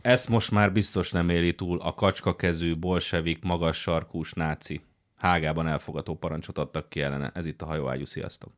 Ezt most már biztos nem éli túl a kacskakezű, bolsevik, magas sarkús náci. Hágában elfogató parancsot adtak ki ellene. Ez itt a hajóágyú, sziasztok.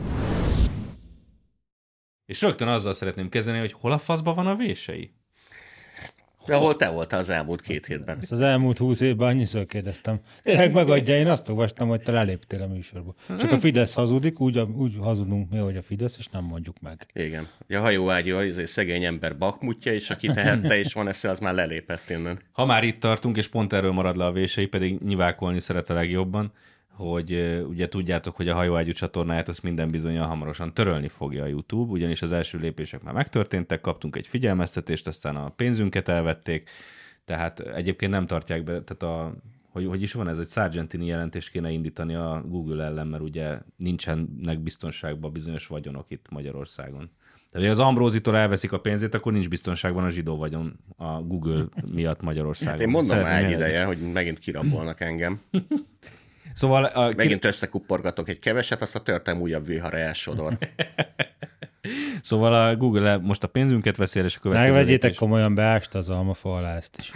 És rögtön azzal szeretném kezdeni, hogy hol a faszban van a vései? Ahol te voltál az elmúlt 2 hétben. Ezt az elmúlt 20 évben annyiszor kérdeztem. Tényleg megadja, én azt olvastam, hogy te leléptél a műsorba. Csak a Fidesz hazudik, úgy hazudunk mi, hogy a Fidesz, és nem mondjuk meg. Igen. A hajóágyú az szegény ember bakmutja, és aki tehette, és van esze, az már lelépett innen. Ha már itt tartunk, és pont erről marad le a vései, pedig nyivákolni szeret a legjobban, hogy ugye tudjátok, hogy a hajóágyú csatornáját azt minden bizonnyal hamarosan törölni fogja a YouTube, ugyanis az első lépések már megtörténtek, kaptunk egy figyelmeztetést, aztán a pénzünket elvették, tehát egyébként nem tartják be, tehát hogy is van ez, egy Sargentini jelentést kéne indítani a Google ellen, mert ugye nincsenek biztonságban bizonyos vagyonok itt Magyarországon. Tehát, ha az Ambrózitól elveszik a pénzét, akkor nincs biztonságban a zsidó vagyon a Google miatt Magyarországon. Hát én mondom már egy ideje, hogy megint kirabolnak engem. Szóval megint összekupporgatok egy keveset, azt a törtem újabb vihar elsodor. Szóval a Google most a pénzünket veszi el, és a következő Megvegyétek lépés... komolyan, beásta az almafa alá ezt is.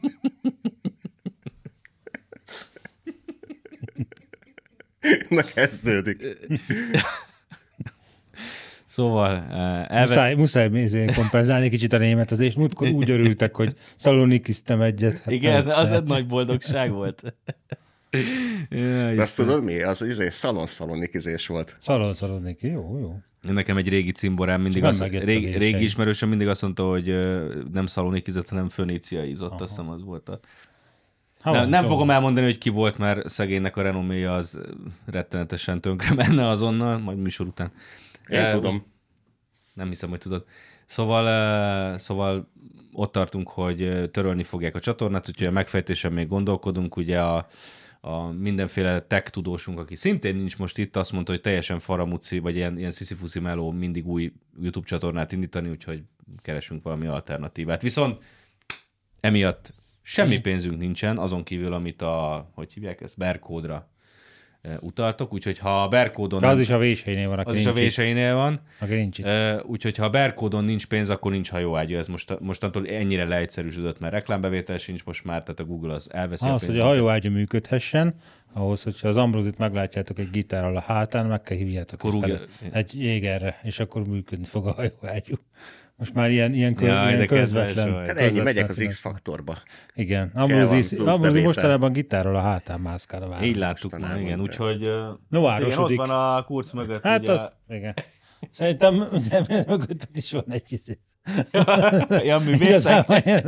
Na kezdődik. Szóval muszáj kompenzálni kicsit a németezést. Múltkor úgy örültek, hogy szalonikiztem egyet. Hát igen, az egy nagy boldogság volt. De azt tudod mi? Az szalonikizés volt. Szaloniki, jó. Nekem egy régi cimborám mindig régi ismerősöm mindig azt mondta, hogy nem szalonikizett, hanem föníciaizott, azt hiszem az volt nem fogom elmondani, hogy ki volt, mert szegénynek a renoméja az rettenetesen tönkre menne azonnal, majd műsor után. Én tudom. Nem hiszem, hogy tudod. Szóval ott tartunk, hogy törölni fogják a csatornát, úgyhogy a megfejtésen még gondolkodunk. Ugye a mindenféle tech tudósunk, aki szintén nincs most itt, azt mondta, hogy teljesen faramuci, vagy ilyen sziszifuszi meló mindig új YouTube csatornát indítani, úgyhogy keresünk valami alternatívát. Viszont emiatt semmi pénzünk nincsen, azon kívül, amit hogy hívják ezt, Berkódra utaltok, úgyhogy ha a Berkódon... Az is a véseinél van, az is a véseinél van. Aki nincs itt. Úgyhogy ha a Berkódon nincs pénz, akkor nincs hajóágyú. Ez mostantól ennyire leegyszerűsödött, mert reklámbevétel sincs most már, tehát a Google az elveszi a pénzt. Hogy a hajóágyú működhessen, ahhoz, hogyha az Ambrózit meglátjátok egy gitárral a hátán, meg kell hívjátok egy jégerre, és akkor működni fog a hajóágyú. Most már ilyen közvetlen. Hát ennyi, megyek az X-faktorba. Igen. Ambrózi mostanában gitárral a hátán mászkál a város. Így láttuk már, igen. Úgyhogy árosodik. ott van a Kurz mögött. Hát ugye... az, igen. Szerintem mögött is van egy ja, művészek.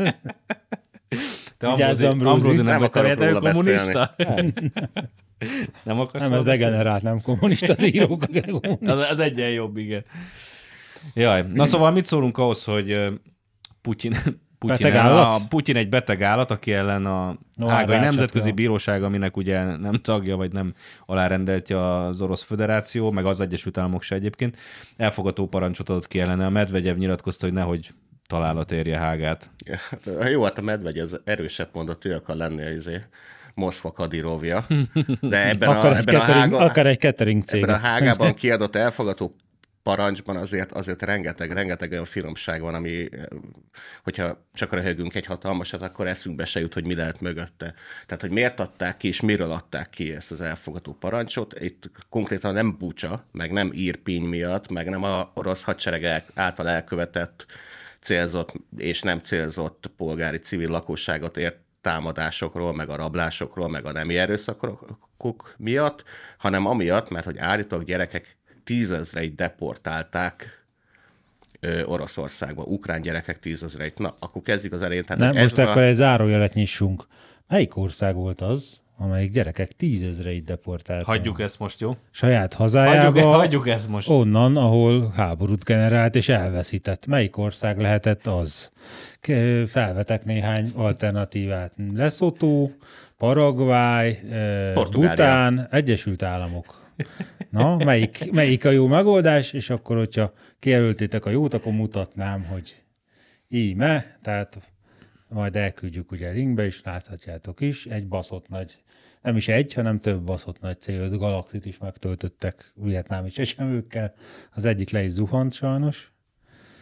Te Ambrózi nem akarod róla kommunista? Nem akarsz? Nem, ez degenerált, nem kommunista, az írók. Az egyen jobb, igen. Jaj, na szóval mit szólunk ahhoz, hogy Putyin egy beteg állat, aki ellen a Hágai Nemzetközi Bíróság, aminek ugye nem tagja, vagy nem alárendeltje az Orosz Föderáció, meg az Egyesült Államok se egyébként, elfogató parancsot adott ki ellene. A Medvegyev nyilatkozta, hogy nehogy találat érje Hágát. Ja, jó, hát a Medvegyev erősebb mondott, ő akar lenni Moszkva Kadirovja. De ebben akár egy catering cég. Ebben a Hágában kiadott elfogató parancsban azért rengeteg olyan finomság van, ami, hogyha csak röhögünk egy hatalmasat, akkor eszünkbe se jut, hogy mi lehet mögötte. Tehát, hogy miért adták ki, és miről adták ki ezt az elfogató parancsot. Itt konkrétan nem Bucsa, meg nem Irpiny miatt, meg nem a orosz hadsereg által elkövetett célzott és nem célzott polgári civil lakosságot ért támadásokról, meg a rablásokról, meg a nemi erőszakok miatt, hanem amiatt, mert hogy állítólag gyerekek 10 000-eit deportálták Oroszországba, ukrán gyerekek 10 000-eit. Na, akkor kezdjük az elején. Nem, most akkor egy zárójelet nyissunk. Melyik ország volt az, amelyik gyerekek 10 000-eit deportáltak? Hagyjuk ezt most, jó? Saját hazájába. Hagyjuk ezt most. Onnan, ahol háborút generált és elveszített. Melyik ország lehetett az? Felvetek néhány alternatívát. Lesotho, Paraguay, Bután, Egyesült Államok. Na, melyik a jó megoldás, és akkor, hogyha kijelöltétek a jót, akkor mutatnám, hogy íme, tehát majd elküldjük ugye linkbe, és láthatjátok is, egy baszott nagy, nem is egy, hanem több baszott nagy célzott galaxit is megtöltöttek vietnámi csecsemőkkel. Az egyik le is zuhant sajnos.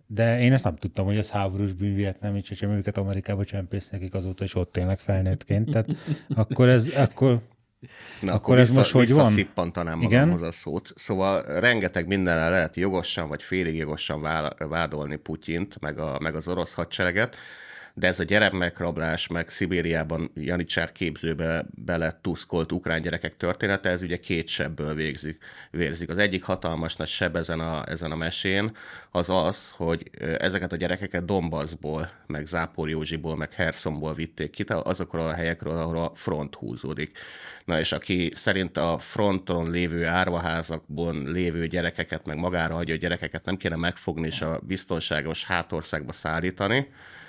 De én ezt nem tudtam, hogy ez háborús bűn vietnámi csecsemőket Amerikába csempész nekik, azóta is ott élnek felnőttként. Tehát akkor akkor ez most hogy van? Visszaszippantanám magamhoz a szót. Szóval rengeteg mindenre lehet jogosan vagy félig jogosan vádolni Putyint, meg az orosz hadsereget, de ez a gyermekrablás, meg Szibériában janicsár képzőbe beletuszkolt ukrán gyerekek története, ez ugye két sebből vérzik. Az egyik hatalmas nagy seb ezen a mesén az, hogy ezeket a gyerekeket Donbassból, meg Záporjózsiból, meg Herszonból vitték ki, azokról a helyekről, ahol a front húzódik. Na és aki szerint a fronton lévő árvaházakból lévő gyerekeket, meg magára hagyó gyerekeket nem kéne megfogni és a biztonságos hátországba szállítani,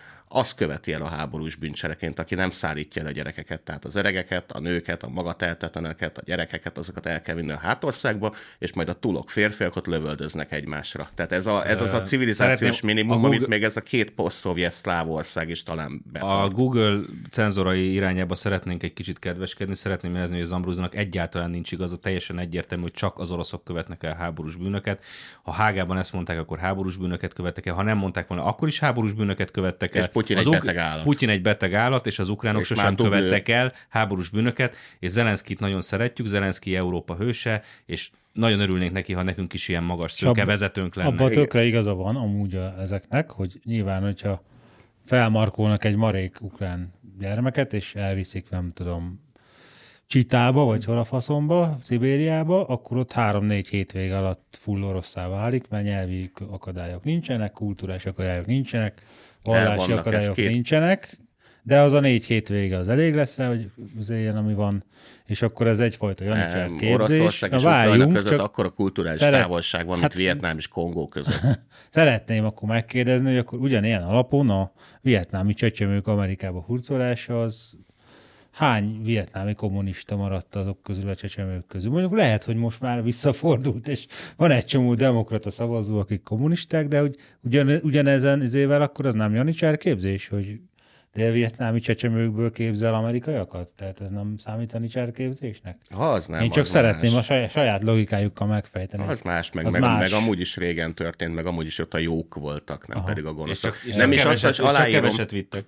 az követi el a háborús bűncselekményt, aki nem szállítja el a gyerekeket, tehát az öregeket, a nőket, a magatehetetleneket, a gyerekeket, azokat el kell vinni a hátországba, és majd a tulok férfiak ott lövöldöznek egymásra. Tehát ez az a civilizációs minimum, amit még ez a két poszt-szovjet szláv ország is talán betart. A Google cenzorai irányába szeretnénk egy kicsit kedveskedni, szeretném jelezni, hogy az Ambrúznak egyáltalán nincs igaza, teljesen egyértelmű, hogy csak az oroszok követnek el háborús bűnöket. Ha Hágában ezt mondták, akkor háborús bűnöket követtek el, ha nem mondták volna, akkor is háborús bűnöket követtek el. Putyin egy beteg állat, és az ukránok sosem követtek el háborús bűnöket, és Zelenszkit nagyon szeretjük, Zelenszky Európa hőse, és nagyon örülnénk neki, ha nekünk is ilyen magas szőke vezetőnk lenne. Abban tökre igaza van amúgy ezeknek, hogy nyilván, hogyha felmarkolnak egy marék ukrán gyermeket, és elviszik, nem tudom, Csitába, vagy hol a faszomba, Szibériába, akkor ott 3-4 hétvég alatt full oroszá válik, mert nyelvi akadályok nincsenek, kulturális akadályok nincsenek, vallási akadályok nincsenek, de az a 4 hétvége az elég lesz rá, hogy az éljen, ami van, és akkor ez egyfajta janicsár képzés. Oroszország és Ukrajna között akkor a kulturális távolság van, mint Vietnám és Kongó között. Szeretném akkor megkérdezni, hogy akkor ugyanilyen alapon a vietnámi csecsemők Amerikába hurcolása az hány vietnámi kommunista maradt azok közül a csecsemők közül? Mondjuk lehet, hogy most már visszafordult, és van egy csomó demokrata szavazó, akik kommunisták, de hogy ugyanezen izével akkor az nem janicsár képzés, hogy dél-vietnámi csecsemőkből képzel amerikaiakat? Tehát ez nem számít janicsár képzésnek? Az nem. Én csak szeretném más. A saját logikájukkal megfejteni. Az más, meg amúgy is régen történt, meg amúgy is ott a jók voltak, nem pedig a gonoszak. Nem is azt, hogy aláírom. Keveset vittek.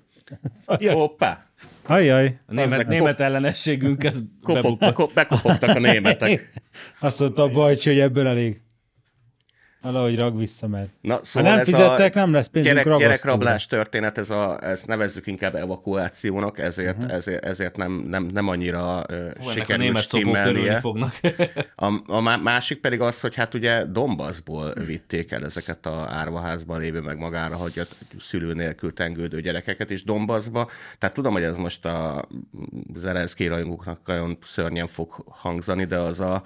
Hoppá! Ajjaj. A német ellenességünk, ez bekopogtak a németek. Azt mondta a Bajcsi, hogy ebből elég. Valahogy rag vissza, mert szóval ha nem fizettek, nem lesz pénzünk ragasztóra. Gyerekrablás történet, ezt nevezzük inkább evakuációnak, ezért nem annyira sikerül stimmelnie. A másik pedig az, hogy hát ugye Donbassból vitték el ezeket a árvaházban lévő, meg magára hagyott szülő nélkül tengődő gyerekeket is Donbassba. Tehát tudom, hogy ez most a Zelenszky rajongóknak nagyon szörnyen fog hangzani, de az a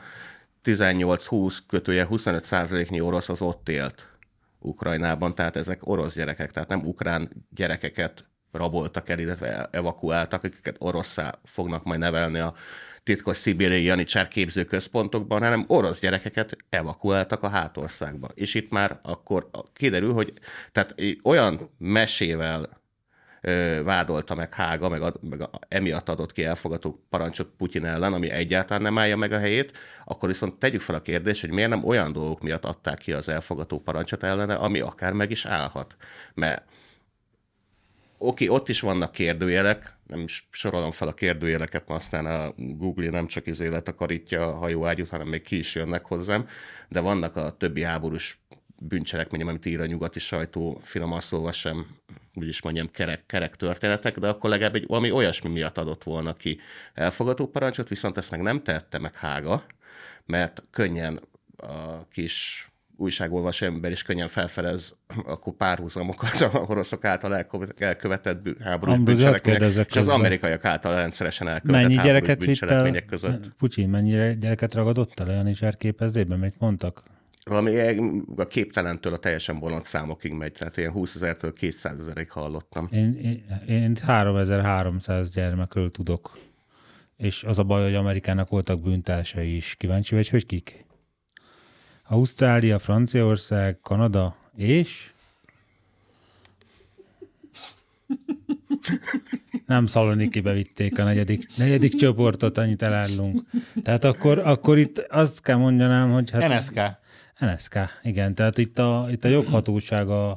18-20-25%-nyi orosz az ott élt Ukrajnában, tehát ezek orosz gyerekek, tehát nem ukrán gyerekeket raboltak el, illetve evakuáltak, akiket orosszá fognak majd nevelni a titkos szibériai janicsár képzőközpontokban, hanem orosz gyerekeket evakuáltak a hátországba. És itt már akkor kiderül, hogy tehát olyan mesével vádolta meg Hága, meg emiatt adott ki elfogadó parancsot Putyin ellen, ami egyáltalán nem állja meg a helyét, akkor viszont tegyük fel a kérdést, hogy miért nem olyan dolgok miatt adták ki az elfogadó parancsot ellene, ami akár meg is állhat. Mert ott is vannak kérdőjelek, nem is sorolom fel a kérdőjeleket, mert aztán a Google nem csak letakarítja a hajóágyút, hanem még ki is jönnek hozzám, de vannak a többi háborús bűncselekményem, amit ír a nyugati sajtó, finoman szólva sem, úgyis mondjam, kerek történetek, de akkor legalább valami olyasmi miatt adott volna ki elfogadó parancsot, viszont ezt meg nem tehette meg Hága, mert könnyen a kis újságolvasó ember is könnyen felfedez akkor párhuzamokat a oroszok által elkövetett háborús bűncselekmények, és az amerikaiak által rendszeresen elkövetett háborús bűncselekmények között. Putyin mennyi gyereket ragadott el a janicsár képezében, mit mondtak? Valami a képtelentől a teljesen bolond számokig megy, tehát ilyen 20 000-től 200 000-ig hallottam. Én 3300 gyermekről tudok, és az a baj, hogy Amerikának voltak bűntársai is. Kíváncsi vagy, hogy kik? Ausztrália, Franciaország, Kanada és... Nem Szalonikibe vitték a negyedik csoportot, annyit elárulunk. Tehát akkor itt azt kell mondanám, hogy... Hát, NSK. NSK, igen. Tehát itt a joghatóság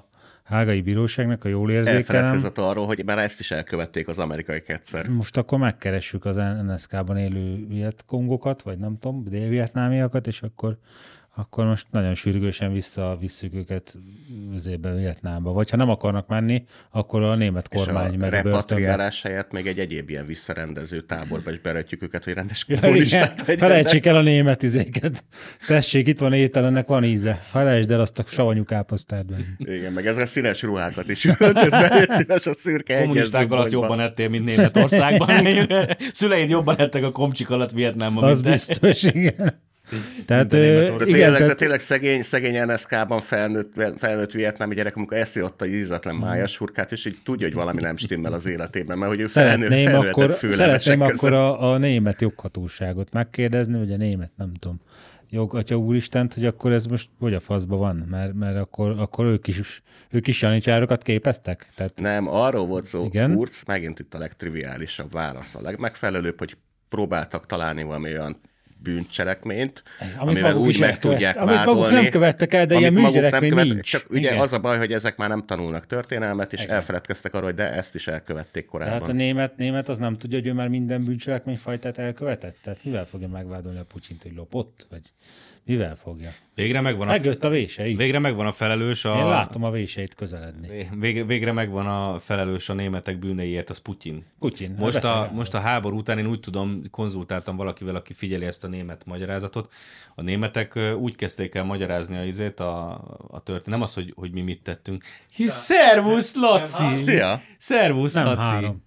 hágai bíróságnak, a jól érzékelem. Elfeledkezett arról, hogy már ezt is elkövették az amerikai egyszer. Most akkor megkeressük az NSZK-ban élő vietkongokat, vagy nem tudom, dél-vietnámiakat, és akkor most nagyon sürgősen visszavisszük őket Vietnámba. Vagy ha nem akarnak menni, akkor a német kormány meg a börtönbe. Repatriálás helyett még egy egyéb ilyen visszarendező táborba is beretjük őket, hogy rendes kommunistát legyenek. Felejtsék el a német izéket. Tessék, itt van étel, ennek van íze. Felejtsd el azt a savanyú káposztát benne. Igen, meg ezzel a színes ruhákat is öltözben, hogy színes a szürke. Kommunisták alatt jobban ettél, mint Németországban. Szüleid jobban ettek a komcsik alatt Vietnámban, az mint biztos, igen. Tehát, de tényleg szegény NSZK-ban felnőtt vietnámi gyerek, amikor eszi ott a ízletlen májas hurkát, és így tudja, hogy valami nem stimmel az életében, mert hogy ő felnőttett főlevesek Szeretném akkor a német joghatóságot megkérdezni, vagy a német, nem tudom, jogatya úristent, hogy akkor ez most hogy a faszban van, mert akkor ők is janicsárokat képeztek? Tehát... Nem, arról volt szó, Kurz, megint itt a legtriviálisabb válasz, a legmegfelelőbb, hogy próbáltak találni valami olyan bűncselekményt, amivel úgy meg tudják vádolni. Amit maguk nem követtek el, de ilyen bűncselekmény nincs. Csak ugye az a baj, hogy ezek már nem tanulnak történelmet, és elfeledkeztek arról, hogy de ezt is elkövették korábban. Tehát a német az nem tudja, hogy ő már minden bűncselekményfajtát elkövetett? Tehát mivel fogja megvádolni a Putyint, hogy lopott? Vagy mivel fogja? Megjött a vései. Végre megvan a felelős. Én látom a véseit közeledni. Végre megvan a felelős a németek bűneiért, az Putyin. Most a háború után én úgy tudom, konzultáltam valakivel, aki figyeli ezt a német magyarázatot. A németek úgy kezdték el magyarázni a történet. Nem az, hogy mi mit tettünk. Szervusz, Laci! Szia! Szervusz, Laci! 3.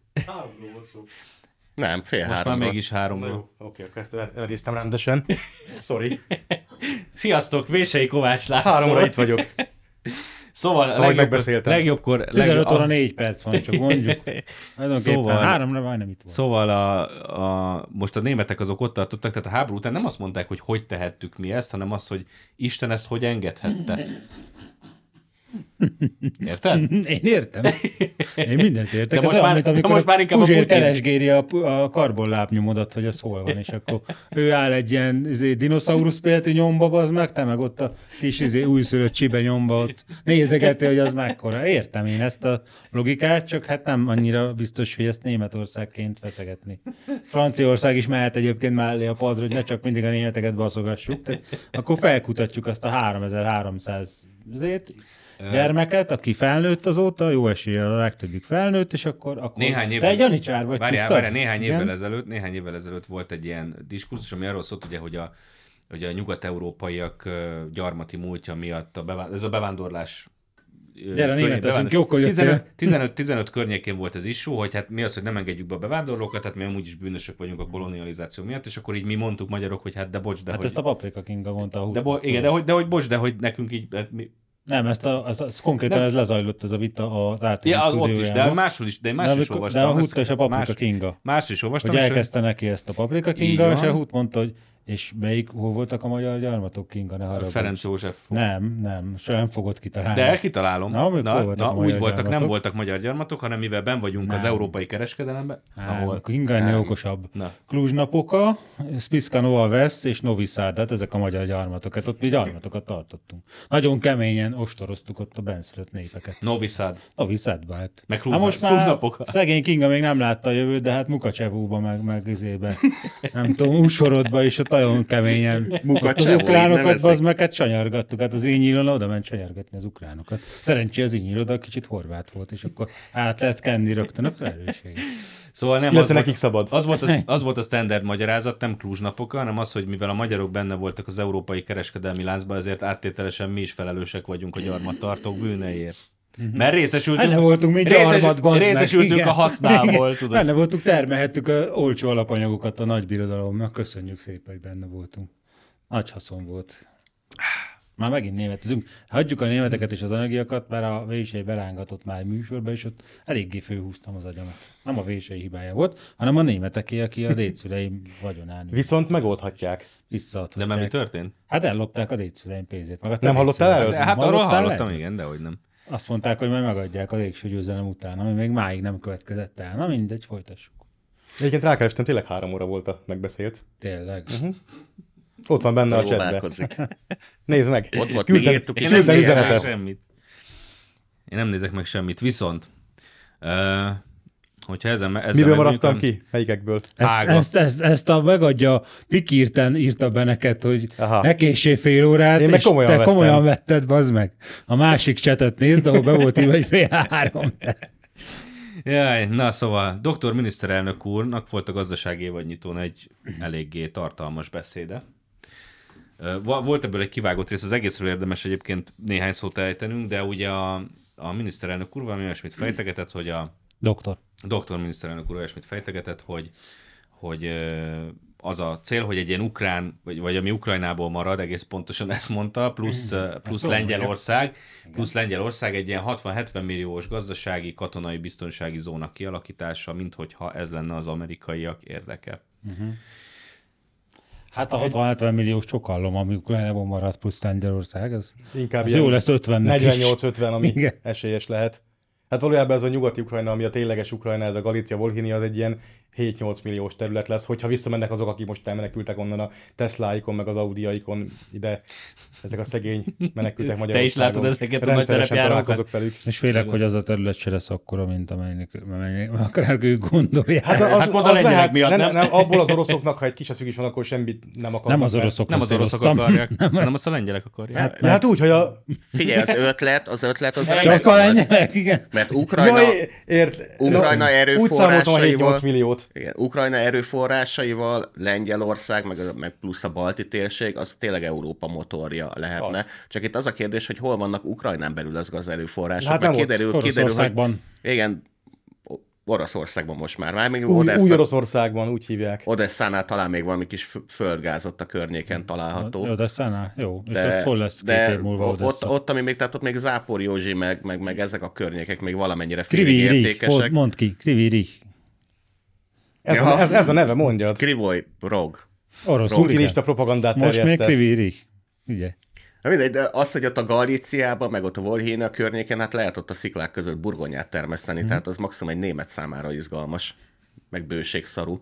Nem, 2:30. Most már mégis 3-ról. Oké, akkor ezt elnéztem rendesen. Sorry. Sziasztok, Vései Kovács László. 3-ra itt vagyok. Szóval legjobbkor... 15 óra 4 perc van, csak mondjuk. Szóval 3-ra majdnem itt van. Szóval most a németek azok ott tartottak, tehát a háború után nem azt mondták, hogy tehettük mi ezt, hanem azt, hogy Isten ezt hogy engedhette. Érted? Én értem. Én mindent értek. De most már inkább Puzsér keresgéli a karbonlábnyomodat, hogy az hol van, és akkor ő áll egy ilyen dinoszaurusz például nyomba, az meg, te meg ott a kis újszülött csibe nyomba ott nézegeti, hogy az mekkora. Értem én ezt a logikát, csak hát nem annyira biztos, hogy ezt Németországként feszegetni. Franciaország is mehet egyébként mellé a padra, hogy ne csak mindig a németeket baszogassuk. Tehát akkor felkutatjuk azt a 3300 gyermeket, aki felnőtt azóta, jó eséllyel a legtöbbük felnőtt, és akkor te egy janicsár vagy, tudtad? Néhány évvel ezelőtt volt egy ilyen diskurzus, ami arról szólt, ugye, hogy a nyugat-európaiak gyarmati múltja miatt ez a bevándorlás Gyere, németeszünk, jókor jöttél. 15 környékén volt ez issue, hogy hát mi az, hogy nem engedjük be a bevándorlókat, tehát mi amúgy is bűnösök vagyunk a kolonializáció miatt, és akkor így mi mondtuk magyarok, hogy hát de bocs, de hát hogy... ezt a Paprika Kinga mondta. Igen, de hogy bocs, de hogy nekünk így... Nem, ez konkrétan ez lezajlott ez a vita az általános stúdiójában. Ott is, de máshol is olvastam. De a Hut és a Paprika Kinga. Máshol is olvastam. Hogy elkezdte neki ezt a Paprika Kinga, és a Hut mondta, hogy és hol voltak a magyar gyarmatok, Kinga, ne haragudj. Ferenc József. Nem, nem fogod kitalálni. De kitalálom. Úgy voltak, nem voltak magyar gyarmatok, hanem mivel benn vagyunk az európai kereskedelemben. Kinga ennél okosabb. Cluj-Napoca, Spišská Nová Ves és Novi Sad, hát ezek a magyar gyarmatok. Hát ott mi gyarmatokat tartottunk. Nagyon keményen ostoroztuk ott a benszülött népeket. Novi Sadba, hát. Meg most már szegény Kinga még nem látta a jövőt, de hát Mukacsevóba, meg izébe, nem tudom, Újsorodba is ott nagyon keményen. Az ukránokat bazd csanyargattuk, hát az Ínyilon oda ment csanyargatni az ukránokat. Szerencsé az Ínyil oda kicsit horvát volt, és akkor át lehet kenni rögtön a felelősség. Szóval nem nekik szabad. Az volt a standard magyarázat, nem Cluj-Napoca, hanem az, hogy mivel a magyarok benne voltak az európai kereskedelmi láncban, ezért áttételesen mi is felelősek vagyunk a gyarmattartók bűneiért. Mert részesültünk a hasznából. Tudod. Benne voltunk, termelhettük az olcsó alapanyagokat a nagybirodalomnak. Köszönjük szépen, hogy benne voltunk. Nagy haszon volt. Már megint németezünk. Hagyjuk a németeket és az anyagiakat, mert a Vései berángatott már műsorba, és ott eléggé főhúztam az agyamat. Nem a Vései hibája volt, hanem a németeké, aki a dédszüleim vagyonán. Viszont megoldhatják. De már mi történt? Hát ellopták a dédszüleim pénzét. Meg nem hallottál erről? Hát arról hallottam, igen, de hogy nem. Azt mondták, hogy majd megadják a végső győzelem után, ami még máig nem következett el. Na mindegy, folytassuk. Egyébként rákerestem, tényleg 3 óra volt a megbeszélt. Tényleg. Ott van benne a chatben. Nézd meg. Ott volt, küldtem üzenetet. Semmit. Én nem nézek meg semmit, viszont hogyha ezzel Miből maradtam ki? Melyikekből? Ezt a megadja, Pikirten írta be neked, hogy Aha. ne késsé fél órát, Én meg és komolyan te vettem. komolyan vetted, bazd meg. A másik csetet nézd, ahol be volt írva, hogy fél 3. Jaj, na szóval, doktor miniszterelnök úrnak volt a gazdasági évadnyitón egy eléggé tartalmas beszéde. Volt ebből egy kivágott rész, az egészről érdemes egyébként néhány szót ejtenünk, de ugye a miniszterelnök úr valami olyasmit fejtegetett, hogy doktor miniszterelnök úr olyasmit fejtegetett, hogy az a cél, hogy egy ilyen ukrán, vagy ami Ukrajnából marad, egész pontosan ezt mondta, plusz Lengyelország egy ilyen 60-70 milliós gazdasági, katonai, biztonsági zóna kialakítása, minthogyha ez lenne az amerikaiak érdeke. Hát a 60-70 milliós csokallom, ami Ukrajnából maradt, plusz Lengyelország, ez Inkább jó lesz 50-nek is. 48-50, ami Igen. esélyes lehet. Hát valójában ez a nyugati Ukrajna, ami a tényleges Ukrajna, ez a Galícia, Volhynia, az egy ilyen 7-8 milliós terület lesz, hogyha visszamennek azok, akik most elmenekültek onnan a Tesláikon, meg az Audiaikon ide, ezek a szegény menekültek Magyarországon. Te is látod ezeket a nagy rendszeresen terepjárókat? találkozok velük. És félek, hogy az a terület se lesz akkora, mint amelynek akár ők gondolják. Hát pont a lengyelek miatt, nem? nem? Abból az oroszoknak, ha egy kis eszük is van, akkor semmit nem akarnak. Nem az oroszok. Nem az oroszok akarják, hanem azt a lengyelek akarják. Hát úgy, hogy a... Figyelj, az ötlet az Csak a lengyelek, igen. mert Ukrajna Úgy számoltam a erőforrásaival, 7-8 milliót. igen, Ukrajna erőforrásaival, Lengyelország, meg plusz a balti térség, az tényleg Európa motorja lehetne. Az. Csak itt az a kérdés, hogy hol vannak Ukrajnán belül az erőforrások. Hát Meg nem ott, kiderül, Oroszországban. hogy igen, Oroszországban most már még Új Oroszországban, úgy hívják. Odesszánál talán még valami kis földgáz ott a környéken található. Odesszánál? Jó. És az hol lesz 2 év múlva Odessa? ott, ami még, tehát ott még Záporjózsi, meg ezek a környékek még valamennyire Krivi félig Rih, értékesek. mondd ki, Krivi Rih. Ez a neve, mondjad. Krivoj Rog. Orosz Putinista propagandát most még terjesztesz. Krivi Rih. Ugye? Na mindegy, de az, hogy ott a Galíciában, meg ott a Volhynia környéken, hát lehet ott a sziklák között burgonyát termeszteni, tehát az maximum egy német számára izgalmas, meg bőségszarú.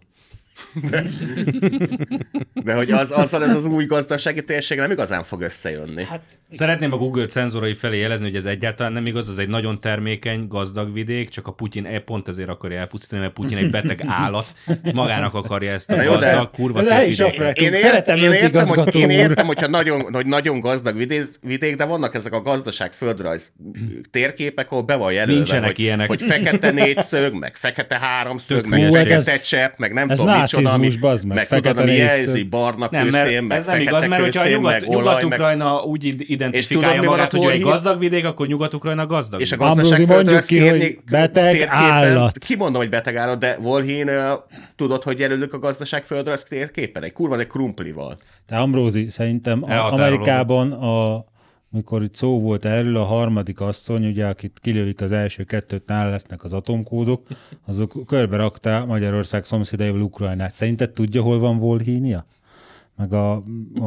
De hogy azzal ez az új gazdasági térség nem igazán fog összejönni. Hát, szeretném a Google cenzúrai felé jelezni, hogy ez egyáltalán nem igaz, az egy nagyon termékeny, gazdag vidék, csak a Putyin pont ezért akarja elpusztítani, mert Putyin egy beteg állat, és magának akarja ezt a jó, de gazdag, kurva ez szép el is vidéket. aprek. Szeretem őt, igazgató Én úr. értem, hogy nagyon gazdag vidék, de vannak ezek a gazdaság földrajz térképek, ahol be van jelölve, Nincsenek ilyenek. hogy fekete négyszög, meg fekete háromszög, meg jó, hát fekete ez- csepp, meg nem ez tudom micsoda, nácizmus, bazd meg, meg fekete tudod, ami négyszög. jelzi, barna Nem, kőszén, mert meg ez nem igaz, fekete mert hogyha a kőszén, meg olaj, meg... Nyugat-Ukrajna úgy És tudod, identifikálja mi van magát, a hogy ő egy Volhynia? gazdag vidék, akkor Nyugat-Ukrajna gazdag. És a vidék. gazdaság Ambrózi, mondjuk földrajz ki, hogy beteg állat. Kimondom, hogy beteg állat, de Volhynia, tudod, hogy jelölük a gazdaság földrajz térképen? Egy kurva, egy krumplival. Te Ambrózi, szerintem Elhatárolódott. Amerikában, mikor itt szó volt erről, a harmadik asszony, ugye, akit kilövik az első 2, nál lesznek az atomkódok, azok körbe rakta Magyarország szomszédaival Ukrajnát. Szerinted tudja, hol van Volhynia? Meg a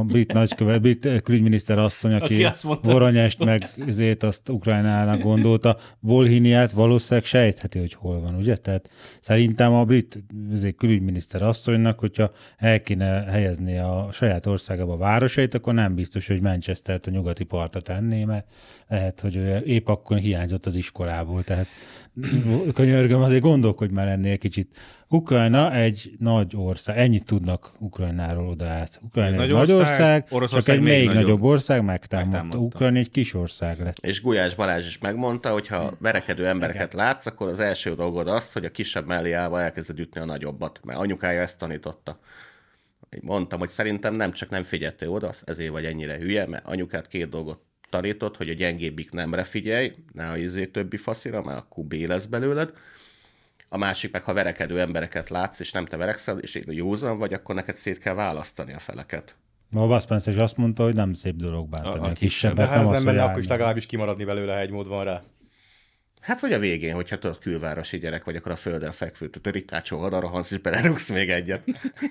brit külügyminiszter asszony, Aki aki azt mondta. Voronyest meg ezért azt Ukrajnának gondolta, Volhyniát valószínűleg sejtheti, hogy hol van, ugye? Tehát szerintem a brit külügyminiszter asszonynak, hogyha el kéne helyezni a saját országába a városait, akkor nem biztos, hogy Manchestert a nyugati partra tenné, mert lehet, hogy ő épp akkor hiányzott az iskolából, tehát könyörgöm, azért gondolkodj már ennél kicsit. Ukrajna egy nagy ország, ennyit tudnak Ukrajnáról oda át. Ukrajna egy nagy ország, csak Oroszország egy még nagyobb nagyobb. ország megtámadta. Megtámadta. Ukrajna egy kis ország lett. És Gulyás Balázs is megmondta, hogy ha verekedő embereket látsz, akkor az első dolgod az, hogy a kisebb mellé állva elkezded ütni a nagyobbat, mert anyukája ezt tanította. Mondtam, hogy szerintem nem csak nem figyeltél oda, ezért vagy ennyire hülye, mert anyukát 2 dolgot tanított, hogy a gyengébbik nemre figyelj, ne a többi faszira, mert akkor B lesz belőled. A másik meg, ha verekedő embereket látsz, és nem te verekszel, és józan vagy, akkor neked szét kell választani a feleket. A Bud Spencer is azt mondta, hogy nem szép dolog bántani A a kisebbet, De ha ez nem nem az, menne, hogy akkor is legalábbis kimaradni belőle, ha egy mód van rá. Hát vagy a végén, hogyha tudod, külvárosi gyerek vagy, akkor a földön fekvő, rikácsó odarohansz, és belerúgsz még egyet.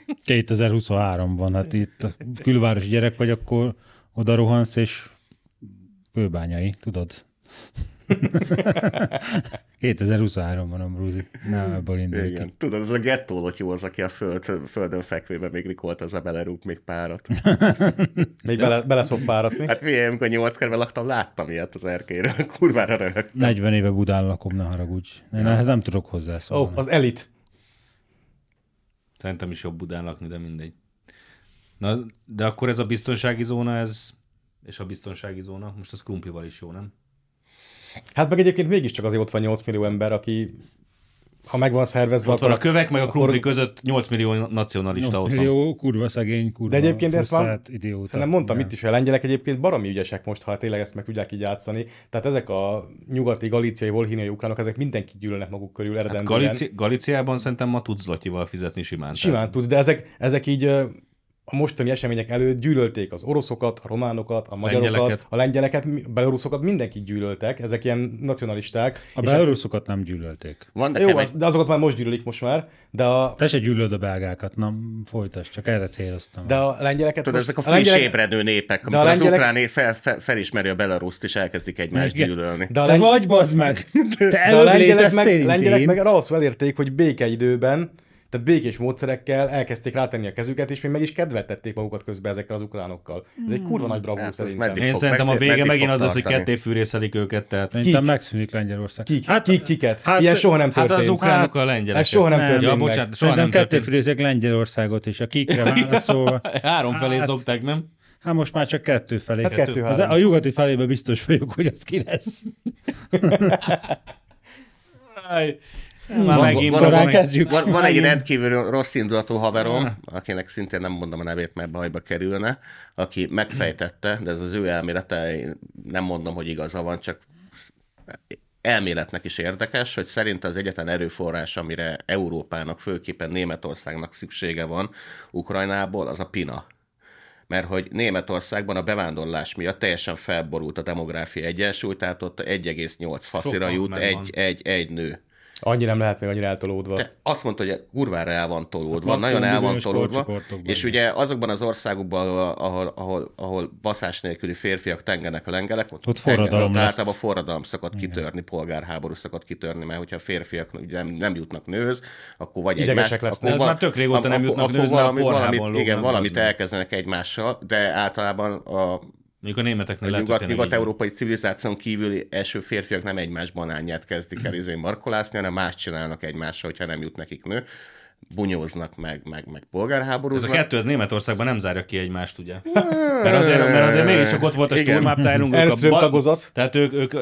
2023-ban, hát itt a külvárosi gyerek vagy, akkor oda rohansz, és Kőbányai, tudod? 2023-ban a Bruzi. Nem, ebből indul ki. Igen. Tudod, az a gettólottyú az, aki a földön fekvében még Rikolt, az a belerúg még párat. Még beleszok párat, mi? Hát miért, amikor 8 kerben laktam, láttam ilyet az erkéről, kurvára röhögtem. 40 éve Budán lakom, ne haragudj. Én ehhez nem tudok hozzászólni. Az elit. Szerintem is jobb Budán lakni, de mindegy. Na, de akkor ez a biztonsági zóna, és a biztonsági zóna, most az krumplival is jó, nem? Hát meg egyébként mégiscsak azért ott van 8 millió ember, aki ha meg van szervezve... Ott van a kövek, meg a krumpli között 8 millió nacionalista 8 ott van. millió kurva szegény, kurva de egyébként ezt már idióta. Szerintem mondtam itt is, hogy a lengyelek egyébként baromi ügyesek most, ha tényleg ezt meg tudják így játszani. Tehát ezek a nyugati, galíciai, volhiniai ukránok, ezek mindenki gyűlölnek maguk körül eredendően. Hát Galíciában szerintem ma tudsz zlotyival fizetni simán. Simán tudsz, de ezek így a mostani események előtt gyűlölték az oroszokat, a románokat, a magyarokat, a lengyeleket, a beloruszokat, mindenkit gyűlöltek, ezek ilyen nacionalisták. A beloruszokat nem gyűlölték. De azokat már most gyűlölik most már. Te se gyűlöld a belgákat, na folytasd, csak erre céloztam. De a lengyeleket... Tudod, ezek a friss ébredő népek, amikor az ukrán nép felismeri a Belaruszt, és elkezdik egymást gyűlölni. Te vagy, bazd meg! Te a lengyelek meg rosszul elérték, hogy békeidőben, tehát békés módszerekkel elkezdték rátenni a kezüket, és még meg is kedveltették magukat közben ezekkel az ukránokkal. Ez egy kurva nagy bravúr szerintem. Én szerintem a vége megint az lesz, hogy ketté fűrészelik őket. Tehát... Szerintem megszűnik Lengyelország. Kiket? Ilyen soha nem történt. Hát az ukránok a lengyelek. Ez soha nem történt meg. Szerintem ketté fűrészek Lengyelországot, és a kikre válaszolva. 3 felé szokták, nem? Hát most már csak 2 felé. Hát 2-3. A nyugati felébe biztos vagyok, hogy az ki lesz. Van egy rendkívül rossz indulatú haverom, akinek szintén nem mondom a nevét, mert bajba kerülne, aki megfejtette, de ez az ő elmélete, én nem mondom, hogy igaza van, csak elméletnek is érdekes, hogy szerint az egyetlen erőforrás, amire Európának, főképpen Németországnak szüksége van Ukrajnából, az a pina. Mert hogy Németországban a bevándorlás miatt teljesen felborult a demográfia egyensúly, tehát ott 1,8 faszira jut egy nő. Annyi nem lehet még annyira eltolódva. De azt mondta, hogy kurvára el van tolódva, nagyon el van tolódva, és ugye azokban az országokban, ahol baszás nélküli férfiak tengenek a lengyelek, ott általában forradalom szokott kitörni, polgárháború szokott kitörni, mert hogyha a férfiak ugye nem jutnak nőhöz, akkor vagy idegesek lesznek. Ez már tök régóta nem jutnak nőhöz, mert a porhában lógnak. Valamit elkezdenek egymással, de általában mondjuk a németeknél nyugat-európai civilizáción kívüli első férfiak nem egymás banánját kezdik el markolászni, hanem más csinálnak egymással, hogyha nem jut nekik nő. Bunyóznak, meg polgárháborúznak. Ez a kettő, ez Németországban nem zárja ki egymást, ugye? Mert azért mégiscsak ott volt a Sturmabteilung. Elszröm tagozat. Tehát ők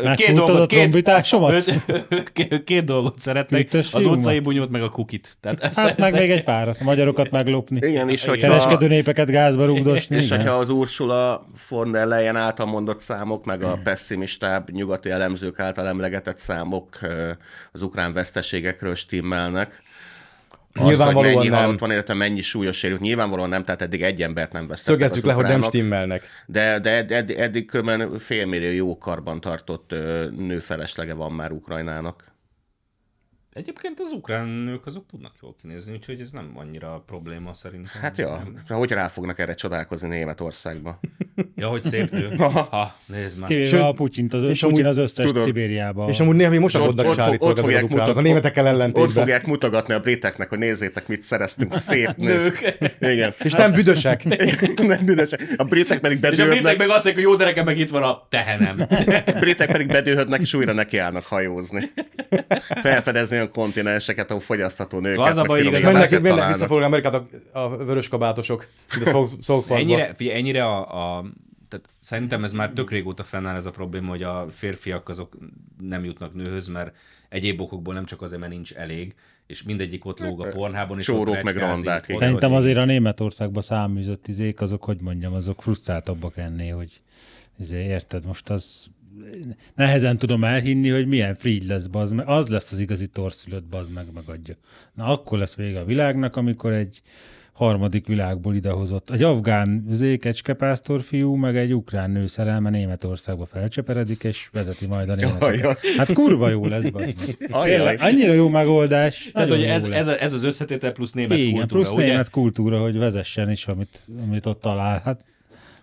két dolgot szeretnek, az utcai bunyót, meg a kukit. Hát meg még egy párat, a magyarokat meglopni. Igen, és kereskedő népeket gázba rugdosni. És hogyha az Ursula von der Leyen által mondott számok, meg a pessimistább nyugati elemzők által emlegetett számok az ukrán veszteségekről stimmelnek, Nyilvánvalóan mennyi nem. halott van, illetve mennyi súlyos sérült. Nyilvánvalóan nem, tehát eddig egy embert nem vesztettek. Szögezzük le, hogy nem stimmelnek. De eddig kb. 500 000 jó karban tartott nőfeleslege van már Ukrajnának. Egyébként az ukrán nők azok tudnak jól kinézni, úgyhogy ez nem annyira probléma szerintem. Hát ja, hogy rá fognak erre csodálkozni Németországba? Ja, hogy szép nő. Nézd már. Kivéve a Putyint, Putyin az összes Szibériába. És amúgy néha még mosakodnak is állítólag az ukránok, a németekkel ellentétben. Ott fogják mutogatni a briteknek, hogy nézzétek, mit szereztünk, szép nők. Igen. És nem büdösek. Nem büdösek. A britek pedig bedőlnek. És a britek meg azt mondják, hogy jó, de nekem meg itt van a tehenem. A britek pedig bedőlhetnek, és újra nekiállnak hajózni. Felfedezni olyan kontinenseket, ahol fogyasztható nőket. Mennek visszafogni Amerikát a vöröskabátosok. Ennyire tehát szerintem ez már tök régóta fennáll ez a probléma, hogy a férfiak azok nem jutnak nőhöz, mert egyéb okokból nem csak azért, mert nincs elég, és mindegyik ott lóg a pornhában, és csórók meg randák. Szerintem azért a Németországban száműzött azok, hogy mondjam, azok frusztráltabbak ennél, hogy érted, most az nehezen tudom elhinni, hogy milyen frigy lesz, bazd meg. Az lesz az igazi torszülött, bazd meg, megadja. Na akkor lesz vége a világnak, amikor egy harmadik világból idehozott. Egy afgán kecskepásztor fiú, meg egy ukrán nő szerelme Németországba felcseperedik, és vezeti majd a németeket. Hát kurva jó lesz, bazd meg. Annyira jó megoldás. Tehát, hogy ez az összetétel plusz német kultúra, plusz német kultúra, hogy vezessen is, amit ott talál. Hát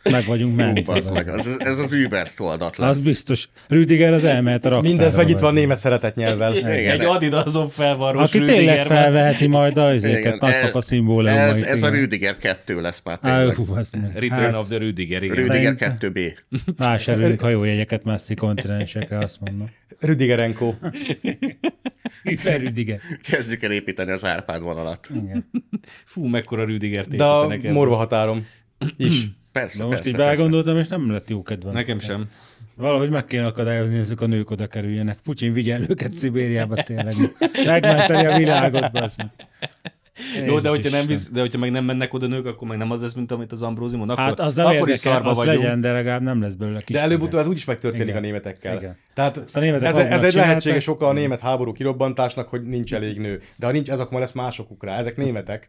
meg vagyunk mentve. Ez az Uber szoldat lesz. Az biztos. Rüdiger az elmehet a raktárba. Mindez vegyítve a német szeretetnyelvvel. Egy Adidazon felvarros aki Rüdiger. tényleg felveheti majd azért nagypapa szimbólumait. Ez a Rüdiger 2 lesz már tényleg. Return of the Rüdiger, igen. Rüdiger 2B. Vásárolunk hajójegyeket messzi kontinensekre, azt mondom. Rüdigerenko. Rüdiger. Kezdjük el építeni az Árpád vonalat. Igen. Fú, mekkora Rüdigert De a építenek. morva határom is. Persze, De most persze, így persze. belegondoltam, és nem lett jó kedvem. Nekem sem. Valahogy meg kéne akadályozni, hogy ezek a nők oda kerüljenek. Putyin vigyen őket Szibériába tényleg. Megmenteni a világot, bassz meg. Jó, de hogyha meg nem mennek oda nők, akkor meg nem az lesz, mint amit az Ambrózi mond. Hát az nem akkor is érdekel, szarba az vagyunk. legyen, de legalább nem lesz belőle kis. De előbb-utóbb ez úgyis megtörténik Igen. a németekkel. Igen. Tehát a németek ez maguknak egy csinálták. lehetséges oka a német háború kirobbantásnak, hogy nincs elég nő. De ha nincs, ez akkor lesz másokuk rá. Ezek németek.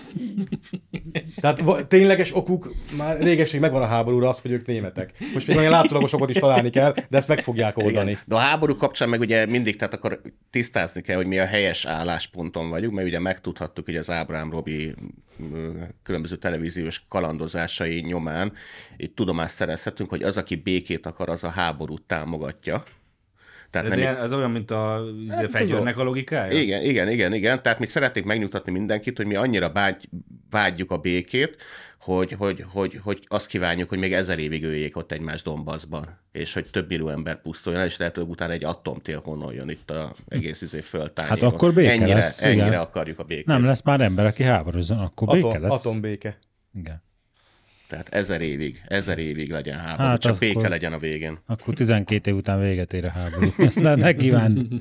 Tehát tényleges okuk, már régeség megvan a háborúra az, hogy ők németek. Most még olyan látszólagos okot is találni kell, de ezt meg fogják oldani. Igen. De a háború kapcsán meg ugye mindig, tehát akkor tisztázni kell, hogy mi a helyes állásponton vagyunk, mert ugye megtudhattuk, hogy az Ábrahám Robi különböző televíziós kalandozásai nyomán itt tudomást szerezhetünk, hogy az, aki békét akar, az a háborút támogatja. Tehát Ez olyan, mint a fegyvernek a logikája? Igen. Tehát mi szeretnénk megnyugtatni mindenkit, hogy mi annyira vágyjuk a békét, hogy azt kívánjuk, hogy még 1000 évig öljék ott egymás Donbassban, és hogy több millió ember pusztuljon, és lehet, hogy utána egy atomtél honoljon itt az egész földtányéron. Hát akkor béke lesz. Ennyire igen. akarjuk a békét. Nem lesz már ember, aki háborúzzon, akkor béke lesz. Atombéke. Igen. Tehát 1000 évig legyen háború, Hát csak akkor- béke legyen a végén. Akkor 12 év után véget ér a háború. Ezt ne kívánni.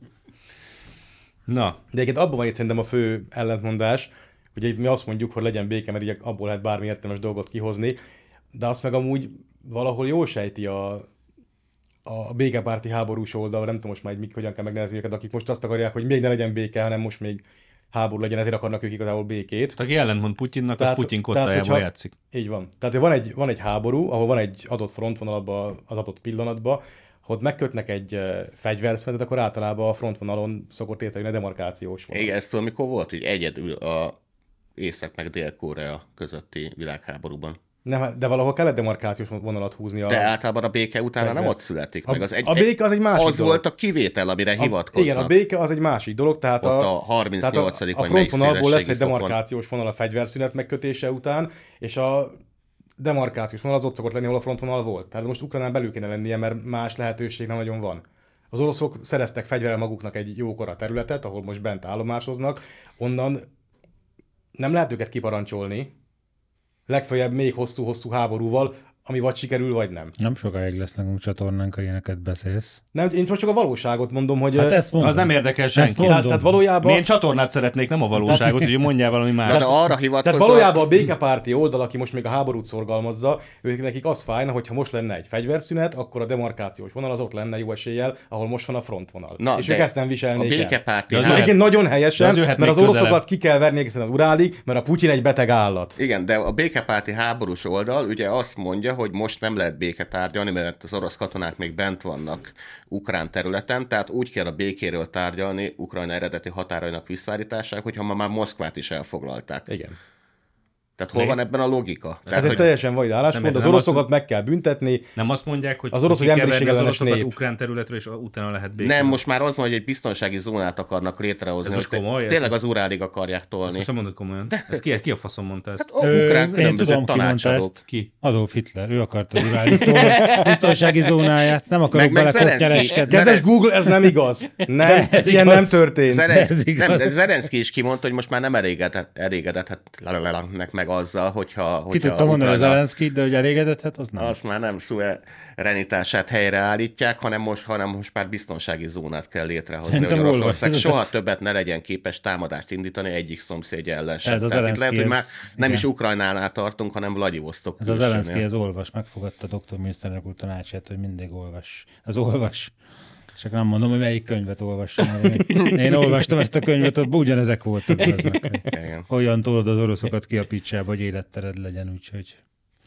Na, De egyébként abban van itt szerintem a fő ellentmondás, ugye itt mi azt mondjuk, hogy legyen béke, mert ugye abból lehet bármi értelmes dolgot kihozni, de azt meg amúgy valahol jól sejti a békepárti háborús oldal, nem tudom most már hogyan kell megnevezni őket, akik most azt akarják, hogy még ne legyen béke, hanem most még háború legyen, ezért akarnak ők igazából békét. aki ellentmond Putyinnak, az Putyin tehát, kottájában hogyha- játszik. Így van. Tehát van egy háború, ahol van egy adott frontvonalban az adott pillanatban, ha ott megkötnek egy fegyverszünetet, akkor általában a frontvonalon szokott érteni egy demarkációs vonal. Igen, ezt tudom, mikor volt, hogy egyedül a Észak meg Dél-Korea közötti világháborúban. Nem, de valahol kellett demarkációs vonalat húzni. De általában a béke utána nem fegyversz. ott születik meg. A béke az egy másik Az dolog. volt a kivétel, amire hivatkoznak. Igen, a béke az egy másik dolog, tehát Ott a 38. tehát vagy a melyik frontvonalból lesz egy szélességi fokon. demarkációs vonal a fegyverszünet megkötése után, és a demarkációs vonal az ott szokott lenni, ahol a frontvonal volt. Tehát most Ukrajnán belül kéne lennie, mert más lehetőség nem nagyon van. Az oroszok szereztek fegyverrel maguknak egy jókora területet, ahol most bent állomásoznak, onnan nem lehet őket kiparancsolni, legfeljebb még hosszú-hosszú háborúval, ami vagy sikerül, vagy nem. Nem sokáig lesz nekünk csatornánk, ha ilyeneket beszélsz. Nem, én most csak a valóságot mondom, hogy... Hát ezt mondom. Az nem érdekel Ezt senki. mondom. tehát valójában... Én csatornát szeretnék, nem a valóságot, hogy mondjál valami Na, más. de arra Tehát hivatkozol... valójában a békepárti oldal, aki most még a háborút szorgalmazza, ők nekik az fájna, hogyha most lenne egy fegyverszünet, akkor a demarkációs vonal az ott lenne jó eséllyel, ahol most van a frontvonal. Na, és de ők ezt nem a viselnék el. békepárti... De az háború- Egyébként nagyon helyesen, az jöhet mert az még oroszokat közelebb. ki kell verni egészen az Urálig, mert a Putyin egy beteg állat. Igen, de a békepárti háborús oldal ugye azt mondja, hogy most nem lehet béket tárgyalni, mert az orosz katonák még bent vannak ukrán területen, tehát úgy kell a békéről tárgyalni Ukrajna eredeti határainak visszaállítására, hogyha ma már Moszkvát is elfoglalták. Igen. Tehát hol van ebben a logika? Tehát, Ez egy hogy teljesen valid álláspont, nem az azt- oroszokat meg kell büntetni. Nem azt mondják, hogy Az orosz, ki hogy kell emberiség verni az ellenes oroszokat nép. ukrán területről, és utána lehet békén. nem, most már az van, hogy egy biztonsági zónát akarnak létrehozni. Ez most hogy komoly? tényleg az Urálig akarják Ezt tolni. most nem mondod komolyan. Ez ki a faszom mondta ezt? A ukrán Én különböző tudom, ki mondta tanácsadók. ezt. Ki? Adolf Hitler, ő akarta az Urálig tolni a biztonsági zónáját. Nem akarok Meg bele Zelenszky. kereskedni. Kedves Google, ez nem igaz. Nem, ez ilyen igaz. nem történt. Ez igaz. Nem, de Zelenszky is kimondta, hogy most már nem elégedetnek meg azzal, hogyha Ki tudta mondani az Zelenszkit, de hogy elégedett, az nem. azt már nem szuverenitását helyreállítják, hanem most már biztonsági zónát kell létrehozni, Szerintem hogy Oroszország olvasod. soha többet ne legyen képes támadást indítani egyik szomszédja ellen sem. Ez az Tehát itt lehet, hogy Zelenszky, már ez- nem igen. is Ukrajnánál tartunk, hanem Vladivostok Ez az külsőnél. Zelenszky, ez olvas, megfogadta a doktor miniszterelnök úr tanácsát, hogy mindig olvas. Az olvas. Csak nem mondom, hogy melyik könyvet olvassam. Én olvastam ezt a könyvet, ott ugyanezek voltak. Igen. Olyan tolod az oroszokat ki a picsába, hogy élettered legyen, úgyhogy...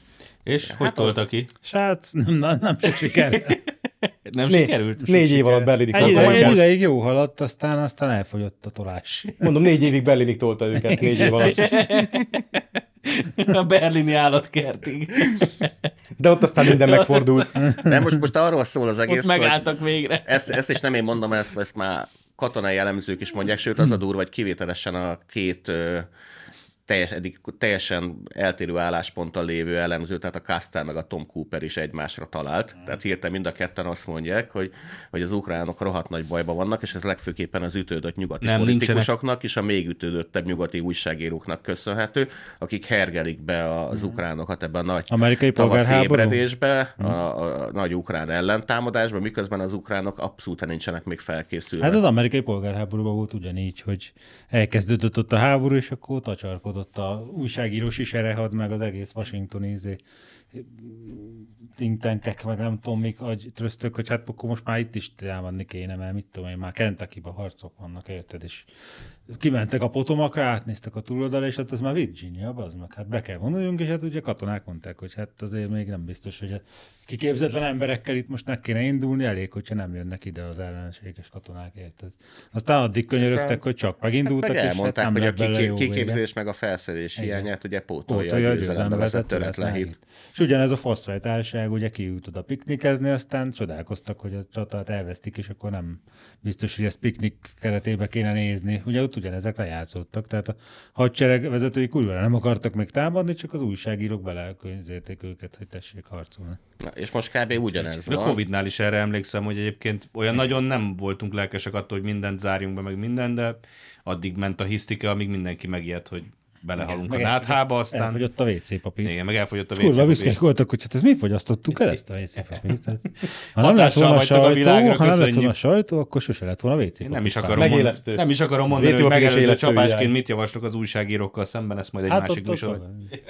És hogy tolta ki? És hát nem sok siker. Nem sikerült? 4 év alatt Berlinig Egy tolta őket. ideig jó haladt, aztán elfogyott a tolás. Mondom, 4 évig Berlinig tolta őket, 4 év alatt. A berlini állatkertig. De ott aztán minden megfordult. De most arról szól az egész, Ott megálltak végre. Ezt is nem én mondom, ezt már katonai elemzők is mondják, sőt az a durva, hogy kivételesen a két eddig teljesen eltérő állásponttal lévő elemző, tehát a Kastel meg a Tom Cooper is egymásra talált. Tehát hirtelen mind a ketten azt mondják, hogy az ukránok rohadt nagy bajban vannak, és ez legfőképpen az ütődött nyugati politikusoknak és a még ütődöttebb nyugati újságíróknak köszönhető, akik hergelik be az ukránokat ebben a nagy amerikai tavaszi ébredésbe, a nagy ukrán ellentámadásba, miközben az ukránok abszolút nincsenek még felkészülve. Hát az amerikai polgárháborúban volt ugyanígy, hogy elkezdődött ott a háború, és akkor tacsarkodott a újságírós is erehad, meg az egész washingtoni think tankek, meg nem tudom mik tröztök, hogy hát akkor most már itt is támadni kéne, mert mit tudom én, már Kentuckyban harcok vannak, érted, és kimentek a Potomacra, átnéztek a túloldalra, és hát az már Virginia, az meg, hát be kell vonuljunk, és hát ugye katonák mondták, hogy hát azért még nem biztos, hogy a kiképzetlen emberekkel itt most meg kéne indulni, elég, hogyha nem jönnek ide az ellenséges katonák, érted. Aztán addig könyörögtek, hogy csak megindultak, és elmondták, hát hogy lett belőle jó kiképzés meg a felszerelés hiányát ugye pótolja a győzelembe vezet töretlen hit. És ugyanez a fosztrály társaság ugye kiült oda piknikezni, aztán csodálkoztak, hogy a csatát elvesztik, és akkor nem biztos, hogy ezt piknik keretébe kéne nézni. Ugye ott ugyanezek lejátszottak, tehát a hadsereg vezetői kurvára nem akartak még támadni, csak az újságírók belekönyvzélték őket, hogy tessék harcolni. Na, és most kb. Ugyanez van. A Covid-nál is erre emlékszem, hogy egyébként olyan nagyon nem voltunk lelkesek attól, hogy mindent zárjunk be, meg minden, de addig ment a hisztika, amíg mindenki megijedt, hogy belehalunk a náthába, aztán... Elfogyott a WC papír. Igen, meg elfogyott a WC papír. papír. Büszkék voltak, hogy hát ez mi fogyasztottuk el ezt a WC papírt. Ha nem lett volna a sajtó, akkor sose lett volna WC papír. Nem is akarom mondani, hogy megelőző csapásként mit javaslok az újságírókkal szemben, ezt majd egy másik műsor.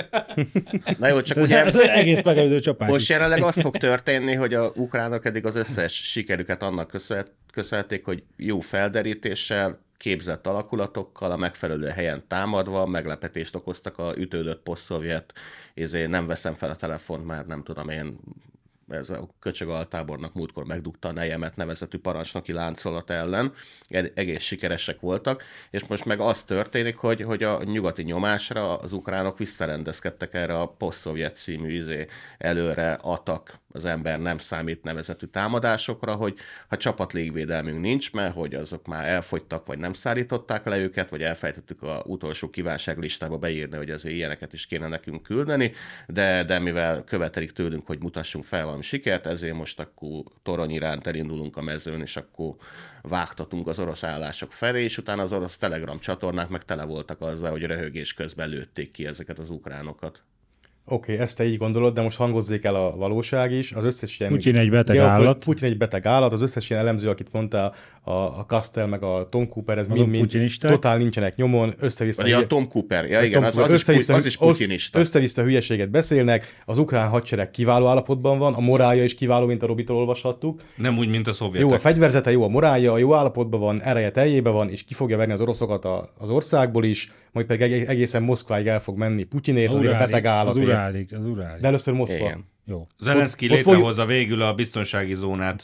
Na jó, csak ugye... Ez egész megelőző csapás. Most jelenleg az fog történni, hogy a ukránok eddig az összes sikerüket annak köszönhették, hogy jó felderítéssel, képzett alakulatokkal, a megfelelő helyen támadva, meglepetést okoztak a ütődött posztszovjet, ezért nem veszem fel a telefont, már nem tudom én, ez a köcsög altábornak múltkor megdugta a nejemet nevezetű parancsnoki láncolat ellen, egész sikeresek voltak, és most meg az történik, hogy a nyugati nyomásra az ukránok visszarendezkedtek erre a posztszovjet című előre atak, az ember nem számít nevezetű támadásokra, hogy ha csapatlégvédelmünk nincs, mert hogy azok már elfogytak, vagy nem szállították le őket, vagy elfelejtettük az utolsó kívánságlistába beírni, hogy azért ilyeneket is kéne nekünk küldeni, de mivel követelik tőlünk, hogy mutassunk fel valami sikert, ezért most akkor torony iránt elindulunk a mezőn, és akkor vágtatunk az orosz állások felé, és utána az orosz Telegram csatornák meg tele voltak azzal, hogy röhögés közben lőtték ki ezeket az ukránokat. Oké, ezt te így gondolod, de most hangozzék el a valóság is. Az összes ilyen... Putyin egy beteg állat. Putyin egy beteg állat, az összes ilyen elemző, akit mondtál, a Kastel meg a Tom Cooper, ez mind totál nincsenek nyomon, össze-vissza... A Tom Cooper, ja igen, az is putinista. Össze-vissza hülyeséget beszélnek, az ukrán hadsereg kiváló állapotban van, a morálja is kiváló, mint a Robitól olvashattuk. Nem úgy, mint a szovjetek. Jó, a fegyverzete jó, a morálja jó állapotban van, ereje teljében van, és ki fogja verni az oroszokat az országból is, majd pedig egészen Moszkváig el fog menni Putyinért, azért a beteg állatért. Az Urálig. De először Moszkva. Igen. Jó. Zelenszky létrehozza végül a biztonsági zónát.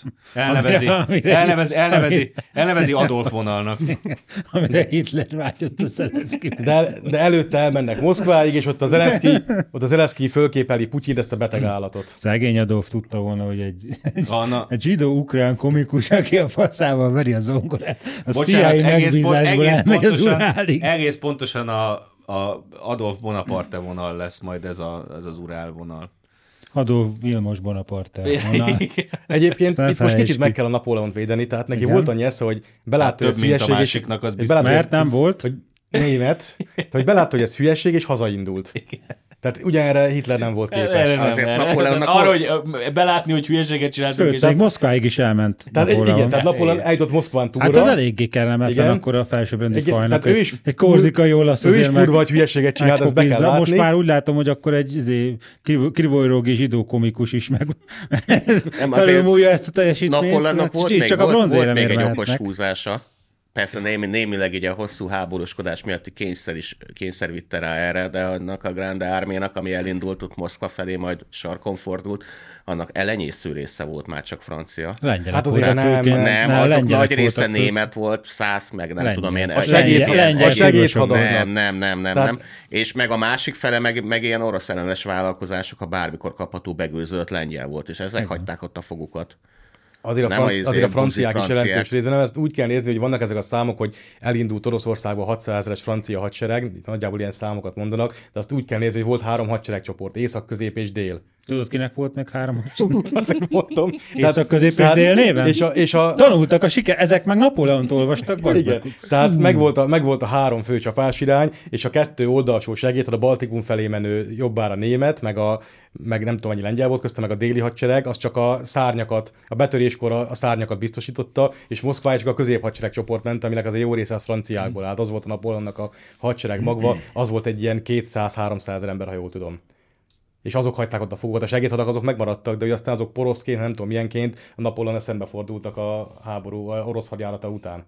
Elnevezi Adolf vonalnak. Amire Hitler vágyott a Zelenszky. De előtte elmennek Moszkváig, és ott a Zelenszky fölképeli Putyint, ezt a beteg állatot. Szegény Adolf tudta volna, hogy egy zsidó-ukrán komikus, aki a faszával veri a zongorát, a CIA megbízásból elmegy az Urálig. Egész pontosan a Adolf Bonaparte vonal lesz majd ez az Urál vonal. Adolf Vilmos Bonaparte vonal. Egyébként itt most kicsit meg kell a Napóleont védeni, tehát neki volt annyi esze, hogy belátta, hogy ez hülyeség, és mert nem volt. Hogy német, hogy belátta, hogy ez hülyeség, és hazaindult. Tehát ugyanerre Hitler nem volt képes. Arra, hogy belátni, hogy hülyeséget csináltunk. Sőt, még Moszkváig is elment Napóleon. Igen, tehát Napóleon eljutott Moszkván túlra. Hát ez eléggé kellemetlen akkor a felsőbbrendű fajnak. Egy korzikai olasz ő is kurva, hogy hülyeséget csinált, ezt be kell látni. Most már úgy látom, hogy akkor egy krivojrogi zsidó komikus is meg felülmúlja ezt a teljesítményt. Napóleonnak volt még egy okos húzása. Persze némileg így a hosszú háborúskodás miatti kényszer vitte rá erre, de annak a Grande Arménak, ami elindult ott Moszkva felé, majd sarkon fordult, annak elenyésző része volt már csak francia. Lengyelek Hát azért Nem, azok nagy része német volt, szász, meg nem tudom én. A segédhadonat. Nem. És meg a másik fele, meg ilyen orosz ellenes vállalkozások, ha bármikor kapható begőzölt lengyel volt, és ezek hagyták ott a fogukat. Azért a franciák is jelentős részben, nem, ezt úgy kell nézni, hogy vannak ezek a számok, hogy elindult Oroszországba 600 000-es francia hadsereg, nagyjából ilyen számokat mondanak, de azt úgy kell nézni, hogy volt 3 hadseregcsoport, észak, közép és dél. Tudod, kinek volt meg 3? Azért mondom. Észak, közép és dél néven? Tanultak a ezek meg Napóleont olvastak. Igen. Tehát megvolt a 3 fő csapásirány, és a 2 oldalsó segéd, a Baltikum felé menő jobbára német, meg nem tudom, mennyi lengyel volt köztem, meg a déli hadsereg, az csak a betöréskor a szárnyakat biztosította, és Moszkváig csak a középhadsereg csoport ment, aminek az egy jó része az franciákból állt. Az volt a Napóleonnak a hadsereg magva, az volt egy ilyen 200-300 ember, ha jól tudom. És azok hagyták ott a fogokat, a segédhadak azok megmaradtak, de hogy aztán azok poroszként, nem tudom milyenként, a Napóleon szembefordultak a háború, a orosz hadjárata után.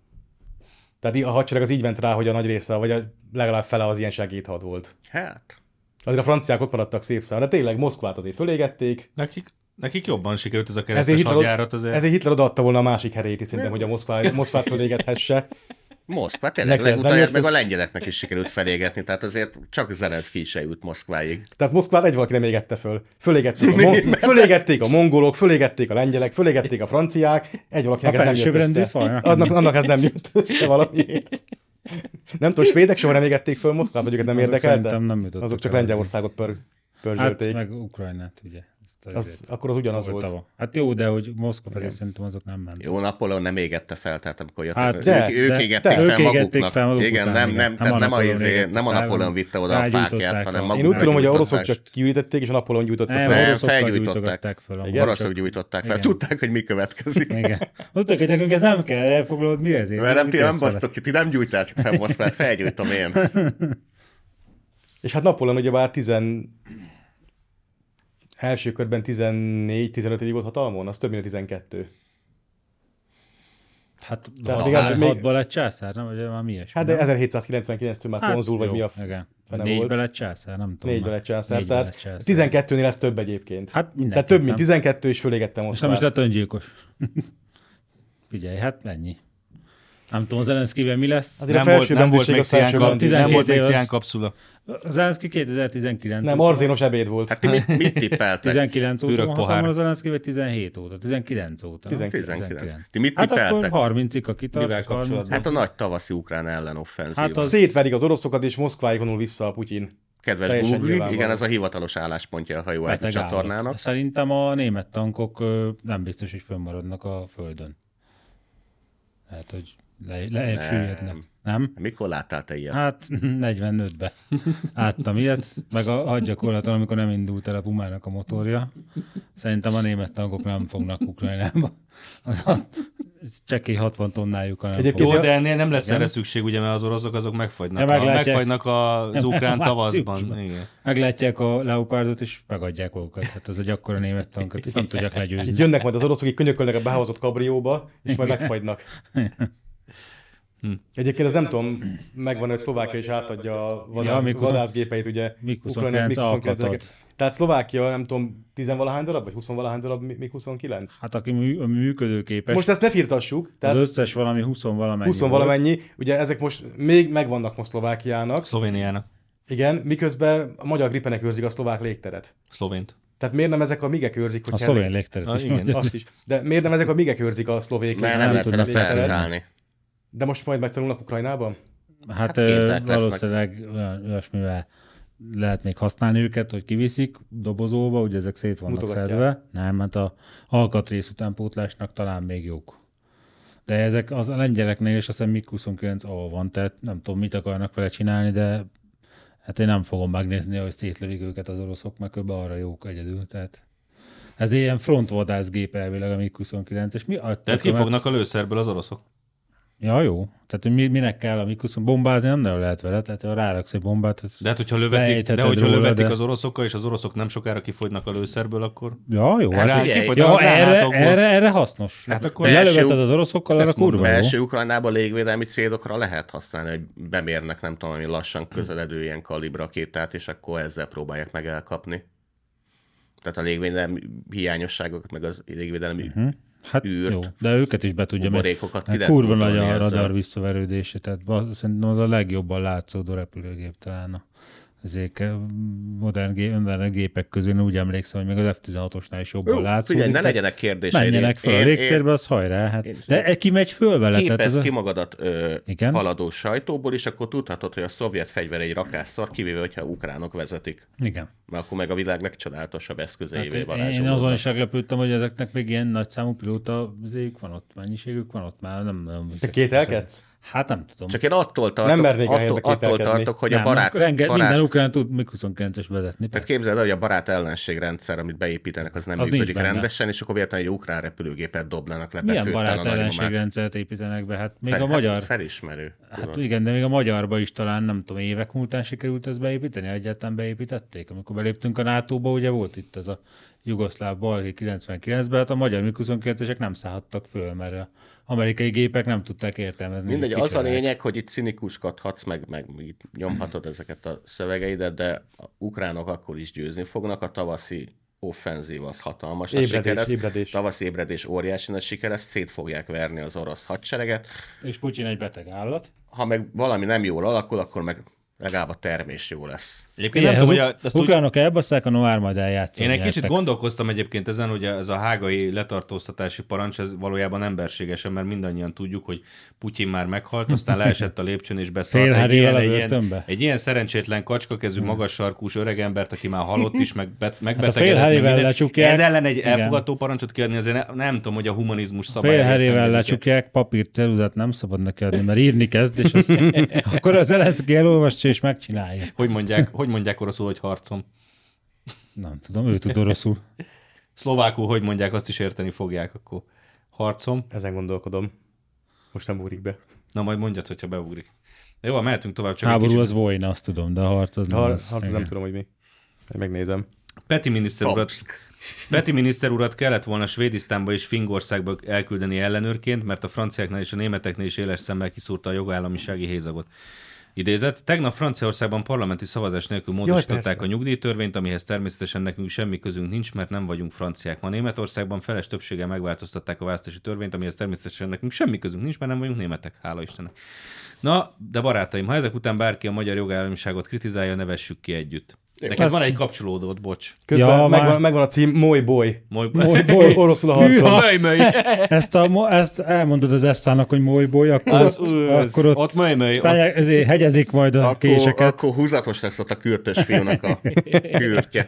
Tehát a hadsereg az így ment rá, hogy a nagy része, vagy legalább fele az ilyen segédhad volt. Hát. Azért a franciák ott maradtak szép szám, de tényleg Moszkvát azért fölégették. Nekik jobban sikerült ez a keresztes hadjárat azért. Ezért Hitler odaadta volna a másik herét is szerintem, hogy a Moszkvát fölégethesse. Moszkva, tényleg legutóbb meg a lengyeleknek is sikerült felégetni, tehát azért csak Zelenszky is eljut Moszkváig. Tehát Moszkvát egy valaki nem égette föl. Fölégették a mongolok, fölégették a lengyelek, fölégették a franciák, egy valakinek ez nem jött össze. Annak ez nem jött össze valamiért. Nem tudom, svédek soha nem égették föl Moszkvát, vagy őket nem érdekel, de azok csak Lengyelországot pörzsölték. Hát meg Ukrajnát, ugye. Akkor az ugyanaz volt. Hát jó, de hogy Moszkva felé szerintem azok nem mentek. Jó, Napóleon nem égette fel, tehát amikor jöttek, hát ők égették fel maguknak. Igen, nem a Napóleon vitte oda a fákját, hanem maguknak. Én úgy tudom, hogy a oroszok csak kiürítették, és a Napóleon gyújtotta fel. Nem, felgyújtották fel. Oroszok gyújtották fel. Tudták, hogy mi következik. Tudták, hogy nekünk ez nem kell, elfoglalod, mi ezért? Mert nem basztok ki, ti nem gyújtátok fel Moszkvát, felgyújtom én. És hát Napóleon ugyebár első körben 14-15 évig volt hatalmon, az több mint 12. Hát 6-ban lett császár, nem? Vagy valami ilyesmi. Hát de 1799-től már konzul, vagy mi a fene volt. 4-ben lett császár, nem tudom. 4-ben lett császár, tehát 12-nél lesz több egyébként. Hát tehát több mint 12 és fölégettem Moszkvát. És nem is lett öngyilkos. Figyelj, hát ennyi. Nem tudom, Zelenszkyvel mi lesz. Nem volt még ciánkapszula. Zelenszky 2019. Nem, arzénos ebéd volt. Hát mit tippeltek? 19 óta van hatalmon a Zelenszky, vagy 17 óta? 19 óta. 19. Ti mit hát tippeltek? akkor 30-ig a kitart. Hát a nagy tavaszi ukrán ellenoffenzív. Hát szétverik az oroszokat, és Moszkváig vonul vissza a Putyin. Kedves Google, igen, ez a hivatalos álláspontja a hajóágyú csatornának. Szerintem a német tankok nem biztos, hogy fönnmaradnak a földön. Hát, hogy lejjebb süllyednek. Nem? Mikor láttál te ilyet? Hát 45-ben láttam ilyet, meg a hadgyakorlaton, amikor nem indult el a Pumának a motorja. Szerintem a német tankok nem fognak Ukrajnába. Csekély 60 tonnájuk. Jó, de ennél nem lesz erre szükség, ugye, mert az oroszok azok megfagynak. Megfagynak az ukrán tavaszban. Igen. Meglátják a Leopardot, és megadják magukat. Hát ez egy akkora német tankot, ezt nem tudják legyőzni. Itt jönnek majd az oroszok, akik könyökölnek a behozott kabrióba, és majd megfagynak. Egyébként ez nem tudom, megvan, hogy Szlovákia is átadja a vadászgépeit, ugye. MiG-29 Tehát Szlovákia, nem tudom, 10-valahány darab, vagy 20-valahány darab MiG-29? Hát aki működőképes. Most ezt ne firtassuk. Tehát az összes valami 20-valamennyi. 20-valamennyi. Ugye ezek most még megvannak most Szlovákiának. Szlovéniának. Igen, miközben a magyar gripenek őrzik a szlovák légteret. Szlovént. Tehát miért nem ezek a migek őrzik? A szlovén légteret is. Igen, azt is. De miért nem ezek a migek őrzik a szlovék? Mert nem tudnak felszállni. De most majd megtanulnak Ukrajnában? Hát valószínűleg olyasmivel lehet még használni őket, hogy kiviszik dobozóba, ugye ezek szét vannak szedve. Nem, hát a alkatrész utánpótlásnak talán még jók. De ezek a lengyeleknél is azt hiszem MiG-29A van, tehát nem tudom, mit akarnak vele csinálni, de hát én nem fogom megnézni, hogy szétlövik őket az oroszok, meg kb. Arra jók egyedül, tehát ez ilyen frontvadászgép elvileg a MiG-29, és mi? Tehát kifognak a lőszerből az oroszok? Ja, jó. Tehát, hogy minek kell a Mikuszon bombázni, nem nagyon lehet vele, tehát ha ráraksz egy bombát, De hát, hogyha lövetik az oroszokkal, és az oroszok nem sokára kifogynak a lőszerből, akkor... Ja, jó. Hát erre hasznos. Hát akkor lelöveted az oroszokkal, arra kurva jó. Belső Ukrajnában légvédelmi célokra lehet használni, hogy bemérnek, nem tudom, hogy lassan közeledő ilyen kalibrakétát, és akkor ezzel próbálják meg elkapni. Tehát a légvédelmi hiányosságokat, meg az légvédelmi Hát űrt, jó, de őket is be tudja, mert kurva nagy a radar visszaverődése, tehát szerintem az a legjobban látszódó repülőgép talán ezért modern gépek közül. Én úgy emlékszem, hogy még az F-16-osnál is jobban látszódik. Figyelj, ne legyenek kérdéseid. Menjenek fel a légtérbe, az hajrá. Hát. De ki megy föl vele? Képezd ki magadat haladó sajtóból, és akkor tudhatod, hogy a szovjet fegyver egy rakásszar, kivéve, hogyha ukránok vezetik. Igen. Mert akkor meg a világ legcsodálatosabb eszközeivé varázsolódnak. Én azon is meglepődtem, hogy ezeknek még ilyen nagyszámú pilóta van ott, mennyiségük van ott, már nem nagyon hiszek. Te kételkedsz? Hát nem tudom. Csak én attól tartok, hogy a barát... Minden ukrán tud MiG-29-es vezetni. Tehát képzeld el, hogy a barát ellenségrendszer, amit beépítenek, az nem működik rendesen, és akkor véletlenül egy ukrán repülőgépet doblanak le. Milyen barát ellenségrendszert építenek be? Hát még a magyar... Felismerő. Hát igen, de még a magyarba is talán nem tudom, évek múltán sikerült ezt beépíteni, egyáltalán beépítették. Amikor beléptünk a NATO-ba, ugye volt itt ez a jugoszláv balhé 99-ben, hát a magyar MiG-29-esek nem szállhattak föl, mert az amerikai gépek nem tudták értelmezni. Mindegy, az a lényeg, hogy itt cinikuskodhatsz, meg nyomhatod ezeket a szövegeidet, de a ukránok akkor is győzni fognak, a tavaszi offenzív az hatalmas ébredés. Tavaszi ébredés óriási nagy siker lesz, szét fogják verni az orosz hadsereget. És Putyin egy beteg állat. Ha meg valami nem jól alakul, akkor meg legalább a termés jó lesz. Egyébként nem tudom, hogy az ukránok elbasszák, a Noár majd eljátszani. Én egy kicsit gondolkoztam egyébként ezen, hogy ez a hágai letartóztatási parancs, ez valójában emberségesen, mert mindannyian tudjuk, hogy Putyin már meghalt, aztán leesett a lépcsőn és beszart egy ilyen szerencsétlen kacskakezű, magas sarkús öregembert, aki már halott is, megbetegedett. Ez ellen egy elfogadó parancsot kiadni, azért nem tudom, hogy a humanizmus szabályozás. Félherével lecsukják, papírt, ceruzát nem szabad neki adni, mert írni kezd, és akkor az Zelenszkij elolvassa és megcsinálja. Hogy mondják oroszul, hogy harcom? Nem tudom, ő tud oroszul. Szlovákul, hogy mondják, azt is érteni fogják, akkor harcom. Ezen gondolkodom. Most nem ugrik be. Na, majd mondjad, hogyha beugrik. De jó, mehetünk tovább. Csak háború kicsit... az vojna, azt tudom, de a harc az nem. Harc az nem tudom, hogy mi. Megnézem. Peti miniszter urat kellett volna Svédisztánba és Finnországba elküldeni ellenőrként, mert a franciáknál és a németeknél is éles szemmel kiszúrta a jogállamisági hézagot. Idézet, tegnap Franciaországban parlamenti szavazás nélkül módosították a nyugdíjtörvényt, amihez természetesen nekünk semmi közünk nincs, mert nem vagyunk franciák. Ma Németországban feles többséggel megváltoztatták a választási törvényt, amihez természetesen nekünk semmi közünk nincs, mert nem vagyunk németek, hála Istennek. Na, de barátaim, ha ezek után bárki a magyar jogállamiságot kritizálja, ne vessük ki együtt. Neked van egy kapcsolódót, bocs. Közben megvan a cím, Moly Boy. Oroszul a harcol. Ezt elmondod az Esztának, hogy Moly Boy, akkor ott hegyezik majd a késeket. Akkor húzatos lesz ott a kürtös fiúnak a kürtje.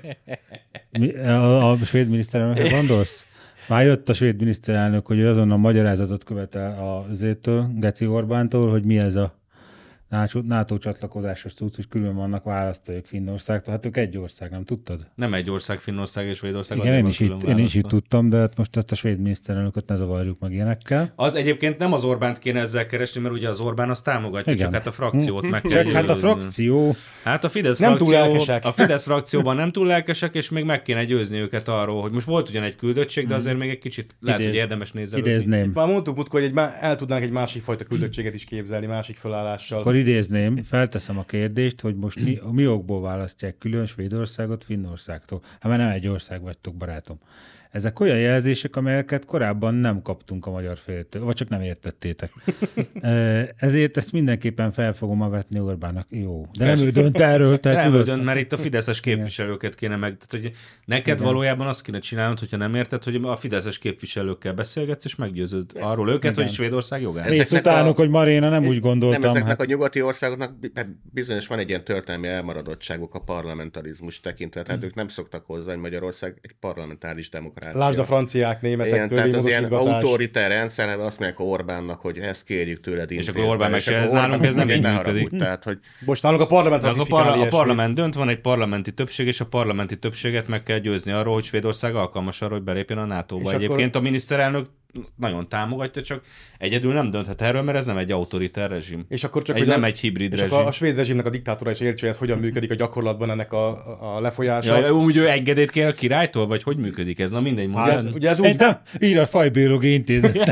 A svéd miniszterelnökre gondolsz? Már jött a svéd miniszterelnök, hogy azonnal magyarázatot követel azért Geci Orbántól, hogy mi ez a NATO csatlakozásos cucc, hogy külön vannak választóik Finnországtól. Hát ők egy ország, nem tudtad? Nem egy ország, Finnország és Svédország. Igen, én is itt tudtam, de hát most ezt a svéd miniszterelnököt ne zavarjuk meg ilyenekkel. Az egyébként nem az Orbánt kéne ezzel keresni, mert ugye az Orbán azt támogatja, csak hát a frakciót meg kell győzni. Hát a frakció... Hát a Fidesz frakcióban nem túl lelkesek, és még meg kéne győzni őket arról, hogy most volt ugyan egy küldöttség, de azért még egy kicsit lehet, hogy érdemes nézni. Már mondtuk múltkor, hogy el tudnánk egy másik fajta küldöttséget is képzelni, másik felállással. Idézném, felteszem a kérdést, hogy most mi okból választják külön Svédországot Finnországtól. Hát már nem egy ország vagytok, barátom. Ezek olyan jelzések, amelyeket korábban nem kaptunk a magyar féltől, vagy csak nem értettétek. Ezért ezt mindenképpen fel fogom vetni Orbánnak. Jó, de nem ő dönt erről. Nem ő dönt, mert itt a fideszes képviselőket kéne meg. Tehát, hogy neked valójában azt kéne csinálnod, hogyha nem érted, hogy a fideszes képviselőkkel beszélgetsz, és meggyőzöd arról őket, hogy Svédország jogán. Rész utánok, hogy Maréna nem úgy gondoltam. Nem, ezeknek a nyugati országoknak bizonyos van egy ilyen történelmi elmaradottságuk a parlamentarizmus tekintve. Tehát ők nem szoktak hozzá, hogy Magyarország egy parlamentáris demokrácia. Lásd a franciák, németek törvénymódosítgatás. Tehát az ilyen autoritár rendszerben azt mondják Orbánnak, hogy ezt kérjük tőled intézni. És akkor Orbán mesélje, ez nálunk ez nem így működik. Tehát, hogy... Most nálunk a parlament a parlament dönt, van egy parlamenti többség, és a parlamenti többséget meg kell győzni arról, hogy Svédország alkalmas arra, hogy belépjen a NATO-ba. Egyébként a miniszterelnök nagyon támogatja, csak egyedül nem dönthet erről, mert ez nem egy autoritár rezsim. És akkor csak, nem egy hibrid rezsim. A svéd rezsimnek a diktátora is értse, hogy ez hogyan működik a gyakorlatban ennek a lefolyása. Ja, úgy ő engedélyt kér a királytól, vagy hogy működik ez? Na mindegy, mondja. Ugye ez úgy... Nem, ír a fajbiológiai intézet.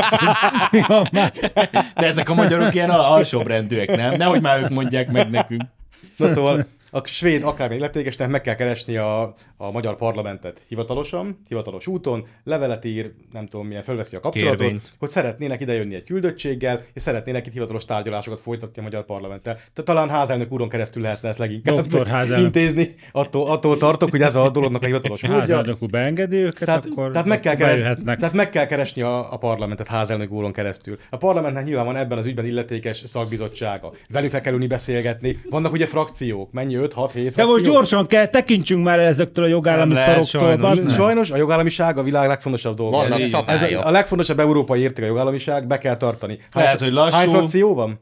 De ezek a magyarok ilyen alsóbrendűek, nem? Nehogy már ők mondják meg nekünk. Na szóval a svéd akármi illetékesnek meg kell keresni a magyar parlamentet hivatalosan, hivatalos úton, levelet ír, nem tudom milyen, fölveszi a kapcsolatot, Kérvényt. hogy szeretnének idejönni egy küldöttséggel, és szeretnének itt hivatalos tárgyalásokat folytatni a magyar parlamenttel. Tehát talán házelnök úron keresztül lehetne ezt leginkább intézni. Attól tartok, hogy ez a dolognak a hivatalos módja. Házelnök úr beengedi őket, akkor tehát meg kell keresni a parlamentet házelnök úron keresztül. A parlamentnek nyilván van ebben az ügyben illetékes szakbizottsága. Velük kell ülni beszélgetni. Vannak ugye frakciók, mennyi 5-6-7 frakció. De most gyorsan kell, tekintsünk már ezektől a jogállami szaroktól. Sajnos a jogállamiság a világ legfontosabb dolga. Vannak szabályok. Ez a legfontosabb európai érték a jogállamiság, be kell tartani. Lehet, hogy lassú. Hány frakció van?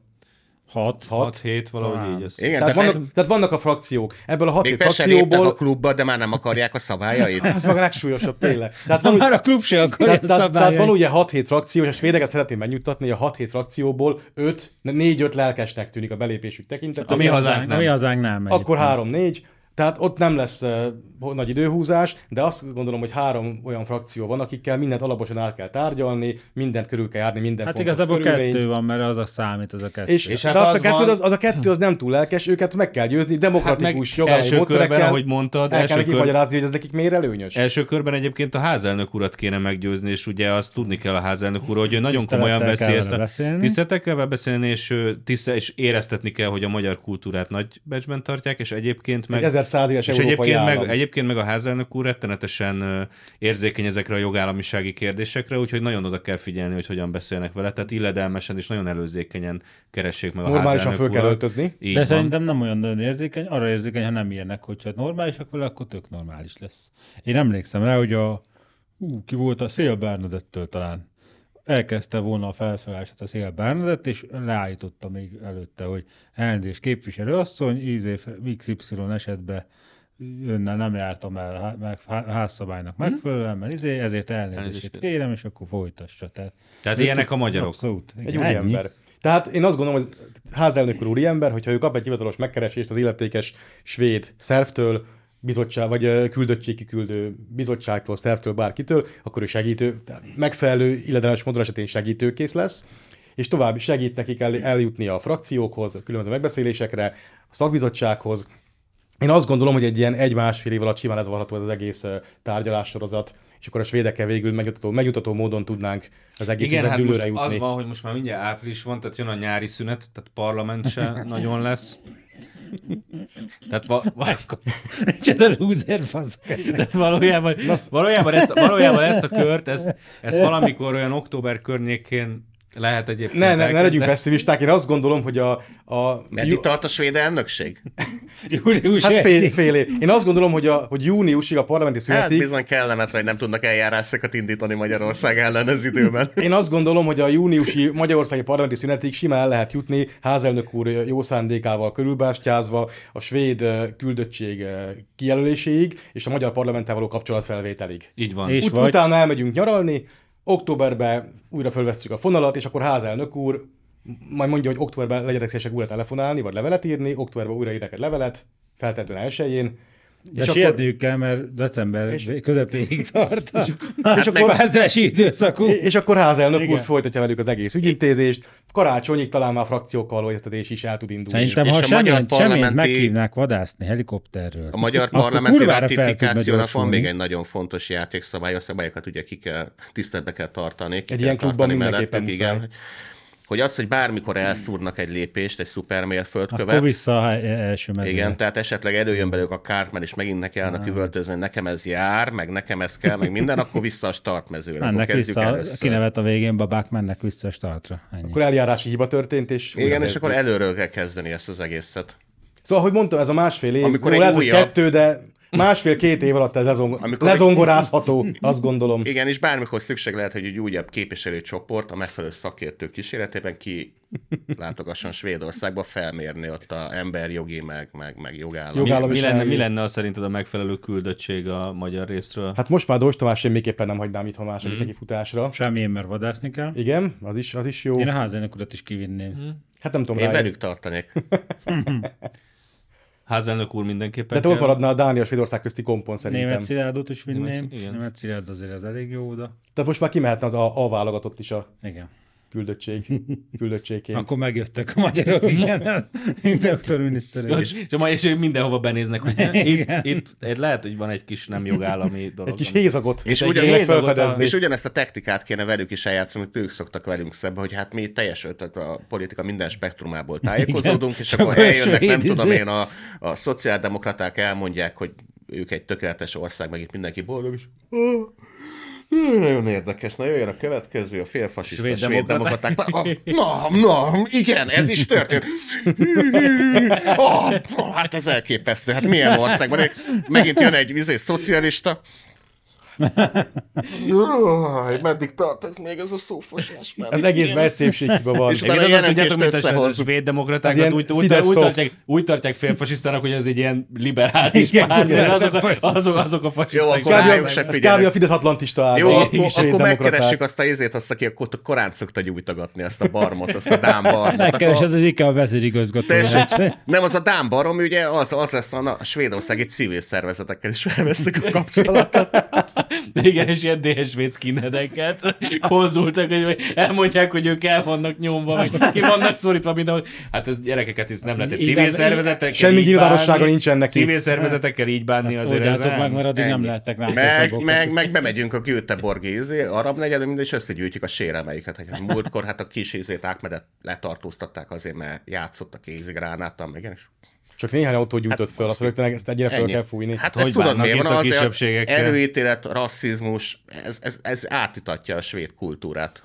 6-7 valahogy így össze. Igen, Tehát vannak a frakciók. Ebből a 6-7 frakcióból... frakcióból... a klubba, de már nem akarják a szabályait. Ez meg a legsúlyosabb tényleg. Már a klub se akarja tehát van ugye 6-7 frakció, és a svédeket szeretném megnyugtatni, hogy a 6-7 frakcióból 4-5 lelkesnek tűnik a belépésük tekintetében. A mi hazánk nem. Akkor 3-4. Tehát ott nem lesz nagy időhúzás, de azt gondolom, hogy 3 olyan frakció van, akikkel mindent alaposan el kell tárgyalni, mindent körül kell járni, minden fontos igazából körülményt. 2 van, mert az a számít, az a 2. És hát az a kettő az nem túl lelkes, őket meg kell győzni, demokratikus jogállami módszerekkel. Ahogy mondtad, el kell nekik magyarázni, hogy ez nekik miért előnyös. Első körben egyébként a házelnök urat kéne meggyőzni, és ugye azt tudni kell a házelnök úr, hogy ő nagyon komolyan veszi ezt a tisztelettel kell beszélni, és éreztetni kell, hogy a magyar kultúrát nagy becsben tartják, és egyébként meg 1100 éves európai állam. Egyébként meg a házelnök úr rettenetesen érzékeny ezekre a jogállamisági kérdésekre, úgyhogy nagyon oda kell figyelni, hogy hogyan beszélnek vele, tehát illedelmesen és nagyon előzékeny keressék meg a házelnök urat. Normálisan föl kell öltözni. De szerintem nem olyan nagyon érzékeny, arra érzékeny, ha nem ilyenek, hogyha normálisak vele, akkor tök normális lesz. Én emlékszem rá, hogy ki volt a Szél Bernadettől talán. Elkezdte volna a felszólását a Szél Bernadett, és leállította még előtte, hogy elnézést képviselőasszony, XY esetben önnel nem jártam el házszabálynak megfelelően, mert ezért elnézést kérem, és akkor folytassa. Tehát ilyenek a magyarok. Abszolút. Egy úriember. Tehát én azt gondolom, hogy házelnök úr úriember, hogyha ő kap egy hivatalos megkeresést az illetékes svéd szervtől, bizottság, vagy küldöttségkiküldő bizottságtól, szervtől, bárkitől, akkor ő segítő, megfelelő illegális módon esetén segítőkész lesz, és tovább segít nekik eljutni a frakciókhoz, a különböző megbeszélésekre, a szakbizottsághoz. Én azt gondolom, hogy egy ilyen 1-1,5 év alatt simán lezavárható az egész tárgyalássorozat, és akkor a svédekkel végül megjutató módon tudnánk az egész hát dűlőre jutni. Az van, hogy most már mindjárt április van, tehát jön a nyári szünet, tehát parlament se nagyon lesz. Tehát valójában ezt a kört, ezt valamikor olyan október környékén lehet egyébként. Ne legyünk pessimisták, én azt gondolom, hogy Meddig tart a svéd elnökség? Június. Hát fél év. Én azt gondolom, hogy júniusig a parlamenti szünetig... Hát bizony kellemetlen, hogy nem tudnak eljárásokat indítani Magyarország ellen ez időben. Én azt gondolom, hogy a júniusi magyarországi parlamenti szünetig simán el lehet jutni, házelnök úr jó szándékával körülbástyázva a svéd küldöttség kijelöléséig, és a magyar parlamenttel való kapcsolatfelvételig. Így van. Utána elmegyünk nyaralni, októberben újra fölvesszük a fonalat, és akkor házelnök úr majd mondja, hogy októberben legyetek szívesek újra telefonálni, vagy levelet írni, októberben újra írnak egy levelet, feltétlenül 1-jén. De sietniük kell, mert december közepéig tart. És akkor vázási időszakú. És akkor házelnök úr folytatja velük az egész ügyintézést. Karácsonyig talán már frakciókkal való egyeztetés is el tud indulni. Szerintem, ha semmit meghívnák vadászni helikopterről. A magyar parlamenti ratifikációnak van még egy nagyon fontos játékszabály, a szabályokat ugye tiszteletbe kell tartani. Egy ilyen klubban mindenképpen muszáj. Hogy az, hogy bármikor elszúrnak egy lépést, egy szupermérföldkövet. Akkor vissza első mezőre. Igen, tehát esetleg előjön belőlük a Cartman, és megint neki állnak üvöltözni, hogy nekem ez jár, meg nekem ez kell, meg minden, akkor vissza a startmezőre. Mennek vissza, kinevet a végén, babák mennek vissza a startra. Ennyi. Akkor eljárási hiba történt, és... Igen, és akkor előről kell kezdeni ezt az egészet. Szóval, ahogy mondtam, ez a 1,5 év, amikor lehet, hogy 2, de másfél-két év alatt ez lezongorázható, azt gondolom. Igen, és bármikor szükség lehet, hogy egy újabb képviselőcsoport a megfelelő szakértők kíséretében ki látogasson Svédországba felmérni ott a emberjogi, meg jogállam. Mi lenne az szerinted a megfelelő küldöttség a magyar részről? Hát most már Dózs Tamás semmiképpen nem hagynám itthon második nekifutásra. Semmilyen, mert vadászni kell. Igen, az is jó. Én a házelnök urat is kivinném. Hát nem tudom Én velük tartanék. Házelnök úr mindenképpen. De te ott maradna a Dánia és Svédország közti kompon szerintem. Német Szilárdot is vinném. Igen. Német Szilárd azért az elég jó oda. Tehát most már kimehetne az a válogatott is a Igen. küldöttségként. Akkor megjöttek a magyarok, igen. Doktor miniszter. És mindenhova benéznek, hogy itt lehet, hogy van egy kis nem jogállami dolog. Egy kis hézagot. És ugyanezt a taktikát kéne velük is eljátszani, hogy ők szoktak velünk szembe, hogy hát mi teljesen a politika minden spektrumából tájékozódunk, és akkor eljönnek, nem tudom én, a szociáldemokraták elmondják, hogy ők egy tökéletes ország, meg itt mindenki boldog, és nagyon érdekes. Na jöjjön a következő, a félfasiszta svéd demokraták. Na, igen, ez is történt. Hát ez elképesztő. Hát milyen országban? Megint jön egy szocialista. Meddig tart ez még ez a szófosás? Ez egész messzépségben van. És utána jelentést mint a összehozzuk. svéd demokratákat úgy tartják félfasisztának, hogy ez egy ilyen liberális párt. Azok a fasiszták. Ez kb. A Fidesz atlantista áll. Jó, akkor megkeressük azt azt, aki korán szokta gyújtogatni, ezt a barmot, azt a Dán barmot. Megkeresed az IKEA vezérigazgató. Nem, az a Dán barom, ugye, az lesz a svédországi civil szervezetekkel is felveszik a kapcsolatot. Igen, és ilyen DSV skinheadeket konzultak, hogy elmondják, hogy ők el vannak nyomva, meg ki vannak szorítva mindenhol. Hát ez gyerekeket is nem lehet egy civil szervezetekkel semmi nyilvánossága nincsen neki. Civil szervezetekkel így bánni ezt azért. Oldjátok meg, mert addig nem lehettek meg bemegyünk a Göteborgi arab negyedbe, és összegyűjtjük a sérelmeiket. Hát múltkor hát a kis Ahmedet letartóztatták azért, mert játszott a kézigránáttal, meg is. Csak néhány autó gyújtott föl, azt rögtön ezt egyre föl kell fújni. Hát ezt tudod, miért van az előítélet, rasszizmus, ez átítatja a svéd kultúrát.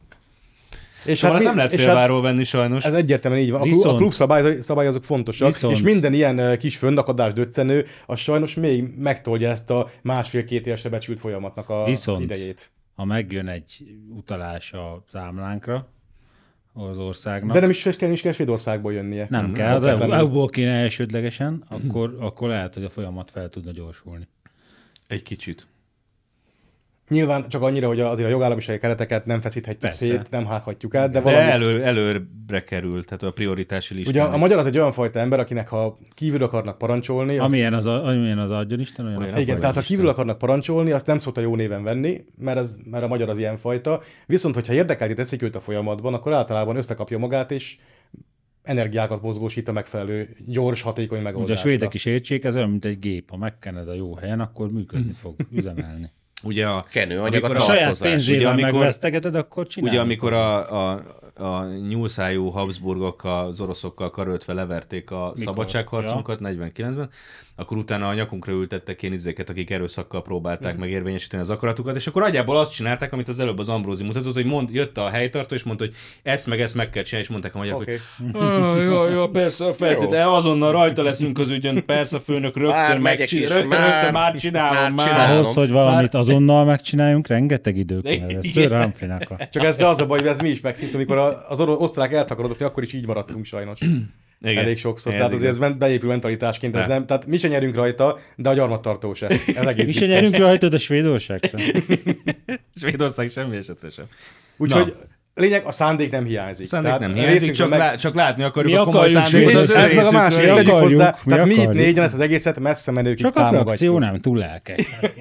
És szóval hát nem lehet félváról venni sajnos. Ez egyértelműen így van. A klubszabály azok fontosak, és minden ilyen kis fönnakadás, döccenő, az sajnos még megtolja ezt a másfél-két évesre becsült folyamatnak a idejét. Ha megjön egy utalás a számlánkra, az országnak. De nem is kell Svédországból jönnie. Nem kell, az EU-ból kéne elsődlegesen, akkor lehet, hogy a folyamat fel tudna gyorsulni. Egy kicsit. Nyilván csak annyira, hogy azért a jogállamisági kereteket nem feszíthetjük szét, nem hághatjuk át, de előre kerül, tehát a prioritási listán. Ugye a magyar az egy olyan fajta ember, akinek ha kívül akarnak parancsolni... Amilyen az adjon Isten, olyan igen, tehát ha kívül akarnak parancsolni, azt nem szokta jó néven venni, mert a magyar az ilyen fajta. Viszont, hogyha érdekelti teszik őt a folyamatban, akkor általában összekapja magát, és energiákat mozgósít a megfelelő, gyors, hatékony megoldásra. Ugye a svédek is értsék, ez olyan, mint egy gép. Ha megkened a jó helyen, akkor működni fog, üzemelni. Ugye a kenőanyag a tartozás. A saját pénzével megvesztegeted, akkor csinálj. Ugye amikor a nyúlszájú Habsburgok az oroszokkal karöltve leverték a szabadságharcunkat 49-ben, akkor utána a nyakunkra ültettek ilyen izéket, akik erőszakkal próbálták megérvényesíteni az akaratukat, és akkor nagyjából azt csinálták, amit az előbb az Ambrózi mutatott, hogy jött a helytartó, és mondta, hogy ezt meg kell csinálni, és mondták a magyarok, hogy jó, persze, feltétlenül, azonnal rajta leszünk az ügyön, persze, főnök, rögtön már csinálom. Ahhoz, hogy valamit azonnal megcsináljunk, rengeteg idő kell. Ször Ramfinak. Csak ezzel az a baj, hogy ez mi is megszívtam, amikor az osztrák eltakarodott, akkor is így maradtunk sajnos. Igen. Elég sokszor. Tehát azért ez beépül mentalitásként. Ez nem, tehát mi se nyerünk rajta, de a gyarmattartó se. Ez egész mi se nyerünk rajta, de Svédország sem. Svédország semmi esetre sem. Úgyhogy lényeg, a szándék nem hiányzik. Nem hiányzik, csak látni akarjuk mi a komoly szándékot. Ez meg a másik, tegyük hozzá. Tehát mi itt négyen ezt az egészet messze menőkig támogatjuk. Csak a frakció nem túl lelkes.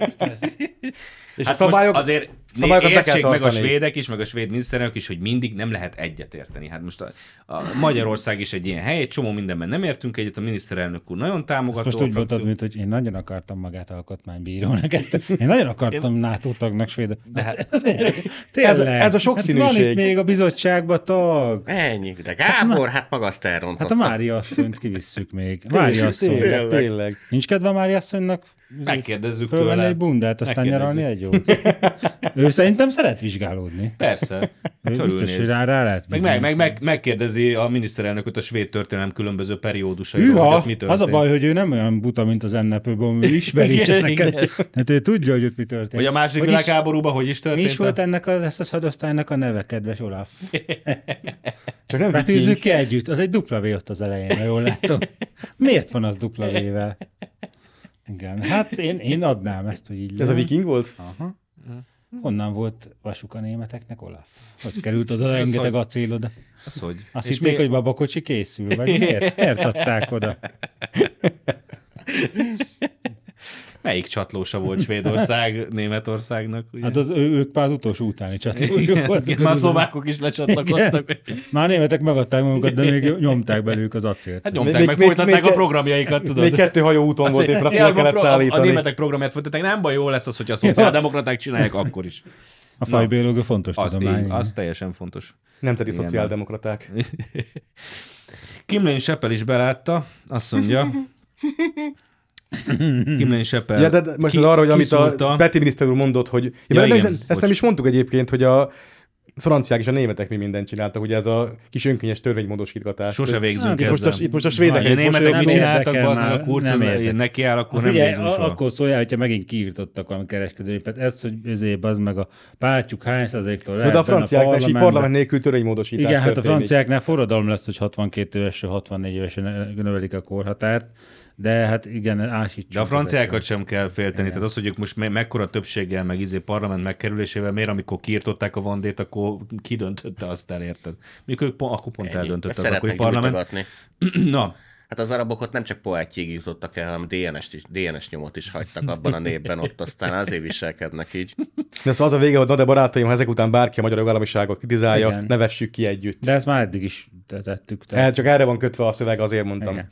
És a szabályokat értsék meg a svédek is, meg a svéd miniszterelnök is, hogy mindig nem lehet egyetérteni. Hát most a Magyarország is egy ilyen hely, egy csomó mindenben nem értünk egyet, a miniszterelnök úr nagyon támogató. Ezt most úgy mondtad, mint hogy én nagyon akartam magát alkotmánybírónak. Én nagyon akartam NATO tagnak Svédet. Ez a sokszínűség. Hát van itt még a bizottságban tag. Ennyi, de Gábor, hát maga azt elrontotta. Hát a Mária asszonyt kivisszük még. Mária asszony. Tényleg. Nincs kedve a Mária asszonynak Megkérdezzük fölvenni tőle. egy bundát, aztán nyaralni egy jót. Ő szerintem szeret vizsgálódni. Persze. Ő biztos, hogy rá lehet bízni. Megkérdezi a miniszterelnököt a svéd történelem különböző periódusairól, Hűha, hogy ott mi történt. az a baj, hogy ő nem olyan buta, mint az ennepőben, ő ismeri ezeket. Hát ő tudja, hogy ott mi történt. Vagy a második világháborúban hogy is Mi történt? is volt ennek az SS hadosztálynak a neve, kedves Olaf? Csak nem Betűzzük ki együtt, az egy W ott az elején, ha jól látom. Miért van az W-vel? Igen, hát én adnám ezt, hogy így Ez a legyen. viking volt? Aha. Honnan volt vasuk a németeknek, Olaf? Hogy került oda rengeteg hogy- acél oda? Az hogy? Azt És hitték, hogy babakocsi készül, vagy miért adták oda? Melyik csatlósa volt Svédország Németországnak? Ugye? Hát ők már az utolsó utáni csatlósok voltak. Igen, már a szlovákok is lecsatlakoztak. Már a németek megadták magukat, de még nyomták belőlük az acélt. Hát nyomták, meg folytatták a programjaikat, tudod. Még 2 hajó úton volt, éppen azt Ja, fel kellett a szállítani. németek programját folytatták, nem baj, jó lesz az, hogy a szociáldemokraták csinálják akkor is. A fajbiológia fontos Az, tudomány. az teljesen fontos. Nemzeti Igen. szociáldemokraták. Kim Seppel is belátta, azt mondja. Kim Seppel Ja, de most az arra, hogy amit a kiszúrta. Peti miniszter úr mondott, hogy... Ja, igen, ezt bocs. nem is mondtuk egyébként, hogy a franciák és a németek mi mindent csináltak, ugye ez a kis önkényes törvénymódosítgatás. Sose végzünk Itt most, ezzel. itt most a svédek Ha a németek nem mit csináltak, érdekel az már, a kurc, nem az érdekel. neki áll, akkor nem Ugye, végzünk soha. akkor szólják, hogyha megint kiírtottak valami kereskedőipet. Ez, hogy ezért az meg a pártjuk hány százaléktól lehet De a benne franciáknál is így parlamentben. parlament nélkül törvénymódosítás Igen, hát a történik. franciáknál forradalom lesz, hogy 62 évesről 64 évesre növelik a korhatárt, de hát igen, ásítsuk. De a franciákat sem kell félteni. Igen. Tehát az, hogy ők most mekkora többséggel, meg parlament megkerülésével, miért amikor kiirtották a Vandét, akkor kidöntötte azt el, érted? Mikor ők akkor pont Ennyi. eldöntötte Mert az akkori szeretnek parlament. gyújtogatni. Na, Hát az arabok ott nem csak poátjéig jutottak el, hanem DNS nyomot is hagytak abban a népben, ott aztán azért viselkednek így. De az a vége, hogy na de barátaim, ha ezek után bárki a magyar jogállamiságot kritizálja, Igen. ne vessük ki együtt. De ezt már eddig is tettük. Csak erre van kötve a szöveg, azért mondtam. Igen.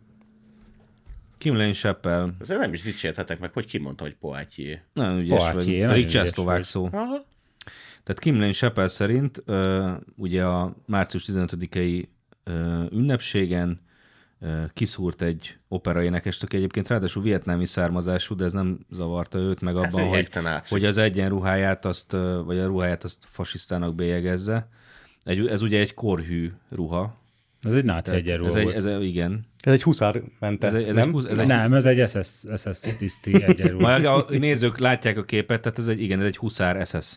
Kim Seppel. Azért nem is dicsérhetek meg, hogy ki mondta, hogy poátjé. Nagyon ügyes vagy. Poitiers, nagyon Pedig ügyes csehszlovák vagy. szó. Aha. Tehát Kim Seppel szerint ugye a március 15-i ünnepségen kiszúrt egy operaénekest, aki egyébként ráadásul vietnámi származású, de ez nem zavarta őt meg abban, ő hogy, hegyte náci. hogy az egyenruháját azt, vagy a ruháját azt fasisztának bélyegezze. Ez ugye egy korhű ruha. Ez egy náci egyenruha volt. Igen. Ez egy huszármente, nem? Nem, ez egy SS tiszti egyenruha. Majd a nézők látják a képet, tehát ez egy huszár SS.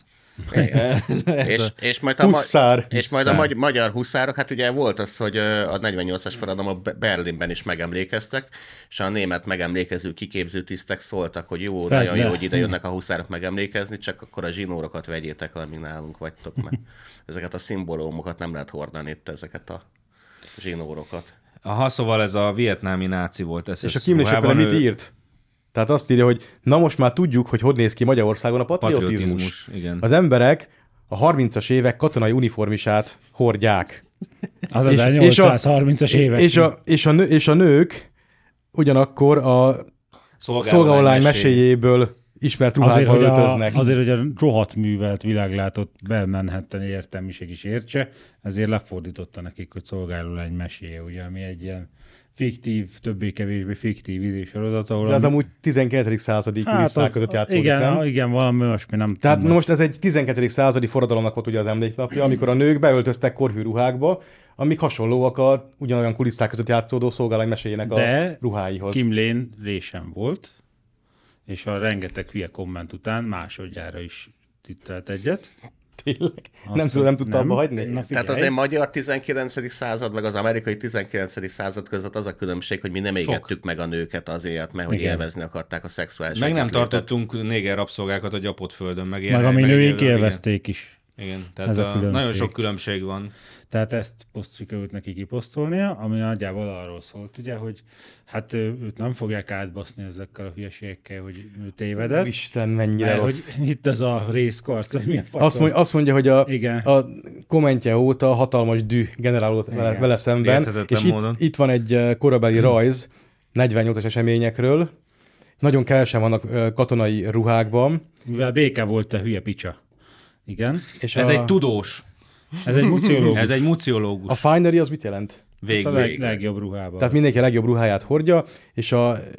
És majd Huszár. És majd a magyar huszárok, hát ugye volt az, hogy a 48-as forradalom Berlinben is megemlékeztek, és a német megemlékező kiképző tisztek szóltak, hogy jó, nagyon jó, hogy ide jönnek a huszárok megemlékezni, csak akkor a zsinórokat vegyétek, amíg nálunk vagytok, mert ezeket a szimbólumokat nem lehet hordani itt, ezeket a zsinórokat. Aha, szóval ez a vietnámi náci volt. SS És a Kim Seppel mit írt? Tehát azt írja, hogy na most már tudjuk, hogy néz ki Magyarországon a patriotizmus. Igen. Az emberek a 30-as évek katonai uniformisát hordják. Az 1830-as évek. És a nők ugyanakkor a szolgálólány meséjéből ismert ruhákba öltöznek. Azért, hogy a rohadt művelt világlátott Manhattani értelmiség is értse, ezért lefordította nekik, hogy szolgálólány meséje, ugye, ami egy ilyen fiktív, többé-kevésbé fiktív ízésorozat, ahol... De az amúgy 19. századi kulisszák között játszódik, nem? Igen, valami olyasmi, nem Tehát tudom. most ez egy 12. századi forradalomnak volt ugye az emléknapja, amikor a nők beöltöztek korhű ruhákba, amik hasonlóak a ugyanolyan kulisszák között játszódó szolgálólány meséjének a ruháihoz. Kim Lén résem volt, és a rengeteg hülye komment után másodjára is tittelt egyet. Tényleg? Nem tudta abba hagyni? Tehát azért magyar 19. század, meg az amerikai 19. század között az a különbség, hogy mi nem égettük meg a nőket azért, mert hogy élvezni akarták a szexuális meg nem együttlétet. tartottunk néger rabszolgákat a gyapott földön. Meg a mi nőink élvezték is. Igen, Ez a tehát nagyon sok különbség van. Tehát ezt sikerült neki kiposztolnia, ami nagyjából arról szólt, ugye, hogy hát őt nem fogják átbaszni ezekkel a hülyeségekkel, hogy ő tévedett. Isten, mennyire rossz. Hogy itt ez a részkarc, hogy milyen faszom. Azt mondja, hogy Igen. a kommentje óta hatalmas düh generálódott vele szemben, Érthetetlen és módon. itt van egy korabeli rajz 48-as eseményekről. Nagyon kevesen vannak katonai ruhákban. Mivel béke volt, te hülye picsa. Igen. És Ez egy tudós. Ez egy muciológus. Ez egy muciológus. A finery az mit jelent? A legjobb ruhában. Tehát mindenki a legjobb ruháját hordja, és a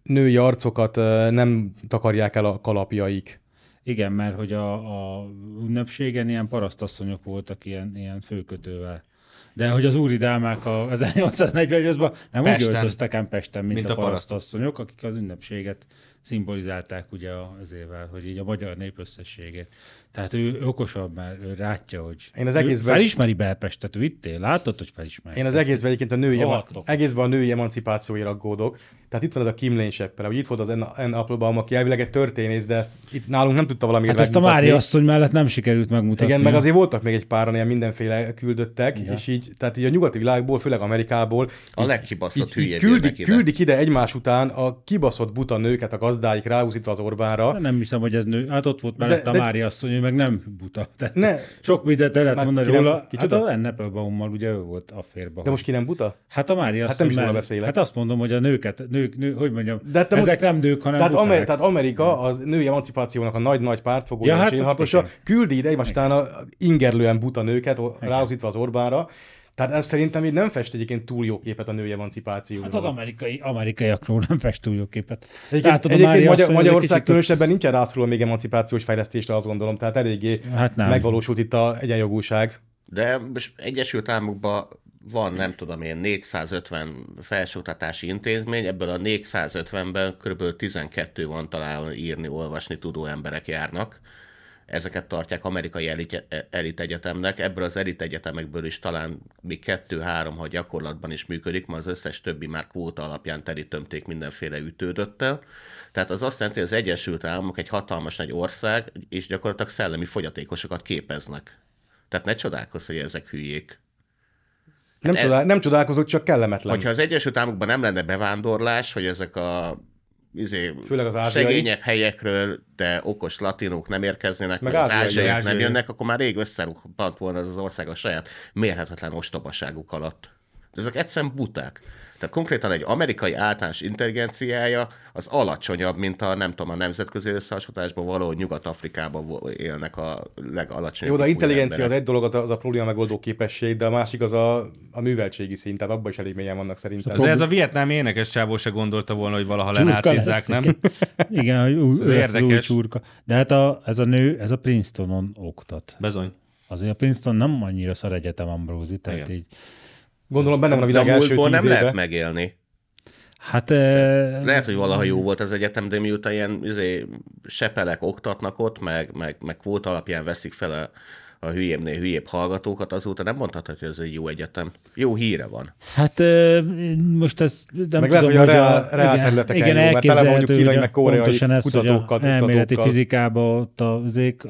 női arcokat nem takarják el a kalapjaik. Igen, mert hogy a ünnepségen ilyen parasztasszonyok voltak ilyen főkötővel. De hogy az úri dámák a 1848-ban nem úgy öltöztek ám Pesten, mint a parasztasszonyok, akik az ünnepséget szimbolizálták ugye ezével, hogy így a magyar nép összességét. Tehát ő okosabb, mert ő látja, hogy felismeri Belpestet, ő itt él, látod, hogy felismeri. Én az egészben egyébként a női emancipációira aggódok. Tehát itt van ez a Kim Lane-Seppel, hogy itt volt az Anne Applebaum, aki elvileg egy történész, de ezt itt nálunk nem tudta valamiért megmutatni. Hát ezt a Mária asszony mellett nem sikerült megmutatni. Igen, meg azért voltak még egy páran ilyen mindenféle küldöttek, és így, tehát így a nyugati világból, főleg Amerikából a legkibaszott küldik ide egymás után a kibaszott buta nőket a gazdáik ráhúzítva az Orbánra. Nem hiszem, hogy ez nő. Hát ott volt mellett a Mária asszony, ő meg nem buta. Sok mindent el lehet mondani róla. Hát a Anne Applebaummal ugye ő volt afférban. De most ki nem buta? Hát a Mária asszony. Hát nem is róla beszélek. Hát azt mondom, hogy a nőket, hogy mondjam, ezek nem nők, hanem buták. Tehát Amerika az női emancipációnak a nagy-nagy pártfogója és élhatosa küldi ide egymás után a ingerlően buta nőket ráhúzítva az Orbánra. Tehát ez szerintem így nem fest egyébként túl jó képet a női emancipációról. Hát az amerikaiakról nem fest túl jó képet. Egyébként Magyarország különösebben nincsen rászorulva még emancipációs fejlesztésre, azt gondolom. Tehát eléggé megvalósult itt az egyenjogúság. De most Egyesült Államokban van, nem tudom én, 450 felsőoktatási intézmény, ebből a 450-ben kb. 12 van talán írni, olvasni tudó emberek járnak. Ezeket tartják amerikai elit egyetemnek, ebből az elit egyetemekből is talán még 2-3, ha gyakorlatban is működik, mert az összes többi már kvóta alapján telítömték mindenféle ütődöttel. Tehát az azt jelenti, hogy az Egyesült Államok egy hatalmas nagy ország, és gyakorlatilag szellemi fogyatékosokat képeznek. Tehát ne csodálkozz, hogy ezek hülyék. Nem csodálkozok, csak kellemetlen. Hogyha az Egyesült Államokban nem lenne bevándorlás, hogy ezek a főleg az szegényebb helyekről, de okos latinok nem érkeznének, meg az ázsiaiak nem jönnek, akkor már rég összeruppant volna az ország a saját mérhetetlen ostobaságuk alatt. De ezek egyszerűen buták. Tehát konkrétan egy amerikai általános intelligenciája az alacsonyabb, mint a nemzetközi összehasonlításban valahol Nyugat-Afrikában élnek a legalacsonyabb. Jó, de intelligencia az egy dolog, az a probléma megoldó képesség, de a másik az a műveltségi szint, tehát abban is elég mélyen vannak szerintem. Ez a vietnámi énekes csávó se gondolta volna, hogy valaha lenácizzák, nem? Igen, érdekes. Csurka. De hát ez a nő, ez a Princetonon oktat. Bizony. Azért a Princeton nem annyira szar egyetem, Ambrózi, tehát így. Gondolom benne van a világ első 10 nem éve. lehet megélni. Hát, lehet, hogy valaha jó volt az egyetem, de miután ilyen sepelek oktatnak ott, meg kvóta alapján veszik fel a hülyébbnél hülyébb hallgatókat, azóta nem mondhatod, hogy ez egy jó egyetem. Jó híre van. Hát most ez nem meg tudom, lehet, hogy a reál területeken jó, mert tele van mondjuk kínai, meg koreai kutatókkal. Elméleti fizikában ott a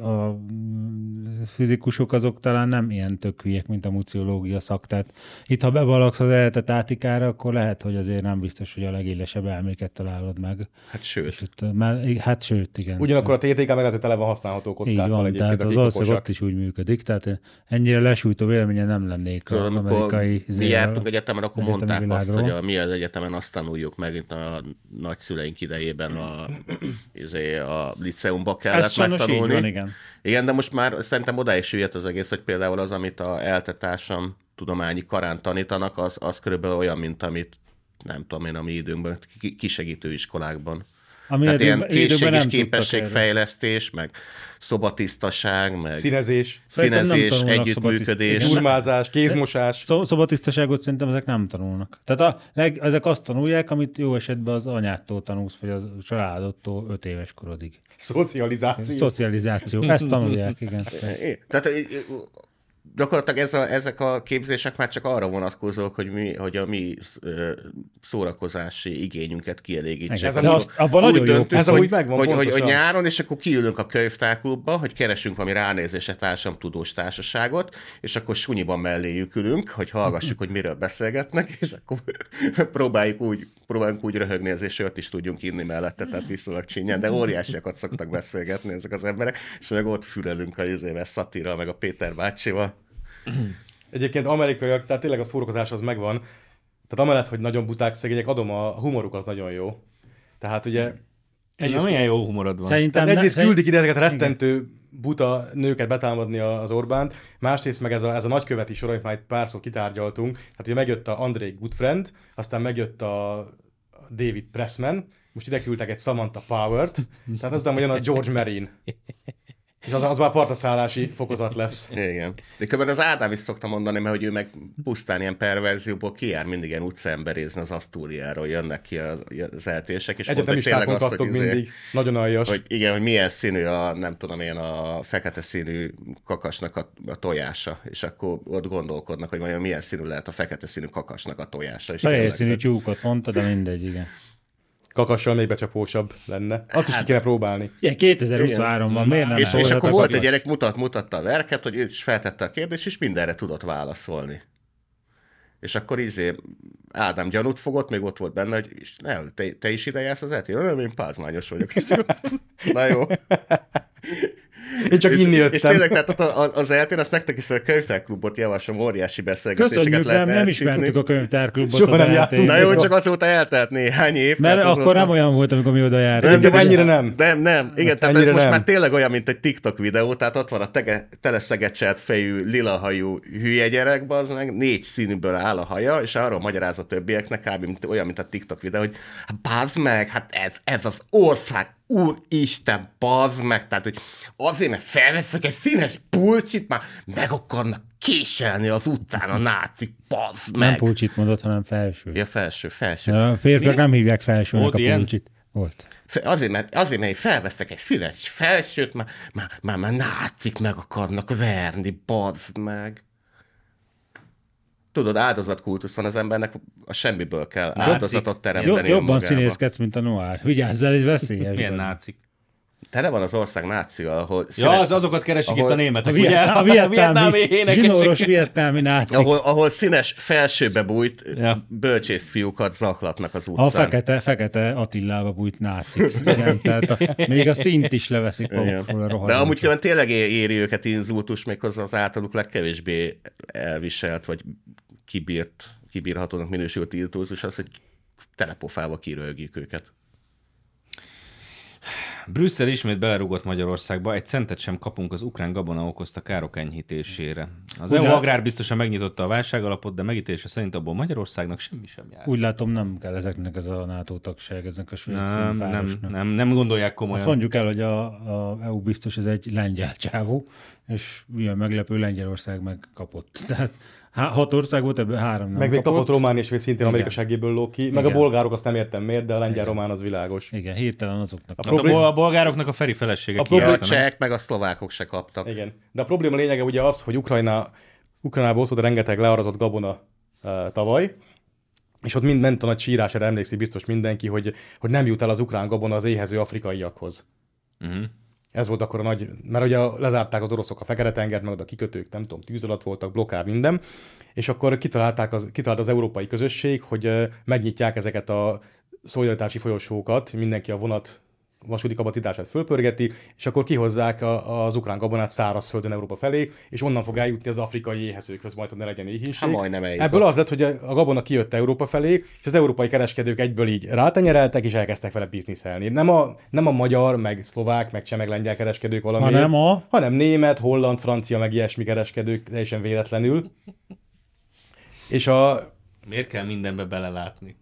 fizikusok azok talán nem ilyen tök hülyek, mint a muciológia szak. Tehát itt, ha bevalaksz az eredet átikára, akkor lehet, hogy azért nem biztos, hogy a legélesebb elméket találod meg. Hát sőt. Hát sőt, igen. Ugyanakkor a TTK meg lehet, hogy tele van használható kockákkal egyébként. Tehát az ország ott is úgy működik. Tehát ennyire lesújtó véleménye nem lennék az amerikai... Mi jártunk egyetemen, akkor mondták azt, hogy mi az egyetemen azt tanuljuk meg, itt a nagyszüleink idejében a liceumba kellett megtanulni. Van, igen. Igen, de most már szerintem oda is süllyedt az egész, hogy például az, amit a eltetársam tudományi karán tanítanak, az körülbelül olyan, mint amit nem tudom én a mi időnkben, kisegítő iskolákban. Tehát ilyen készség és képességfejlesztés, meg szobatisztaság, meg színezés, együttműködés. Gyurmázás, kézmosás. Szobatisztaságot szerintem ezek nem tanulnak. Tehát ezek azt tanulják, amit jó esetben az anyádtól tanulsz, vagy a családodtól 5 éves korodig. Szocializáció. Ezt tanulják, igen. Tehát gyakorlatilag ezek a képzések már csak arra vonatkozók, hogy a mi szórakozási igényünket kielégítsék. Abban nagyon jó. Ez úgy megvan hogy nyáron, és akkor kiülünk a könyvtárklubba, hogy keresünk valami ránézésre tudós társaságot, és akkor sunyiban melléjük ülünk, hogy hallgassuk, hogy miről beszélgetnek, és akkor próbálunk úgy röhögni, és őt is tudjunk inni mellette, tehát viszonylag csinyán, de óriásiakat szoktak beszélgetni ezek az emberek, és meg ott fülelünk a Szatirral, meg a Péter bácsival. Egyébként amerikaiak, tehát tényleg a szórakozás az megvan. Tehát amellett, hogy nagyon buták szegények, adom, a humoruk az nagyon jó. Tehát ugye... Milyen jó humorod van? Egyrészt küldik ide ezeket rettentő buta nőket betámadni az Orbánt, másrészt meg ez a nagyköveti sor, amit már egy párszor kitárgyaltunk. Tehát ugye megjött a Andrei Goodfriend, aztán megjött a David Pressman, most ide küldtek egy Samantha Power-t, tehát aztán jön a George Marine. És az már partaszállási fokozat lesz. Igen. De különben az Ádám is szokta mondani, mert hogy ő meg pusztán ilyen perverzióból kijár mindig ilyen utcaemberézni az Asztúriáról, jönnek ki az eltések, és egyetemistákon kattok mindig, nagyon aljas. Hogy igen, hogy milyen színű nem tudom én, a fekete színű kakasnak a tojása, és akkor ott gondolkodnak, hogy vajon milyen színű lehet a fekete színű kakasnak a tojása. Fehér színű tyúkot mondta, de mindegy, igen. Kakassal még becsapósabb lenne. Azt is ki kéne próbálni. Igen, 2023-ban, miért nem? És akkor volt egy gyerek, mutatta a verket, hogy ő is feltette a kérdést, és mindenre tudott válaszolni. És akkor Ádám gyanút fogott, még ott volt benne, hogy te is ide jársz az eltére? Nem, én pázmányos vagyok. Na jó. Én csak inni jöttem. És tényleg, tehát az eltén, azt nektek is a könyvtárklubot javaslom, óriási beszélgetéseket köszönjük, lehet nem ismertük a könyvtárklubot. Soha nem jártunk. Na jó, csak azóta eltelt néhány év. Mert akkor nem olyan volt, amikor mi oda jártunk. Ennyire nem. Nem. Igen, tehát ez most már tényleg olyan, mint egy TikTok videó, tehát ott van a teleszegecselt fejű, lilahajú hülye gyerek, az meg 4 színűből áll a haja, és arról magyaráz a többieknek, olyan, mint a TikTok videó, hogy bazd meg, hát ez az ország, úristen, bazd meg, tehát, hogy azért, mert felveszek egy színes pulcsit, már meg akarnak késelni az utcán a nácik, bazd meg. Nem pulcsit mondott, hanem felső. Ja, felső. A férfiak nem hívják felsőnek a pulcsit. Volt. Azért, mert én felveszek egy színes felsőt, már nácik meg akarnak verni, bazd meg. Tudod, áldozatkultusz van az embernek, a semmiből kell áldozatot teremteni. Jobban színészkedsz, mint a Noir. Vigyázzál, egy veszélyes. Milyen nácik? Tele van az ország nácival, ahol... azokat keresik itt a németek, ugye? A vietnámi énekesek. Zsinóros vietnámi nácik. Ahol színes felsőbe bújt bölcsészfiúkat zaklatnak az utcán. A fekete Attilába bújt nácik. Igen, tehát még a szint is leveszik magukról a rohadt. De amúgy külön tényleg éri őket inzultus, méghozzá az általuk legkevésbé elviselt, vagy kibírhatónak minősült inzultus, az, hogy telepofálva kirögjük őket. Brüsszel ismét belerúgott Magyarországba, egy centet sem kapunk az ukrán gabona okozta károk enyhítésére. Az EU agrár biztosan megnyitotta a válságalapot, de megítélése szerint abból Magyarországnak semmi sem jár. Úgy látom, nem kell ezeknek ez a NATO tagság, ezeknek a svéd nem gondolják komolyan. Azt mondjuk el, hogy a EU biztos ez egy lengyel csávó, és ilyen meglepő, Lengyelország megkapott. Tehát 6 ország volt, ebből 3 nem meg még kapott Románia, és szintén Amerika segélyből ló ki. Meg a bolgárok, azt nem értem miért, de a lengyel-román az világos. Igen, hirtelen azoknak. A bolgároknak a Feri felesége a csehek meg a szlovákok se kaptak. Igen. De a probléma lényege ugye az, hogy Ukrajnában ott volt rengeteg learatott gabona tavaly, és ott mind ment a nagy sírás, erre emlékszik biztos mindenki, hogy nem jut el az ukrán gabona az éhező afrikaiakhoz. Uh-huh. Ez volt akkor a nagy, mert ugye lezárták az oroszok a Fekete-tengert, meg a kikötők, nem tudom, tűz alatt voltak, blokkád, minden, és akkor kitalált az európai közösség, hogy megnyitják ezeket a szolidaritási folyosókat, mindenki a vasúti kapacitását fölpörgeti, és akkor kihozzák az ukrán gabonát szárazföldön Európa felé, és onnan fog eljutni az afrikai éhezőkhöz, majd hogy ne legyen éhínség. Majdnem eljutott. Ebből az lett, hogy a gabona kijött Európa felé, és az európai kereskedők egyből így rátenyereltek, és elkezdtek vele bizniszelni. Nem a magyar, meg szlovák, meg cseh, meg lengyel kereskedők valamiért, hanem német, holland, francia, meg ilyesmi kereskedők, teljesen véletlenül. És miért kell mindenbe belelátni?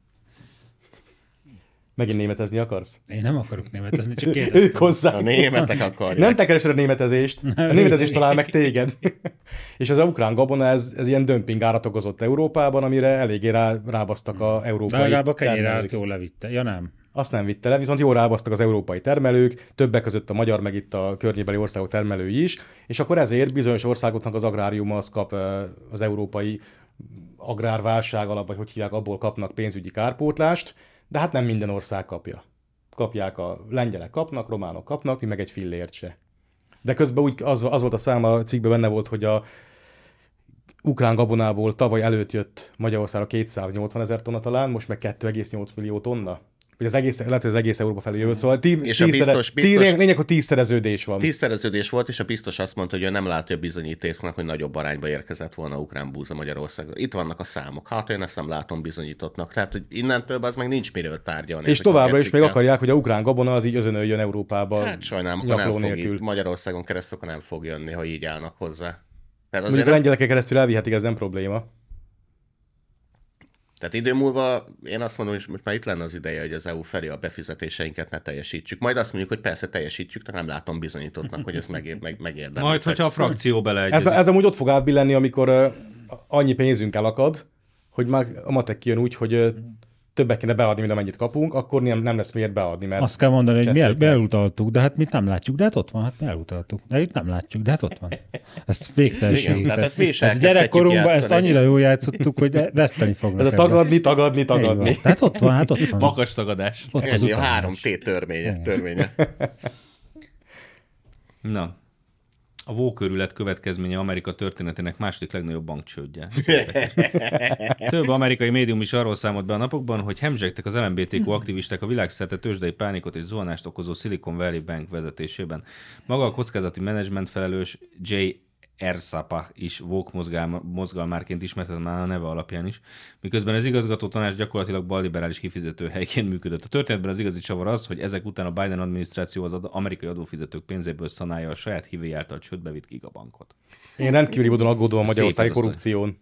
Megint németezni akarsz? Én nem akarok németezni, csak kérdeztem. Ők hozzá. A németek akarják. Nem te keresed a németezést. A németezést talál meg téged. És az ukrán gabona, ez ilyen dömping árat okozott Európában, amire eléggé rábasztak az európai termelők. Legalább a kenyérárat jól levitte. Ja nem. Azt nem vitte le, viszont jól rábasztak az európai termelők, többek között a magyar, meg itt a környébeli országok termelői is, és akkor ezért bizonyos országoknak az agráriuma az kap az európai agrárválság alap, vagy hogy hívják, abból kapnak pénzügyi kárpótlást, de hát nem minden ország kapja. Kapják a lengyelek kapnak, románok kapnak, mi meg egy fillért se. De közben úgy az volt a szám, a cikkben benne volt, hogy a ukrán gabonából tavaly előtt jött Magyarországra 280 000 tonna talán, most meg 2,8 millió tonna. Lehet, hogy az egész Európa felé jövő. Szóval és a biztos lényeg, hogy 10-szereződés van. 10-szereződés volt, és a biztos azt mondta, hogy ő nem látja a bizonyítéknak, hogy nagyobb arányba érkezett volna ukrán búza Magyarországra. Itt vannak a számok. Hát én ezt nem látom bizonyítottnak. Tehát, hogy innentől az meg nincs miről tárgyalni. És továbbra is még akarják, hogy a ukrán gabona az így özönöljön Európába. Hát sajnálom, nem fog Magyarországon keresztül nem fog jönni, ha így állnak hozzá. Mondjuk a lengyeleken keresztül elvihetik, ez nem probléma. Tehát idő múlva én azt mondom, hogy most már itt lenne az ideje, hogy az EU felé a befizetéseinket ne teljesítsük. Majd azt mondjuk, hogy persze teljesítjük, de nem látom bizonyítottnak, hogy ez megérdemel. Majd, hogyha a frakció beleegyezik. Ez amúgy ott fog átbillenni, amikor annyi pénzünk elakad, hogy már a matek kijön úgy, hogy többet kéne beadni, mint amennyit kapunk, akkor nem lesz miért beadni, mert... Azt kell mondani, hogy mi elutaltuk, de hát mit nem látjuk, de hát ott van, hát mi elutaltuk. De itt nem látjuk, de hát ott van. Ez végtelenség. Igen, tehát ezt mi is ez gyerekkorunkban ezt annyira jól játszottuk, hogy veszteni fognak. Ez a tagadni. Hát ott van, hát ott van. Makacs tagadás. Ott az Ennyi a utalás. 3T törvénye. Na, a Vókörület következménye Amerika történetének második legnagyobb bankcsődje. Több amerikai médium is arról számolt be a napokban, hogy hemzsegtek az LMBTQ aktivisták a világszerte tőzsdei pánikot és zuhanást okozó Silicon Valley Bank vezetésében. Maga a kockázati menedzsment felelős Jay Ersapa is Woke mozgalmárként ismertetett már a neve alapján is, miközben az igazgató tanács gyakorlatilag balliberális kifizetőhelyként működött. A történetben az igazi csavar az, hogy ezek után a Biden adminisztráció az amerikai adófizetők pénzéből szanálja a saját hívé által csődbe vitt gigabankot. Én rendkívüli módon aggódom a magyarországi Szép ez a korrupción.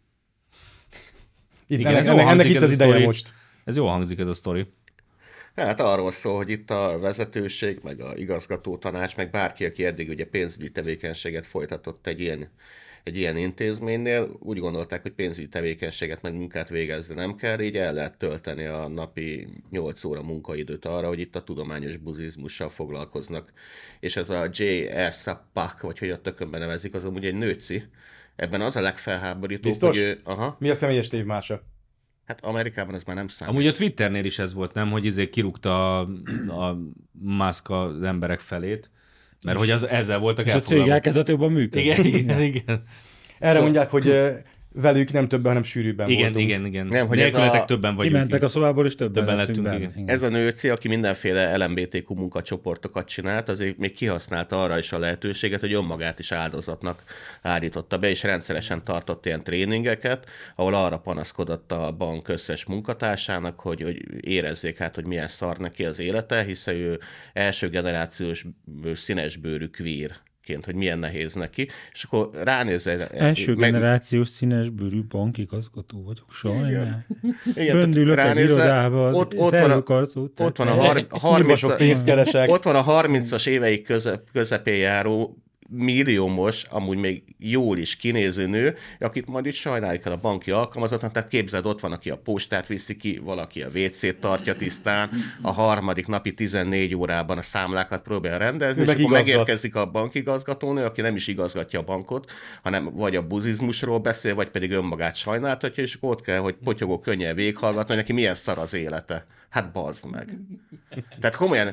Igen, ez jól Ennek hangzik itt ez az a ideje sztori. most. Ez jól hangzik ez a sztori. Hát arról szól, hogy itt a vezetőség, meg a igazgató tanács, meg bárki, aki eddig ugye pénzügyi tevékenységet folytatott egy ilyen intézménynél, úgy gondolták, hogy pénzügyi tevékenységet meg munkát végezni nem kell, így el lehet tölteni a napi 8 óra munkaidőt arra, hogy itt a tudományos buddhizmussal foglalkoznak. És ez a J.R. Sapak, vagy hogy a tökönben nevezik, az amúgy egy nőci. Ebben az a legfelháborítóbb, Biztos? hogy ő... Aha. Mi a személyes névmása? Hát Amerikában ez már nem számít. Amúgy a Twitternél is ez volt, nem? Hogy kirúgta a Musk az emberek felét, mert hogy ezzel voltak És a elfoglalva. cég elkezdett jobban működni. Igen. Erre mondják, hogy velük nem többen, hanem sűrűbben voltunk. Igen. Nem, hogy ez nélkületek a- többen vagyunk. Kimentek a szobából, és többen lettünk lettünk, benne. igen. Ez a nőci, aki mindenféle LMBTQ munkacsoportokat csinált, azért még kihasználta arra is a lehetőséget, hogy önmagát is áldozatnak állította be, és rendszeresen tartott ilyen tréningeket, ahol arra panaszkodott a bank összes munkatársának, hogy érezzék hát, hogy milyen szar neki az élete, hiszen ő első generációs színesbőrű queer, hogy milyen nehéz neki, és akkor ránézze... Első generációs színes bőrű bankigazgató vagyok, sajnál. Igen, Föndülök egy ránézze, irodába, ott van Kurva sok pénzt keresek. Ott van a 30-as éveik közepén járó milliómos, amúgy még jól is kinéző nő, akit majd itt sajnálni kell a banki alkalmazatnak, tehát képzeld, ott van, aki a postát viszi ki, valaki a WC-t tartja tisztán, a harmadik napi 14 órában a számlákat próbál rendezni, és akkor megérkezik a bankigazgatónő, aki nem is igazgatja a bankot, hanem vagy a buddhizmusról beszél, vagy pedig önmagát sajnáltatja, és akkor ott kell, hogy potyogó könnyen végighallgatni, hogy neki milyen szar az élete. Hát bazd meg. Tehát komolyan,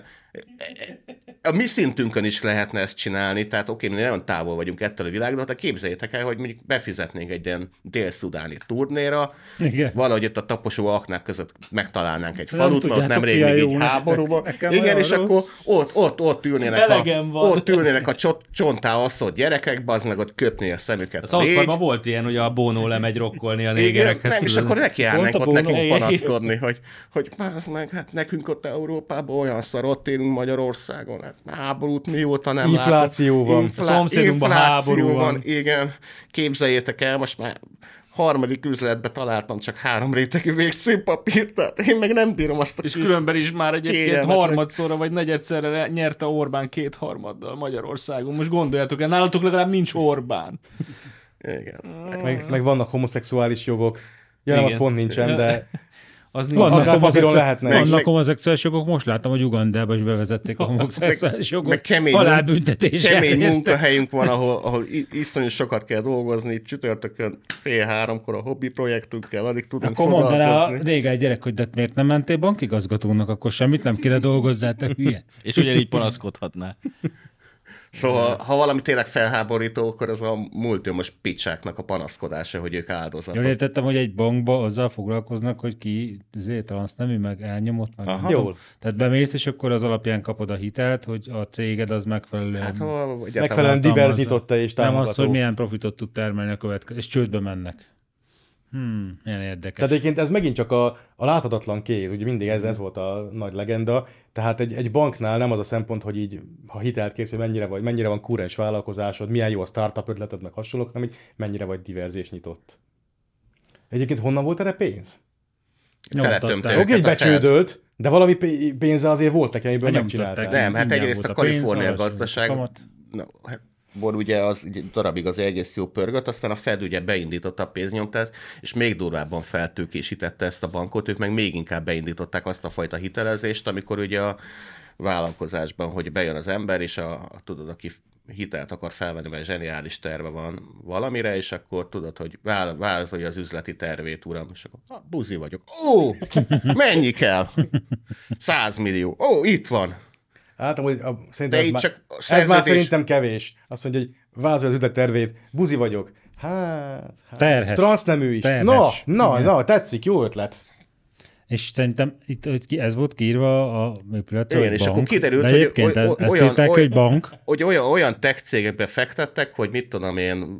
a mi szintünkön is lehetne ezt csinálni, tehát oké, mi nagyon távol vagyunk ettől a világtól, de képzeljétek el, hogy mondjuk befizetnénk egy ilyen dél-szudáni turnéra, Igen. valahogy ott a taposó aknák között megtalálnánk egy Nem falut, mert ott tudjátok, nemrég milyen még jó egy nektek. háborúban. Nekem Igen, olyan és akkor rossz. ott ülnének a csontá asszott gyerekek, bazd meg ott köpné a szemüket. A South Parkban volt ilyen, hogy a Bono lemegy rokkolni a Igen, négerekhez. nem, és akkor nekiállnánk Pont a ott Bono. nekünk Igen. panaszkodni, hogy bazd meg, hát nekünk ott Európában olyan szar, ott élünk Magyarországon, hát háborút mióta nem Infláció van. A szomszédunkban háború van. Igen, képzeljétek el, most már harmadik üzletbe találtam csak 3 rétegű végcímpapírt, tehát én meg nem bírom azt a És kis különben is már egyébként kényelmetlen- harmadszorra vagy negyedszerre nyerte Orbán 2/3 Magyarországon. Most gondoljátok el, nálatok legalább nincs Orbán. Igen. Meg vannak homoszexuális jogok. Ja, nem, az Igen. pont nincsen, de Az Akár papíron lehetne. Meg- Vannak homoszexuális jogok, most láttam, hogy Ugandában is bevezették a homoszexuális meg jogok. kemény Halálbüntetéssel. kemény munkahelyünk van, ahol iszonyú sokat kell dolgozni, csütörtökön 2:30 a hobbi projektünkkel, addig tudunk Akkor mondaná a foglalkozni. régen gyerek, hogy de miért nem mentél bankigazgatónak, akkor semmit nem kéne dolgozzál, te hülye. És ugyanígy panaszkodhatná. Szóval, ha valami tényleg felháborító, akkor az a multiumos picsáknak a panaszkodása, hogy ők áldozatok. Jól értettem, hogy egy bankba azzal foglalkoznak, hogy ki transznemű, meg elnyomott, meg Aha. nem tudom. Jól. Tehát bemész, és akkor az alapján kapod a hitelt, hogy a céged az megfelelően... Hát, ha egyáltalán megfelelően diverzította és nem támogató. az, hogy milyen profitot tud termelni a következő, és csődbe mennek. Milyen érdekes. Tehát egyébként ez megint csak a láthatatlan kéz, ugye mindig ez volt a nagy legenda, tehát egy banknál nem az a szempont, hogy így, ha hitelt kérsz, hogy mennyire van kurrens vállalkozásod, milyen jó a startup ötleted, meg hasonlók, hanem hogy mennyire vagy diverz és nyitott. Egyébként honnan volt erre pénz? Nyomtatták. Oké, hogy becsődölt, de valami pénze azért voltak, amiből Nyomtatták. megcsinálták. Nem, hát Ingyen egyrészt volt a a pénz, Kalifornia alacsony gazdaság, kamat. ugye az egy darabig az egész jó pörgött, aztán a Fed ugye beindította a pénznyomtást, és még durvábban feltőkésítette ezt a bankot, ők meg még inkább beindították azt a fajta hitelezést, amikor ugye a vállalkozásban, hogy bejön az ember, és tudod, aki hitelt akar felvenni, mert zseniális terve van valamire, és akkor tudod, hogy vázolja az üzleti tervét, uram, és akkor buzi vagyok. Ó, mennyi kell? 100 millió. Ó, itt van. Hát amúgy szerintem ez már szerintem kevés. Azt mondja, hogy vázolja az üzlet tervét, buzi vagyok. Hát Terhes. transznemű is. Terhes. Na, tetszik, jó ötlet. És szerintem itt ez volt kiírva a épületre, igen, hogy és bank. akkor kiderült, de egyébként ezt írták, hogy bank. Hogy olyan tech cégekbe fektettek, hogy mit tudom én,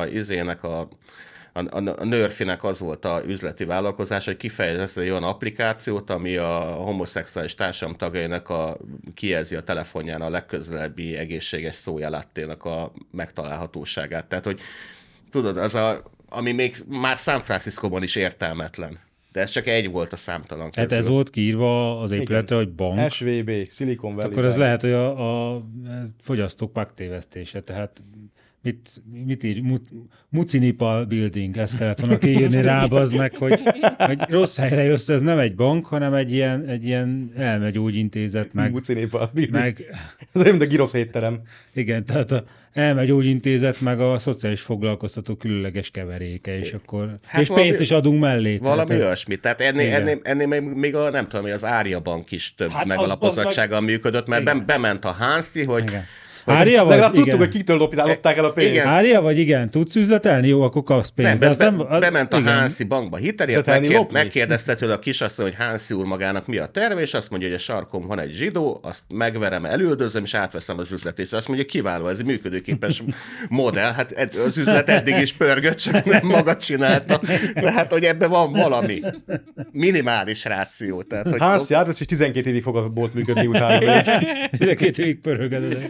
a Nerfinek az volt a üzleti vállalkozás, hogy kifejezett egy olyan applikációt, ami a homoszexuális társadalom tagjainak kijelzi a telefonján a legközelebbi egészséges szójalattének a megtalálhatóságát. Tehát, hogy tudod, ami még már San Franciscóban is értelmetlen. De ez csak egy volt a számtalan közül. Tehát ez volt kiírva az épületre, hogy bank. SVB, Silicon Valley. Akkor ez lehet, hogy a fogyasztók megtévesztése. Tehát mit ír? Mucinipa Building, ezt kellett volna kiírni rá, az meg, hogy rossz helyre jössz, ez nem egy bank, hanem egy ilyen elmegyógyintézet, meg... Mucinipa Building. Meg, ez olyan, mint a girosz étterem. igen, tehát a elmegyógyintézet, meg a szociális foglalkoztató különleges keveréke, és akkor... Hát és pénzt is adunk mellé. Valami olyasmi. Tehát ennél még nem tudom, az Árja Bank is több megalapozottsággal működött, mert bement a Hansi, hogy... Igen. Ária vagy? Legalább tudtuk, hogy kiktől lopták el a pénzt. Igen. Ária vagy igen? Tudsz üzletelni? Jó, akkor kapsz pénzt. Bement a Hansi bankba hitelért, megkérdezte tőle a kisasszony, hogy Hansi úr magának mi a terve, és azt mondja, hogy a sarkom van egy zsidó, azt megverem, elüldözöm, és átveszem az üzletét. Azt mondja, kiváló, ez egy működőképes modell. Hát az üzlet eddig is pörgött, csak nem maga csinálta. De hát, hogy ebben van valami minimális ráció. Tehát, hogy Hansi átvesz, és 12 évig fog a bolt működni utána. 12 évig pöröged.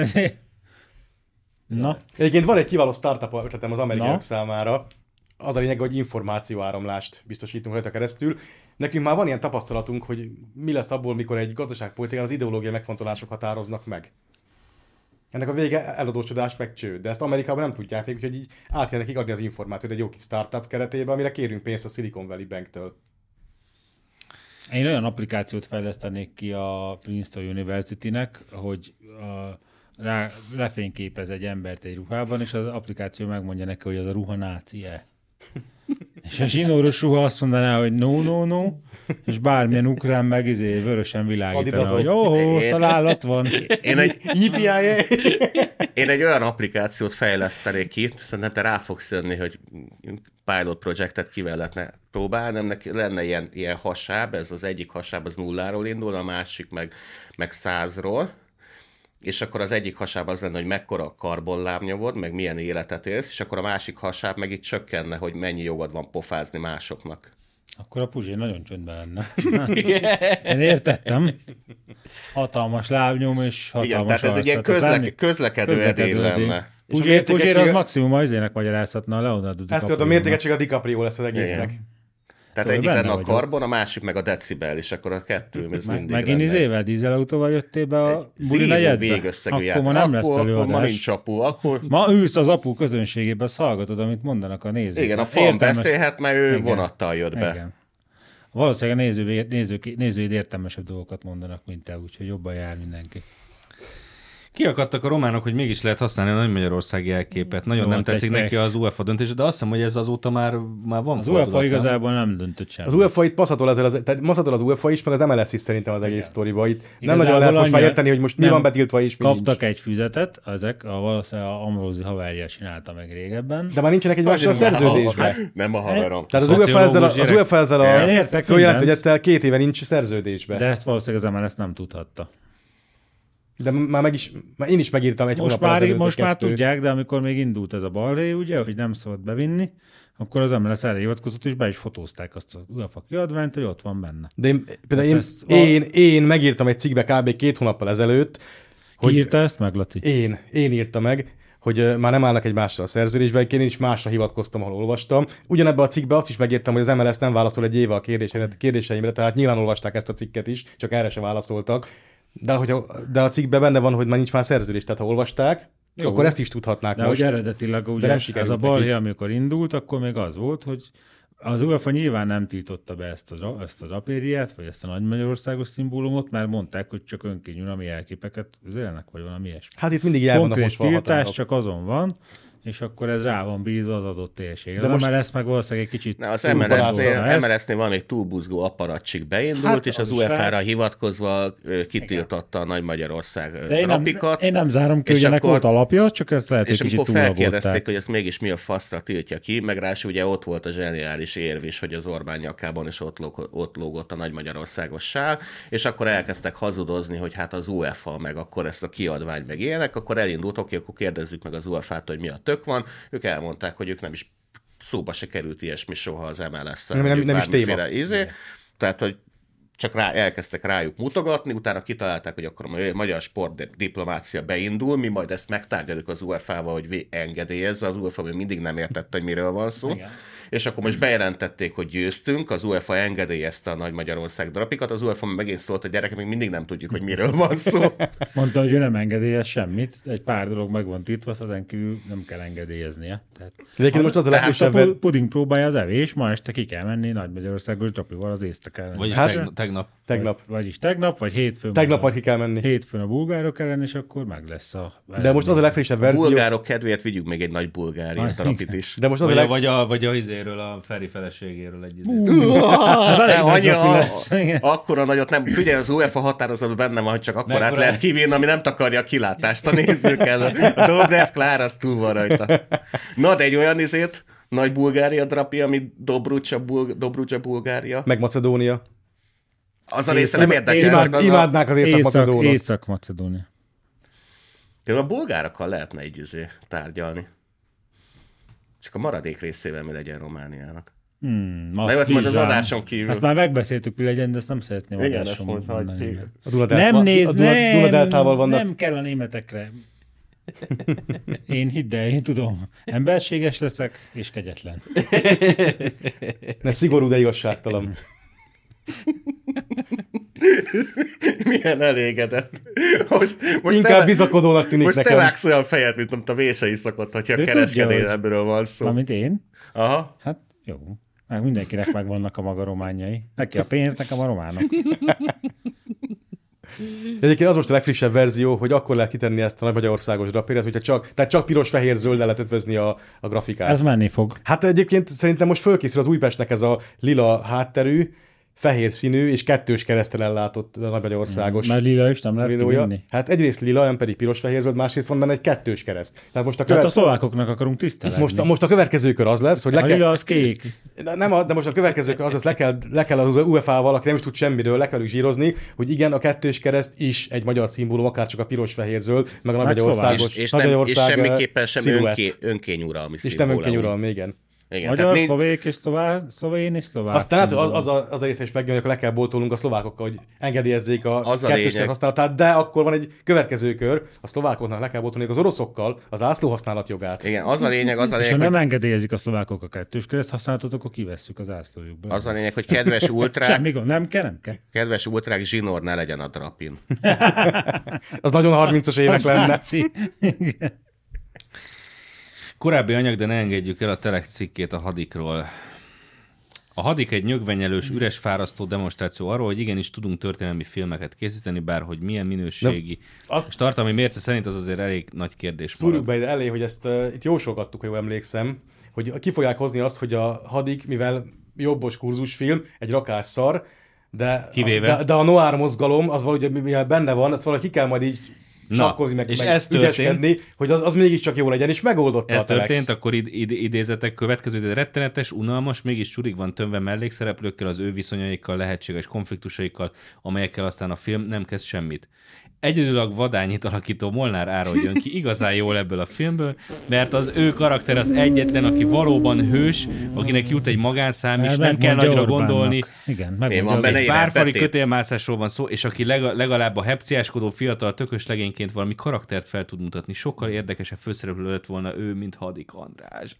Na. Egyébként van egy kiváló startup ötletem az amerikaiak számára. Az a lényeg, hogy információáramlást biztosítunk rajta keresztül. Nekünk már van ilyen tapasztalatunk, hogy mi lesz abból, mikor egy gazdaságpolitikán az ideológiai megfontolások határoznak meg. Ennek a vége eladósodás meg csőd. De ezt Amerikában nem tudják még, úgyhogy így át kell nekik adni az információt egy jó kis startup keretében, amire kérünk pénzt a Silicon Valley Banktől. Én olyan applikációt fejlesztenék ki a Princeton University-nek, hogy lefényképez egy embert egy ruhában, és az applikáció megmondja neki, hogy az a ruha náci-e. És a zsinóros ruha azt mondaná, hogy no, és bármilyen ukrán meg vörösen világítana, hogy találat van. Én egy olyan applikációt fejlesztenék ki, szerintem te rá fogsz jönni, hogy pilot projektet kivel lehetne próbálni, ennek lenne ilyen hasáb, ez az egyik hasáb az 0-ról indul, a másik meg 100-ról, és akkor az egyik hasáb az lenne, hogy mekkora a karbonlábnyomod, meg milyen életet élsz, és akkor a másik hasáb meg itt csökkenne, hogy mennyi jogod van pofázni másoknak. Akkor a Puzsé nagyon csöndben lenne. Én értettem. Hatalmas lábnyom és hatalmas. Igen, tehát ez egy ilyen közlekedő edény lenne. Puzsér az maximum az izének magyarázhatna a Leonardo DiCaprio. Ezt tudod, a mértékegység a DiCaprio lesz az egésznek. Igen. Tehát egyik lenne a karbon, a másik meg a decibel, és akkor a kettő ez mindig megint izével, dízelautóval jöttél be a buli negyedbe? Végösszegű akkor ma nem lesz előadás. Ma nincs apu. Ma ülsz az apu közönségében, azt hallgatod, amit mondanak a nézők. Igen, a fan beszélhet, mert ő vonattal jött be. Igen. Valószínűleg a nézőid értelmesebb dolgokat mondanak, mint te, úgyhogy jobban jár mindenki. Kiakadtak a románok, hogy mégis lehet használni a Nagy Magyarországi jelképet. Nagyon nem tetszik neki az UEFA döntés, de azt hiszem, hogy ez azóta már van. Az UEFA igazából nem döntött sem. Az UEFA itt passzatol az UEFA is, meg az MLS is szerintem az egész sztoriba. Itt nem nagyon lehet most már érteni, hogy most mi van betiltva is, mi kaptak nincs. Egy füzetet, valószínűleg a Amrózi haverja csinálta meg régebben. De már nincsenek egymással a szerződésben. Nem a haverom. Tehát az UEFA ezzel a följelent, hogy ettől 2 éve nincs szerződésben. De ezt valószínűleg az MLS nem tudhatta. De már én is megírtam egy hónappal ezelőtt. Most már tudják, de amikor még indult ez a balhé, ugye, hogy nem szabad bevinni, akkor az MLS erre hivatkozott, és be is fotózták azt az UEFA kiadványt, hogy ott van benne. De például én megírtam egy cikkbe kb. 2 hónappal ezelőtt. Ki írta ezt meg, Laci? Én írtam meg, hogy már nem állnak egymással a szerződésben, én is másra hivatkoztam, ahol olvastam. Ugyanebben a cikkben azt is megértem, hogy az MLS nem válaszol egy éve a kérdéseimre, tehát nyilván olvasták ezt a cikket is, csak erre sem válaszoltak. De a cikkben benne van, hogy már nincs már szerződés, tehát ha olvasták, jó, akkor ezt is tudhatnák de most. De eredetileg ugye ez a balhé, amikor indult, akkor még az volt, hogy az UEFA nyilván nem tiltotta be ezt a drapériát, vagy ezt a nagy magyarországos szimbólumot, mert mondták, hogy csak önkényuralmi jelképeket üzélnek, vagy valami ilyesmi. Hát itt mindig el vannak konkrét most tiltás csak azon van, és akkor ez rá van bízva az adott térségre. De most MLS meg valószínűleg egy kicsit... Az MLS-nél van egy túlbuzgó apparatcsik beindult, hát, és az UEFA-ra hivatkozva kitiltotta a Nagy Magyarország drapikat. Én nem zárom ki, hogy ennek volt alapja, csak ezt lehet, hogy kicsit túlragolták. És akkor felkérdezték, hogy ezt mégis mi a faszra tiltja ki, meg ráadásul ugye ott volt a zseniális érv is, hogy az Orbán nyakában is ott lógott a Nagy Magyarországos sál, és akkor elkezdtek hazudozni, hogy hát az UEFA, meg akkor ezt a kiadvány meg ilyenek, akkor elindult, oké, akkor kérdezzük meg az UEFA-t, hogy mi a tök van, ők elmondták, hogy ők nem is szóba se került ilyesmi soha az MLS-szel. Nem is téma. Tehát, hogy csak elkezdtek rájuk mutogatni, utána kitalálták, hogy akkor a magyar sportdiplomácia beindul, mi majd ezt megtárgyaljuk az UEFA-val, hogy engedélyezze, az UEFA még mindig nem értette, hogy miről van szó. Igen. És akkor most bejelentették, hogy győztünk, az UEFA engedélyezte a Nagy Magyarország drapikat, az UEFA megint szólt, hogy gyerekek, még mindig nem tudjuk, hogy miről van szó. Mondta, hogy ő nem engedélyez semmit, egy pár dolog meg van tiltva, ezen kívül nem kell engedélyeznie. Most az a legfrissebb... A puding próbálja az evés, ma este ki kell menni Nagy Magyarországos drapival az észtek ellen. Vagyis tegnap. Vagyis tegnap, vagy hétfőn. Tegnap majd ki kell menni. Hétfőn a bulgárok ellen, és akkor meg lesz a... De most az a legfrissebb verzió... A bulgárok kedvéért vigyük még egy nagy Bulgária drapit is. De most az vagy a izéről, a Feri feleségéről egy akkora nagyot nem... Ugye az UEFA határozatban benne van, hogy csak akkor át lehet kivinni, ami nem takarja a kilátást a nézzők előtt. A Dobrev Klár, az túl van rajta. Na, de egy olyan Nagy Bulgária drapi, ami Dobrudzsa Bulgária. Meg Macedónia. Az a része nem érdekel. Imádnák az Észak-Macedónot. Észak-Macedónia. A bulgárokkal lehetne így tárgyalni. Csak a maradék részével mi legyen Romániának. Azt majd az adáson kívül. Azt már megbeszéltük, mi legyen, de ezt nem szeretném adáson mondani. A Dunadeltával vannak. Nem kell a németekre. Én hidd el, én tudom. Emberséges leszek, és kegyetlen. Ne szigorú, de igazságtalan. Milyen elégedett. Most inkább bizakodónak tűnik most nekem. Most te vágsz olyan fejet, mint a Vései szokott, hogyha a kereskedelemről van szó. Mármint én? Aha. Hát jó. Meg mindenkinek megvannak a maga románjai. Neki a pénz, nekem a románok. De egyébként az most a legfrissebb verzió, hogy akkor lehet kitenni ezt a Nagy Magyarországos drapériát, hogyha csak piros-fehér-zölddel lehet ötvözni a grafikát. Ez menni fog. Hát egyébként szerintem most fölkészül az Újpestnek ez a lila hátterű, fehér színű és kettős kereszttel ellátott Nagy Magyarországos. Mert lila is nem lehet kivinni? Hát egyrészt lila, nem pedig piros-fehér-zöld, másrészt van benne egy kettős kereszt. Tehát most a szlovákoknak akarunk tisztelegni. Most a következő kör az lesz, hogy a lila az kék. De most a következő kör az lesz, le kell az UEFA-val, aki nem is tud semmiről, le kell zsírozni, hogy igen, a kettős kereszt is egy magyar szimbólum, akár csak a piros-fehér-zöld, meg a Nagy Magyarországos. És semmiképpen sem önkényuralmi és nem önkényuralmi, igen. Igen, magyar, szlovék és szlovén és szlovák. Aztán az a része is megjön, hogy le kell boltolnunk a szlovákokkal, hogy engedélyezzék a kettősnek használatát, de akkor van egy következő kör, a szlovákoknak le kell boltolni az oroszokkal az ászló használatjogát. Igen, az a lényeg, és ha nem engedélyezik a szlovákok a kettős kereszt használatot, akkor kivesszük az ászlójukból. Az a lényeg, hogy kedves ultrák... Semmi gond, nem kell. Kedves ultrák, zsinór ne legyen a drapin. Az nagyon 30-as évek lenne. Korábbi anyag, de ne engedjük el a Telex cikkét a Hadikról. A Hadik egy nyögvenyelős, üres, fárasztó demonstráció arról, hogy igenis tudunk történelmi filmeket készíteni, bárhogy milyen minőségi. És tartalmi mérce szerint az azért elég nagy kérdés szúrjuk be elé, hogy ezt itt jósolgattuk, ha jól emlékszem, hogy ki fogják hozni azt, hogy a Hadik, mivel jobbos kurzusfilm, egy rakásszar, de a noir mozgalom, az valahogy mivel benne van, azt valahogy ki kell majd így sakkozni, meg ügyeskedni, hogy az mégiscsak jó legyen, és megoldotta a Telex. Ez történt, akkor idézetek következő, de rettenetes, unalmas, mégis csurig van tömve mellékszereplőkkel, az ő viszonyaikkal, lehetséges konfliktusaikkal, amelyekkel aztán a film nem kezd semmit. Egyedül Vadányit alakító Molnár Áron jön ki igazán jól ebből a filmből, mert az ő karakter az egyetlen, aki valóban hős, akinek jut egy magánszám, és nem kell nagyra gondolni. Igen, egy párfali kötélmászásról van szó, és aki legalább a hepciáskodó fiatal tökös legény regényként valami karaktert fel tud mutatni, sokkal érdekesebb főszereplő lett volna ő, mint Hadik András.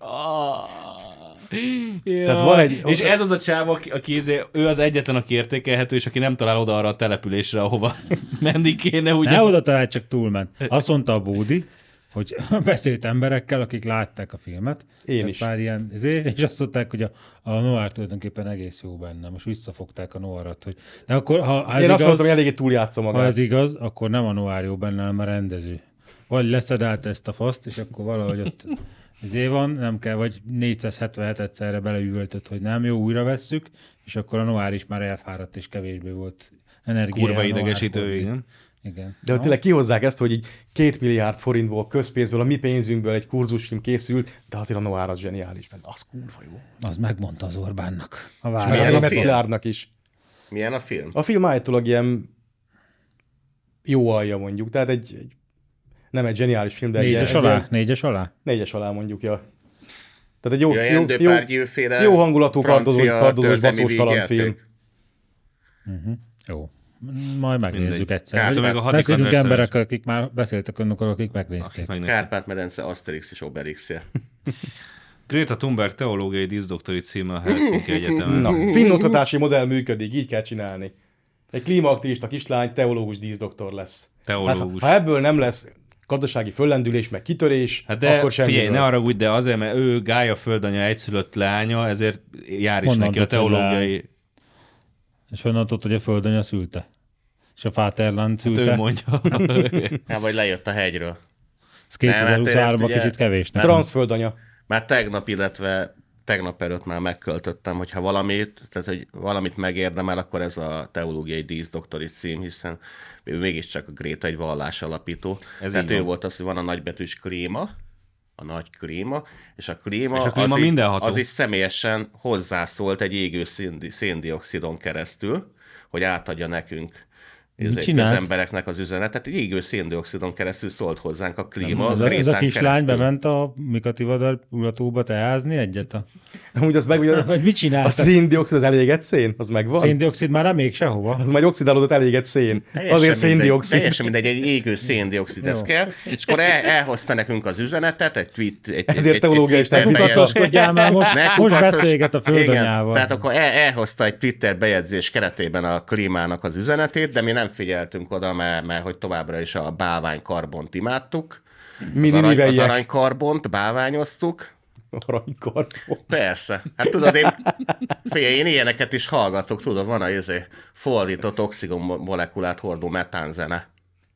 Tehát van egy... És ez az a csáv, aki ő az egyetlen, aki értékelhető, és aki nem talál oda arra a településre, ahova menni kéne. Ugye? Ne oda talált, csak túlment. Azt mondta a Bódi, hogy beszélt emberekkel, akik látták a filmet. Én is. Pár ilyen, és azt mondták, hogy a noir tulajdonképpen egész jó benne. Most visszafogták a noirat. Hogy... De akkor, ha ez Én igaz, azt mondtam, hogy eléggé túljátszom magát. ha ez igaz, akkor nem a noir jó benne, hanem a rendező. Vagy leszedelte ezt a faszt, és akkor valahogy ott van, nem kell, vagy 477 egyszerre beleüvöltött, hogy nem jó, újra vesszük, és akkor a noir is már elfáradt, és kevésbé volt energia. Kurva idegesítő, igen. Igen. De hogy tényleg kihozzák ezt, hogy így 2 milliárd forintból, közpénzből, a mi pénzünkből egy kurzusfilm készült, de azért a noir az zseniális, mert az kurva jó. Az megmondta az Orbánnak. A Meg a Milyen a német film? Szilárdnak is. Milyen a film? A film állítólag ilyen jó alja mondjuk, tehát egy nem egy zseniális film, de Négyes alá? Négyes alá? 4-es alá mondjuk, ja. Tehát egy Ilyen Depardieu-féle jó hangulatú, kardozós, történelmi baszós kaland vígjáték. film. Jó. Majd megnézzük Mindegy. egyszer. Hát, Vagy meg a Hadik beszélünk András emberekkel, akik már beszéltek önökkel, akik megnézték. Kárpát-medence, Asterix és Obelix-je. Greta Thunberg teológiai díszdoktori címe a Helsinki Egyetemen. Na, finn oktatási modell működik, így kell csinálni. Egy klímaaktivista kislány teológus díszdoktor lesz. Teológus. Hát, ha ebből nem lesz gazdasági föllendülés, meg kitörés, Hát de akkor semmi. figyelj, ne haragudj, de azért, mert ő Gája földanya egyszülött lánya, ezért jár is Honnan neki a tudod, teológiai... És honnan tudod, hogy a földanya szülte? És a Fáterland Hát szülte? ő mondja. Hát, vagy lejött a hegyről. Ez Nem, hát ezt 2023-ban ugye- kicsit kevésnek. Transzföldanya. Már tegnap, illetve tegnap előtt már megköltöttem, hogyha valamit megérdemel, akkor ez a teológiai díszdoktori cím, hiszen ő mégiscsak a Gréta egy vallásalapító. Tehát így ő van. volt az, hogy van a nagybetűs klíma, a nagy klíma, és a klíma, És a klíma mindenható. az is személyesen hozzászólt egy égő széndioxidon keresztül, hogy átadja nekünk az csinált? embereknek az üzenetet. Egy égő széndioxidon keresztül szólt hozzánk a klíma. Ez a Grétán kislány keresztül. bement a Mikati Vadar ulatóba teázni egyet? Amúgy az meg, ugye, Vagy mit a csináltak? széndioxid az elégett szén? Az megvan? Széndioxid már nem még sehova. Az majd oxidálódott elégett szén. Azért széndioxid. Teljesen mindegy, egy égő széndioxid ez kell. És akkor elhozta nekünk az üzenetet, egy tweet. Ezért teológiai Twitter státusz. bejegyzés. Kukacoskodjál már most, Ne most kukacos- beszélget a földanyával. Igen, tehát akkor elhozta egy Twitter bejegyzés keretében a klímának az üzenetét, de mi nem figyeltünk oda, mert hogy továbbra is a bálványkarbont imádtuk. Mini Az niveliek. aranykarbont bálványoztuk. Aranykarbon. Persze. Hát tudod, én ilyeneket is hallgatok, tudod, van a fordított oxigon molekulát hordó metánzene.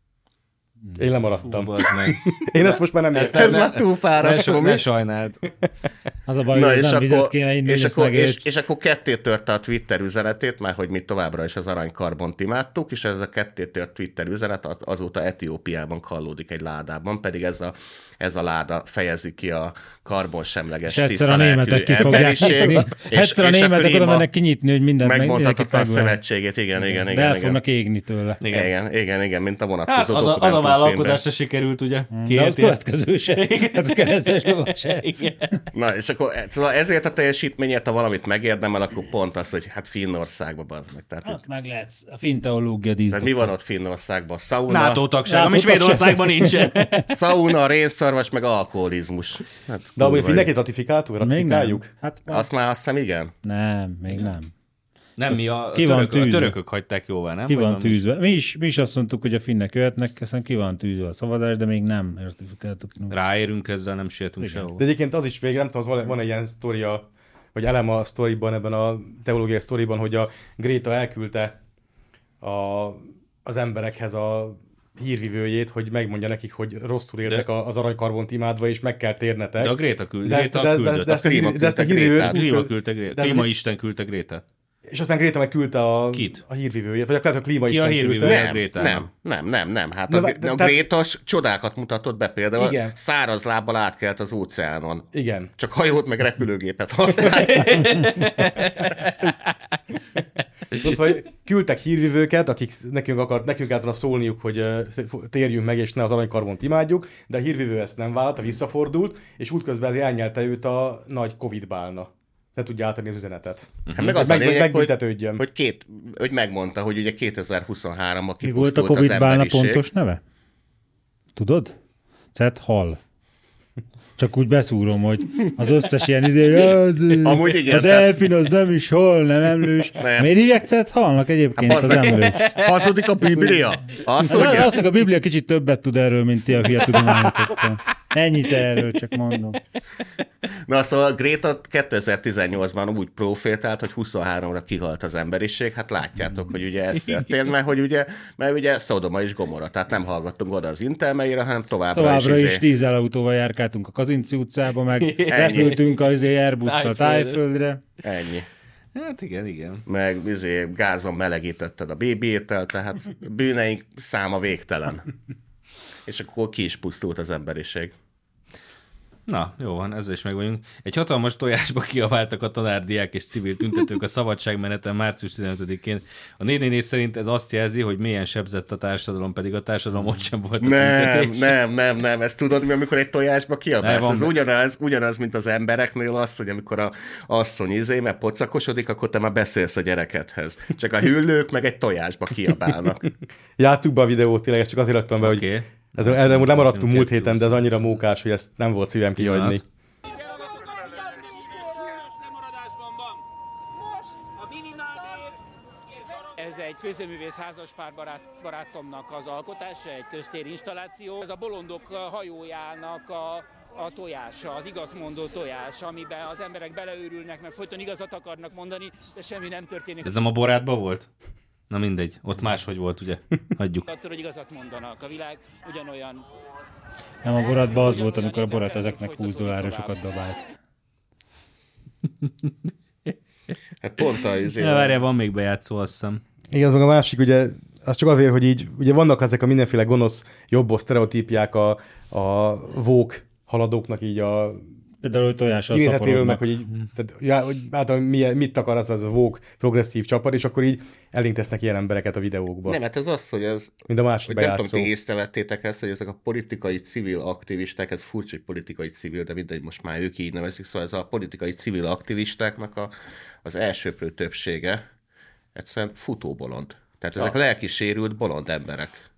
Én lemaradtam. Bazd meg. Én ezt most már nem értem. Ez már túl fárasztó, mi? Ne sajnáld. Az a baj, hogy nem vizet kéne inni, hogy ezt megérts. és akkor ketté törte a Twitter üzenetét, mert hogy mi továbbra is az aranykarbont imádtuk, és ez a ketté tört Twitter üzenet azóta Etiópiában kallódik egy ládában, pedig ez a láda fejezi ki a karbonsemleges És egyszer a németek ki fogják nyitni. Egyszer a németek oda mennek kinyitni, hogy minden megmondhatatlan megvan. szövetségét, igen. De el fognak égni tőle. Igen, mint a Hát vonatkozó az a dokumentumfilmben. vállalkozásra sikerült, ugye? De az Kiérti ezt. következő se. Ez a keresztes lovas se. Na, és akkor szóval ezért a teljesítményért, ha valamit megérdemel, akkor pont az, hogy hát Finnországban bazd meg. Tehát, Hát meg lehetsz. A finn teológia tehát mi díszdoktor. van ott Finnországban? Sauna, NATO tagság, ami NATO tagság. Svédországban nincsen. sauna, rénszarvas, meg alkoholizmus. Hát, De amúgy kurva mindenki ratifikáltuk, Még nem. ratifikáljuk? Hát Azt már azt hiszem, igen. nem, még nem. Nem, mi a Ki van törökök, a tűzve? törökök hagyták jóvá, nem? Ki Vagy van nem tűzve. Mi is azt mondtuk, hogy a finnek jöhetnek, aztán ki van tűzve a szavazás, de még nem ratifikáltuk. Ráérünk ezzel, nem sietünk De sehol. egyébként az is végre, nem tudom, van egy ilyen sztoria, vagy elem a sztoriban, ebben a teológiai sztoriban, hogy a Gréta elküldte az emberekhez a hírvivőjét, hogy megmondja nekik, hogy rosszul éltek az aranykarbont imádva, és meg kell térnetek. De a Gréta küldte. De ezt a küldte hírvivőt... Grétát. Klíma küldte Grétát. De ez- Klímaisten küldte Grétát. És aztán Gréta megküldte Kit? a hírvivőjét, vagy akár a Ki a klímaisten hírvivő? küldte. Nem, Grétának. nem. Hát Na, a tehát- Gréta csodákat mutatott be, például Igen. száraz lábbal átkelt az óceánon. Igen. Csak hajót meg repülőgépet használt. Szóval küldtek hírvivőket, akik nekünk kellett volna szólniuk, hogy térjünk meg, és ne az aranykarbont imádjuk, de a hírvivő ezt nem vállalta, visszafordult, és útközben azért elnyelte őt a nagy Covid bálna. Ne tudja átadni az üzenetet. Hát meg az a lényeg, hogy, megbüntetődjön. hogy megmondta, hogy ugye 2023-ban Mi volt a kipusztult az Covid bálna emberiség. pontos neve? Tudod? Hal. Csak úgy beszúrom, hogy az összes ilyen Amúgy igen, a delfin az nem is hal, nem emlős. Nem. Miért hívják halnak egyébként az emlős? Hazudik a Biblia? Azt Azt mondja? a Biblia kicsit többet tud erről, mint ti a hülye tudományokról. Ennyit erről, csak mondom. Na szóval Greta 2018-ban úgy profétált, hogy 23-ra kihalt az emberiség. Hát látjátok, hogy ugye ez történt, mert ugye Szodoma és Gomorra. Tehát nem hallgattunk oda az intelmeire, hanem továbbra is dízelautóval járkáltunk a Kazinci utcába, meg repültünk az Airbusszal Tájföldre. Ennyi. Hát igen. Meg gázon melegítetted a bébi ételt, tehát bűneink száma végtelen. És akkor ki is pusztult az emberiség. Na, jó van, ezzel is meg vagyunk. Egy hatalmas tojásba kiabáltak a tanárdiák és civil tüntetők a szabadságmeneten március 15-én. A 444 szerint ez azt jelzi, hogy mélyen sebzett a társadalom, pedig a társadalom ott sem volt a tüntetés. Nem. Ezt tudod mi, amikor egy tojásba kiabálsz? Ez ugyanaz, mint az embereknél az, hogy amikor a asszony mert pocakosodik, akkor te már beszélsz a gyerekedhez. Csak a hüllők meg egy tojásba kiabálnak. Játsszuk be a videót, tényleg csak azért adtam be, hogy erre lemaradtunk múlt héten, de ez annyira mókás, hogy ezt nem volt szívem kihagyni. Ez egy közöművész házaspár barátomnak az alkotása, egy köztéri installáció. Ez a Bolondok hajójának a tojása, az igazmondó tojás, amiben az emberek beleőrülnek, mert folyton igazat akarnak mondani, de semmi nem történik. Ez nem a Borátban volt? Na mindegy, ott máshogy volt, ugye? Hagyjuk. Attól, hogy igazat mondanak, a világ ugyanolyan. Nem, a Boratban az volt, amikor a Borat ezeknek $20 dobált. Hát pont várjál, van még bejátszó, azt hiszem. Igen, az meg a másik, ugye, az csak azért, hogy így, ugye vannak ezek a mindenféle gonosz, jobbos sztereotípiák a woke haladóknak így a például, hogy tojással kinézetéről, meg hogy így, tehát, hogy általában mit akar az a woke progresszív csapat, és akkor így elénk tesznek ilyen embereket a videókba. Nem, hát ez az, hogy ez... Mind a másik hogy bejátszó. nem tudom, ti észrevettétek ezt, hogy ezek a politikai civil aktivisták, ez furcsa, hogy politikai civil, de mindegy, most már ők így nevezik, szóval ez a politikai civil aktivistáknak az elsőprő többsége egyszerűen futóbolond. Tehát ezek lelkisérült bolond emberek,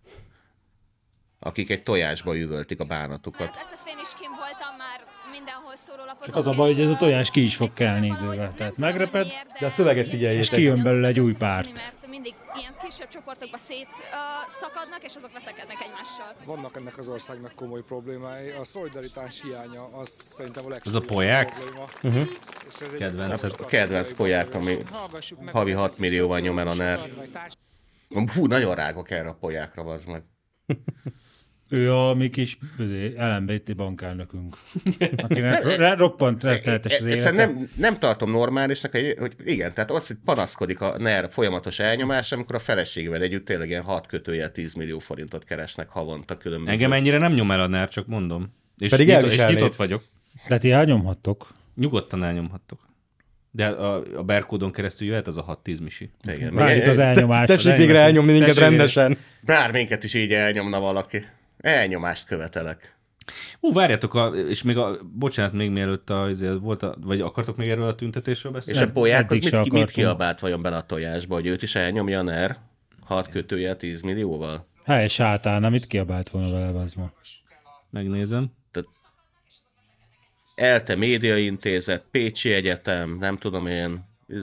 akik egy tojásba üvöltik a bánatukat. Az SZF-én is kim voltam már, mindenhol szórólapozom. Csak az a baj, hogy ez a tojás ki is fog kelni idővel. Tehát megreped, de a szöveget figyeljétek. És kijön belőle egy új párt. Mert mindig ilyen kisebb csoportokba szakadnak, és azok veszekednek egymással. Vannak ennek az országnak komoly problémái. A szolidaritás hiánya az szerintem a ez a polyák? probléma. Kedvenc polyák, ami havi 6 millióval nyom el a NER. Fú, nagyon rágok erre a polyákra, az meg. Ő a mi kis LMBT bankelnökünk, akinek roppant rettenetes az élete. Nem tartom normálisnak, hogy igen, tehát az, hogy panaszkodik a NER folyamatos elnyomás, amikor a feleségével együtt tényleg ilyen 6-10 millió forintot keresnek havonta különböző. Engem ennyire nem nyom el a NER, csak mondom. És, pedig és nyitott vagyok. De ti elnyomhattok. Nyugodtan elnyomhattok. De a berkódon keresztül jöhet az a 6-10 misi. Igen. Várjuk az elnyomást. Tessék végre elnyomni minket rendesen. Bár minket is így elnyomna valaki. Elnyomást követelek. Várjátok, és még bocsánat, még mielőtt vagy akartok még erről a tüntetésről beszélni? És a polyák az mit kiabált vajon bele a tojásba, hogy őt is elnyomja a NER 6-10 millióval? Helyes sátán, amit kiabált volna vele, az ma. Megnézem. Tehát ELTE Média Intézet, Pécsi Egyetem, nem tudom én,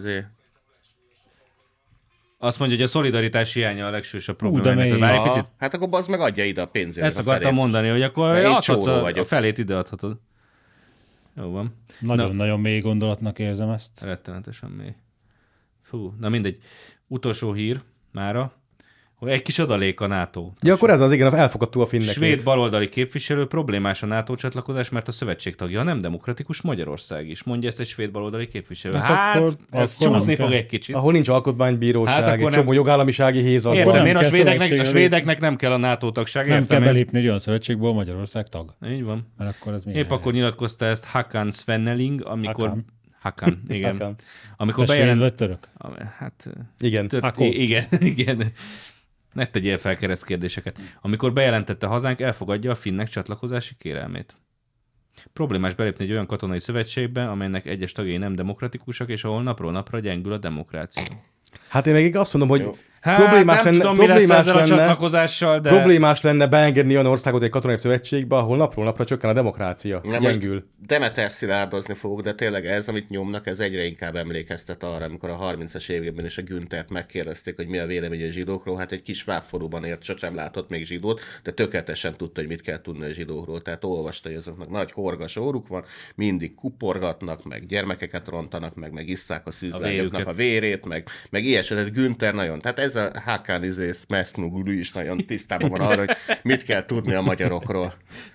Azt mondja, hogy a szolidaritás hiánya a legsősebb probléma. Picit... Hát akkor az meg adja ide a pénzét. Ezt akartam mondani, hogy akkor adhatsz a felét ide adhatod. Jó van. Nagyon mély gondolatnak érzem ezt. Rettenetesen mély. Fú, na mindegy. Utolsó hír mára, hogy egy kis adalék a NATO. Ja, akkor ez az, igen, elfogadtuk a finnek. Svéd baloldali képviselő, problémás a NATO csatlakozás, mert a szövetség tagja nem demokratikus Magyarország is. Mondja ezt egy svéd baloldali képviselő. Hát, ez csúszni fog egy kicsit. Ahol nincs alkotmánybíróság, egy csomó jogállamisági hézag. Értem, én a svédeknek nem kell a NATO tagság. Nem kell belépni egy olyan szövetségből, Magyarország tag. Így van. Mert akkor ez épp akkor nyilatkozta ezt Hakan Svenneling, amikor... Hakan, igen. Hakan. Amikor bejelent... vagy török? Hát... Igen. Igen. Ne tegyél fel keresztkérdéseket. Amikor bejelentette hazánk, elfogadja a finnek csatlakozási kérelmét. Problémás belépni egy olyan katonai szövetségbe, amelynek egyes tagjai nem demokratikusak, és ahol napról napra gyengül a demokrácia. Hát én még azt mondom, hogy Hát Problémás nem lenne- tudom, mi lesz problémás ezzel a lenne- csatlakozással, de... Problémás lenne beengedni olyan országot egy katonai szövetségbe, ahol napról napra csökken a demokrácia. Na Gyengül. most Demeter szilárdozni fogok, de tényleg ez, amit nyomnak, ez egyre inkább emlékeztet arra, amikor a 30-as években is a Günthert megkérdezték, hogy mi a véleménye a zsidókról. Hát egy kis vágfaluban ért, sosem látott még zsidót, de tökéletesen tudta, hogy mit kell tudni a zsidókról. Tehát olvasta, hogy azoknak nagy horgas óruk van, mindig kuporgatnak, meg gyermekeket rontanak, meg isszák a szűzlányoknak a vérét, meg ilyesmi. Tehát Günther nagyon. Tehát ez a Hakan Mesztnuglu is nagyon tisztában van arra, hogy mit kell tudni a magyarokról.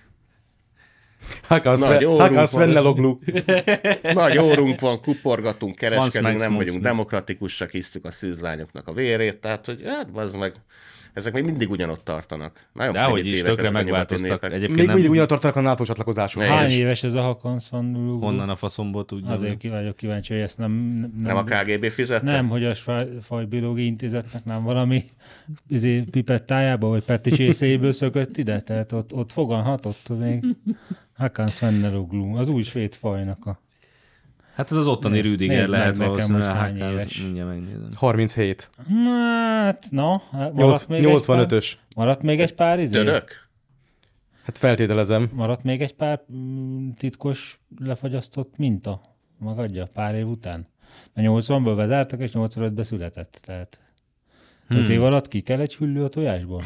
Hakan Svenneloglu. Nagy órunk van, kuporgatunk, kereskedünk, Max, nem Max, vagyunk demokratikusak, hisszük a szűzlányoknak a vérét, tehát, hogy hát, bazd meg, ezek még mindig ugyanott tartanak. Nagyon De ahogy is, primitívek tökre ezek a nyugati megváltoztak. népek. Egyébként Még nem... mindig ugyan tartanak a NATO csatlakozások. Igen. Hány éves ez a Hakan Svenneloglu? Honnan a faszomból tudja? Azért vagyok kíváncsi, hogy ezt Nem a KGB fizette? Nem, hogy a Fajbiológiai Intézetnek nem valami pipettájába, vagy petticsészéből szökött ide, tehát ott foganhatott még Hakan Svenneloglu, az új svéd fajnak a... Hát ez az ottani Rüdiger nézd meg lehet nekem, valószínűleg. most hány Hakan, éves. mindjárt megnézem. 37. Hát, maradt még 85-ös. Maradt még egy pár Török? Hát feltételezem. Maradt még egy pár titkos lefagyasztott minta magadja pár év után. Mert 80-ból bezártak, és 85-ben született. Tehát 5 év alatt ki kell egy hüllő a tojásból.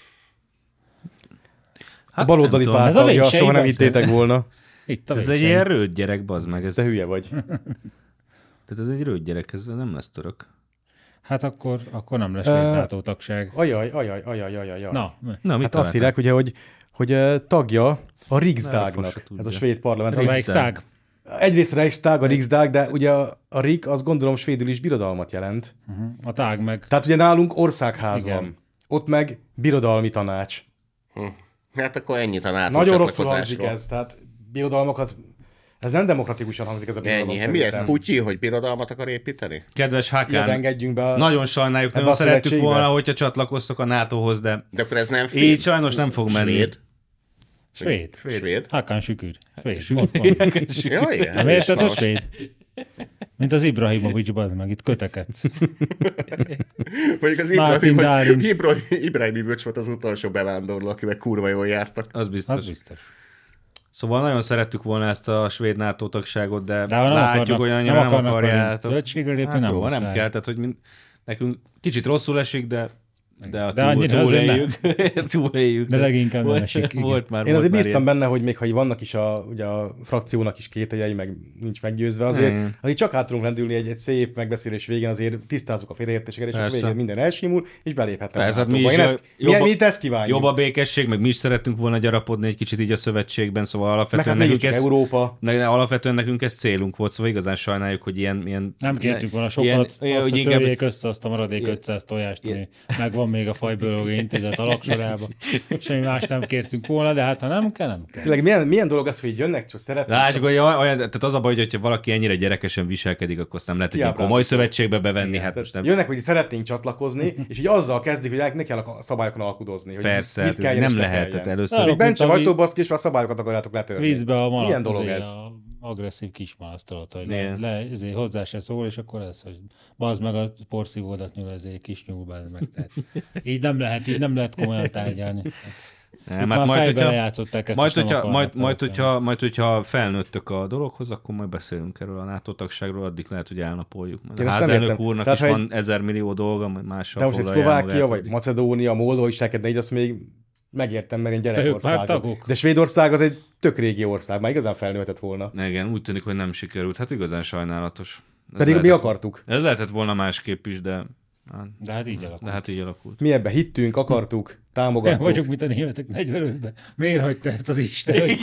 A baloldali nem tudom. Ez a pártagja, végsei, soha nem bazd hittétek meg. volna. Itt a Ez egy végsejű. ilyen rőd gyerek, bazd meg. Ez... Te hülye vagy. Tehát ez egy rőd gyerek, ez nem lesz török. Hát akkor nem lesz NATO tagság. Ajaj. Na, Na, mit Hát azt írják, ugye, hogy tagja a Riksdagnak, ez a svéd parlament. Reichstag. Egyrészt Reichstag, a Riksdag, de ugye a Rik, azt gondolom svédül is birodalmat jelent. A tág meg. Tehát ugye nálunk országház Igen. van. Ott meg birodalmi tanács. Hát akkor ennyit a NATO Nagyon rosszul csatlakozásról. hangzik ez, tehát birodalmakat, ez nem demokratikusan hangzik ez a birodalom. Ennyi. Mi ez, Putyi, hogy birodalmat akar építeni? Kedves Ilyet Hakan, engedjünk be. nagyon sajnáljuk, ebbe nagyon a szerettük szövetségbe. volna, hogyha csatlakoztok a NATO-hoz, de De akkor ez nem így sajnos nem fog menni. Svéd? Svéd. Svéd? Hakan Sükür. Svéd. Ott van. Ja, igen. Nem érted, hogy Ismerős. svéd? Mint az Ibrahimovics, bazd meg, itt Mondjuk az Martin Dahlin. Ibrahimovics volt az utolsó bevándorló, akivel kurva jól jártak. Az biztos. Az biztos. Szóval nagyon szerettük volna ezt a svéd NATO tagságot, de De ha nem látjuk, akarnak- hogy nem annyira nem akarnak akarjátok. szövetségre lépni, Hát nem jó, muszáj. nem kell, tehát hogy nekünk kicsit rosszul esik, de De annyira azért túléljük. túléljük. De leginkább nem esik, igen. Volt már, Én volt azért már bíztam ilyen. benne, hogy még ha vannak is ugye a frakciónak is kételjei, meg nincs meggyőzve, azért csak át tudunk lendülni egy szép megbeszélés végén, azért tisztázzuk a félreértéseket, és akkor Persze. végén minden elsimul, és beléphetnek. Persze, a hát mi NATO-ba. is Mi itt ezt kívánjuk. jobb a békesség, meg mi is szerettünk volna gyarapodni egy kicsit így a szövetségben, szóval Meg alapvetően, hát nekünk mégiscsak ez, Európa. alapvetően nekünk ez célunk volt, szóval igazán sajnáljuk, hogy ilyen Nem kértük volna sokat, azt, hogy hogy inkább- törjék össze azt a maradék 500 tojást, ami megvan még a Fajbiológiai Intézet alaksorába. Semmi más nem kértünk volna, de hát ha nem kell, nem kell. Tényleg milyen dolog az, hogy így jönnek, csak szeretnek. Látjuk, hogy tehát az a baj, hogyha valaki ennyire gyerekesen viselkedik, akkor azt nem lehet egy ilyen Hiába. komoly szövetségbe bevenni. Hát most nem. Jönnek, hogy szeretnénk csatlakozni, és így azzal kezdik, hogy ne kell a szabályokon alkudozni. Hogy Persze, mit hát ez kelljen, és nem ne lehet. kelljen. Tehát először Arra- Még bent sem Mint a vagytok baszki, és már a szabályokat akarjátok letörni. Vízbe a malac, Milyen dolog ez? A agresszív kismalasztalat, hogy Igen. hozzá se szól, és akkor ez, hogy bazd meg a porszívódat nyúl, ezért kis nyúl, bazd meg. Tehát így nem lehet komolyan tárgyalni. Nem, Már hát majd, fejbe hogyha, lejátszották ezt, majd, és nem hogyha, akarnak majd, hogyha felnőttök a dologhoz, akkor majd beszélünk erről a NATO tagságról, addig lehet, hogy elnapoljuk. Mert Én a ezt nem házelnök értem. úrnak Tehát, is ha van 1000 millió dolga, majd mással De most egy foglalja el Szlovákia, magát, vagy Macedónia, Moldova is elkedne így, azt még megértem, mert én ők már gyerekország. tagok. De Svédország az egy tök régi ország, már igazán felnőhetett volna. Igen, úgy tűnik, hogy nem sikerült. Hát igazán sajnálatos. Ez Pedig mi lehetett- akartuk. Ez lehetett volna másképp is, de De hát így alakult. de hát így alakult. Mi ebbe hittünk, akartuk, Olyan támogattuk. vagyunk, mint a németek 45-ben. Miért hagyta ezt az Isten? Hogy...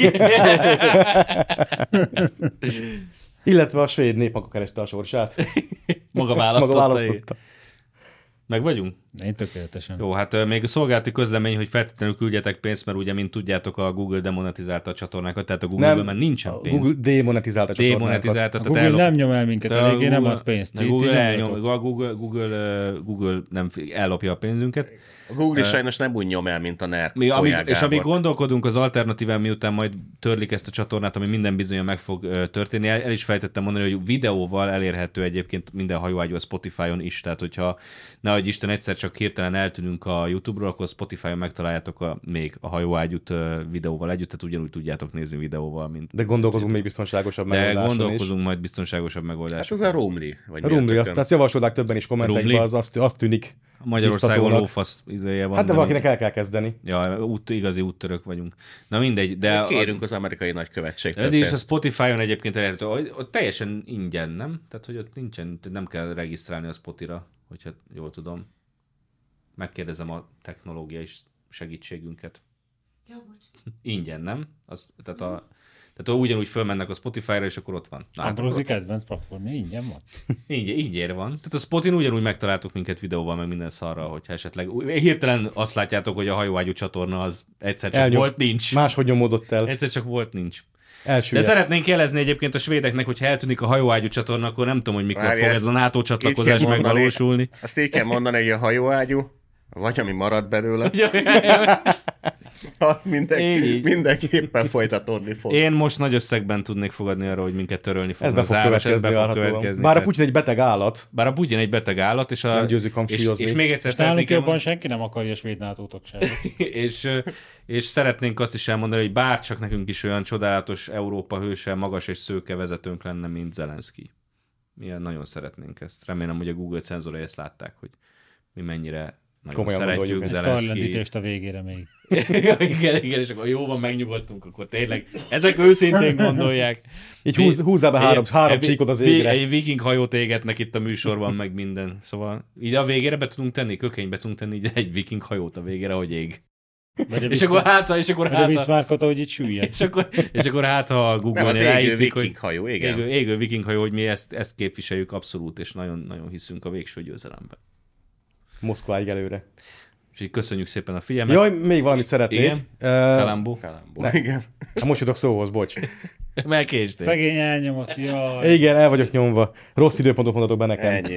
Illetve a svéd nép maga kereste a sorsát. Maga Maga választotta. választotta. Meg vagyunk? Én tökéletesen. Jó, hát még a szolgálati közlemény, hogy feltétlenül küldjetek pénzt, mert ugye, mint tudjátok, a Google demonetizálta a csatornákat, tehát a Google-ben már nincsen a pénz. Google demonetizálta a csatornákat. Demonetizálta, A tehát Google nem nyom el minket, eléggé nem ad pénzt. A Google nem ellopja a pénzünket. A Google is sajnos nem úgy nyom el, mint a NERC. És amíg gondolkodunk az alternatíván, miután majd törlik ezt a csatornát, ami minden bizonyan meg fog történni, el is fejtettem mondani, hogy videóval elérhető egyébként minden hajóágyú a Spotify-on is, tehát hogyha nehogy Isten egyszer csak hirtelen eltűnünk a YouTube-ról, akkor Spotify-on megtaláljátok még a hajóágyút videóval együtt, tehát ugyanúgy tudjátok nézni videóval, mint... De gondolkozunk még biztonságosabb megoldáson is. De gondolkozunk majd biztonságosabb megoldáson. Hát az a Rumli. A Rumli, azt javasolták többen is kommentekben, azt tűnik Magyarországon lófasz izéje van. Hát de valakinek el kell kezdeni. Ja, igazi úttörök vagyunk. Na mindegy, de... Kérünk az amerikai nagykövetségtől. És a Spotify-on egyébként elérhető, ott teljesen ingyen, nem? Tehát, hogy ott nem kell regisztrálni a Spotira, hogyha jól tudom. Megkérdezem a technológiai segítségünket. Ingyen, nem? Tehát ugyanúgy fölmennek a Spotify-ra, és akkor ott van. Ambrózi kedvenc platformja ingyen van. Ingyen van. Tehát a Spotin ugyanúgy megtaláltok minket videóval, meg minden szarra, hogyha esetleg hirtelen azt látjátok, hogy a hajóágyú csatorna az egyszer csak volt, nincs. Máshogy nyomódott el. Egyszer csak volt, nincs. Elsüllyedt. De szeretnénk jelezni egyébként a svédeknek, hogy ha eltűnik a hajóágyú csatorna, akkor nem tudom, hogy mikor fog ez a NATO csatlakozás megvalósulni. Azt így kell mondani, hogy a hajóágyú, vagy ami marad belőle, mindenképpen folytatódni fog. Én most nagy összegben tudnék fogadni arra, hogy minket törölni fog. Ez be fog következni. Bár a Putyin egy beteg állat. És nem győzzük hangsúlyozni. És még egyszer szeretnénk jobban senki nem akarja a svéd NATO tagságot. és szeretnénk azt is elmondani, hogy bárcsak nekünk is olyan csodálatos Európa hőse, magas és szőke vezetőnk lenne, mint Zelenszky. Milyen nagyon szeretnénk ezt. Remélem, hogy a Google cenzorai ezt látták, hogy mi mennyire nagyon szeretjük Zelenszky. Karlendítést a végére még. igen, és akkor jóban megnyugodtunk, akkor tényleg. Ezek őszintén gondolják. Így húzzál be három csíkot az égre. Egy viking hajót égetnek itt a műsorban, meg minden. Szóval így a végére be tudunk tenni, kökénybe tudunk tenni egy viking hajót a végére, hogy ég. És akkor hátra... a Bismarckot, ahogy itt süllyed. És akkor ha a Google-nél elhiszik, hogy... Hajó, igen. Égő viking hajó, hogy mi ezt képviseljük abszolút, és nagyon, nagyon hiszünk a végső győzelemben. Moszkváig előre. És így köszönjük szépen a figyelmet. Jaj, még valamit szeretnék. Igen? Kalambó. Igen. Most jutok szóhoz, bocs. Megkéstél. Szegény elnyomott, jaj. Igen, el vagyok nyomva. Rossz időpontot mondatok be nekem. Ennyi.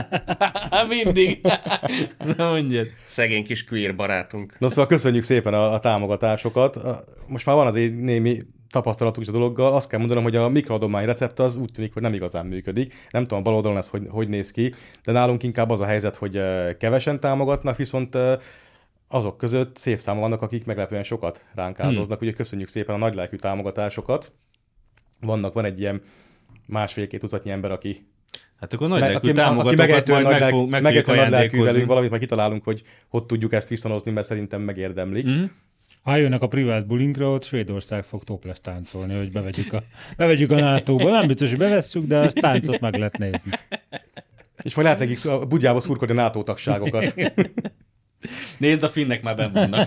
Mindig. Na mondjad. Szegény kis queer barátunk. No, szóval köszönjük szépen a támogatásokat. Most már van azért némi tapasztalatunk is a dologgal. Azt kell mondanom, hogy a mikroadomány recept az úgy tűnik, hogy nem igazán működik. Nem tudom, a bal oldalon ez hogy néz ki, de nálunk inkább az a helyzet, hogy kevesen támogatnak, viszont azok között szép számon vannak, akik meglepően sokat ránk áldoznak. Úgyhogy köszönjük szépen a nagylelkű támogatásokat. Van egy ilyen 1,5-2 tucatnyi ember, aki hát akkor nagylelkű támogatókat majd meg fogjuk ajándékozni. Valamit majd kitalálunk, hogy tudjuk ezt viszonozni, mert szerintem megérdemlik. Ha jönnek a privát bullinkra, ott Svédország fog topless táncolni, hogy bevegyük a NATO-ba. Nem biztos, hogy bevesszük, de a táncot meg lehet nézni. És majd lehet nekik a budjába szurkolni a NATO tagságokat. Nézd, a finnek már benn vannak.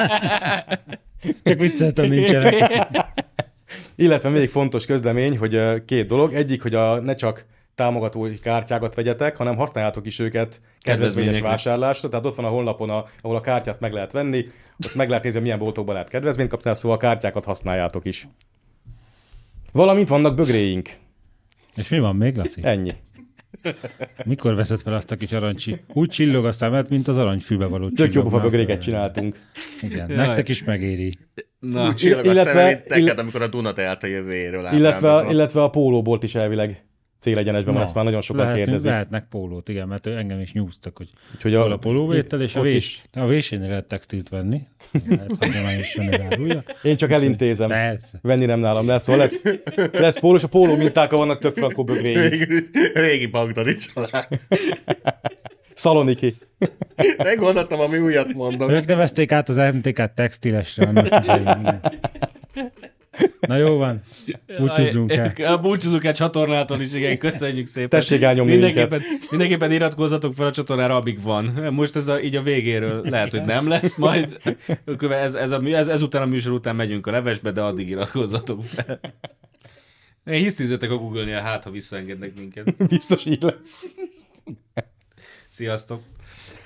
Csak vicceltem, nincsenek. Illetve még fontos közlemény, hogy 2 dolog. Egyik, hogy ne csak támogatói kártyákat vegyetek, hanem használjátok is őket kedvezményes vásárlásra. Tehát ott van a honlapon, ahol a kártyát meg lehet venni, ott meg lehet nézni, milyen boltokban lehet kedvezményt kapni, szóval a kártyákat használjátok is. Valamint vannak bögréink. És mi van még, Laci? Ennyi. Mikor veszed fel azt a kis arancsi? Úgy csillog a szemed, mint az aranyfűbe való tök jobb a bögréket csináltunk. Igen, nektek is megéri. Úgy csillog a szemed, neked, amikor a Dunadelt a jövőjéről illetve a pólóbolt is elvileg célegyenesben van, ezt már nagyon sokan kérdezik. Lehetnek pólót, igen, mert engem is nyúztak, hogy hol a pólóvétel, és a vésénél lehet textilt venni. Lehet hagyományosan elárulja. Én csak elintézem. Persze. Venni nem nálam lehet, szóval lesz póló, és a póló mintáka vannak tök frankó bögréink. Régi bagdadi család. Szaloniki. Meggondoltam, ami újat mondok. Ők nevezték át az MTK-t textilesre. Na jó van, búcsúzzunk el. Búcsúzzunk el csatornától is, igen, köszönjük szépen. Tessék elnyomni mindenképpen iratkozzatok fel a csatornára, amíg van. Most így a végéről lehet, hogy nem lesz majd. Ezután a műsor után megyünk a levesbe, de addig iratkozzatok fel. Hisztizetek a Google-nél, ha visszaengednek minket. Biztos így lesz. Sziasztok!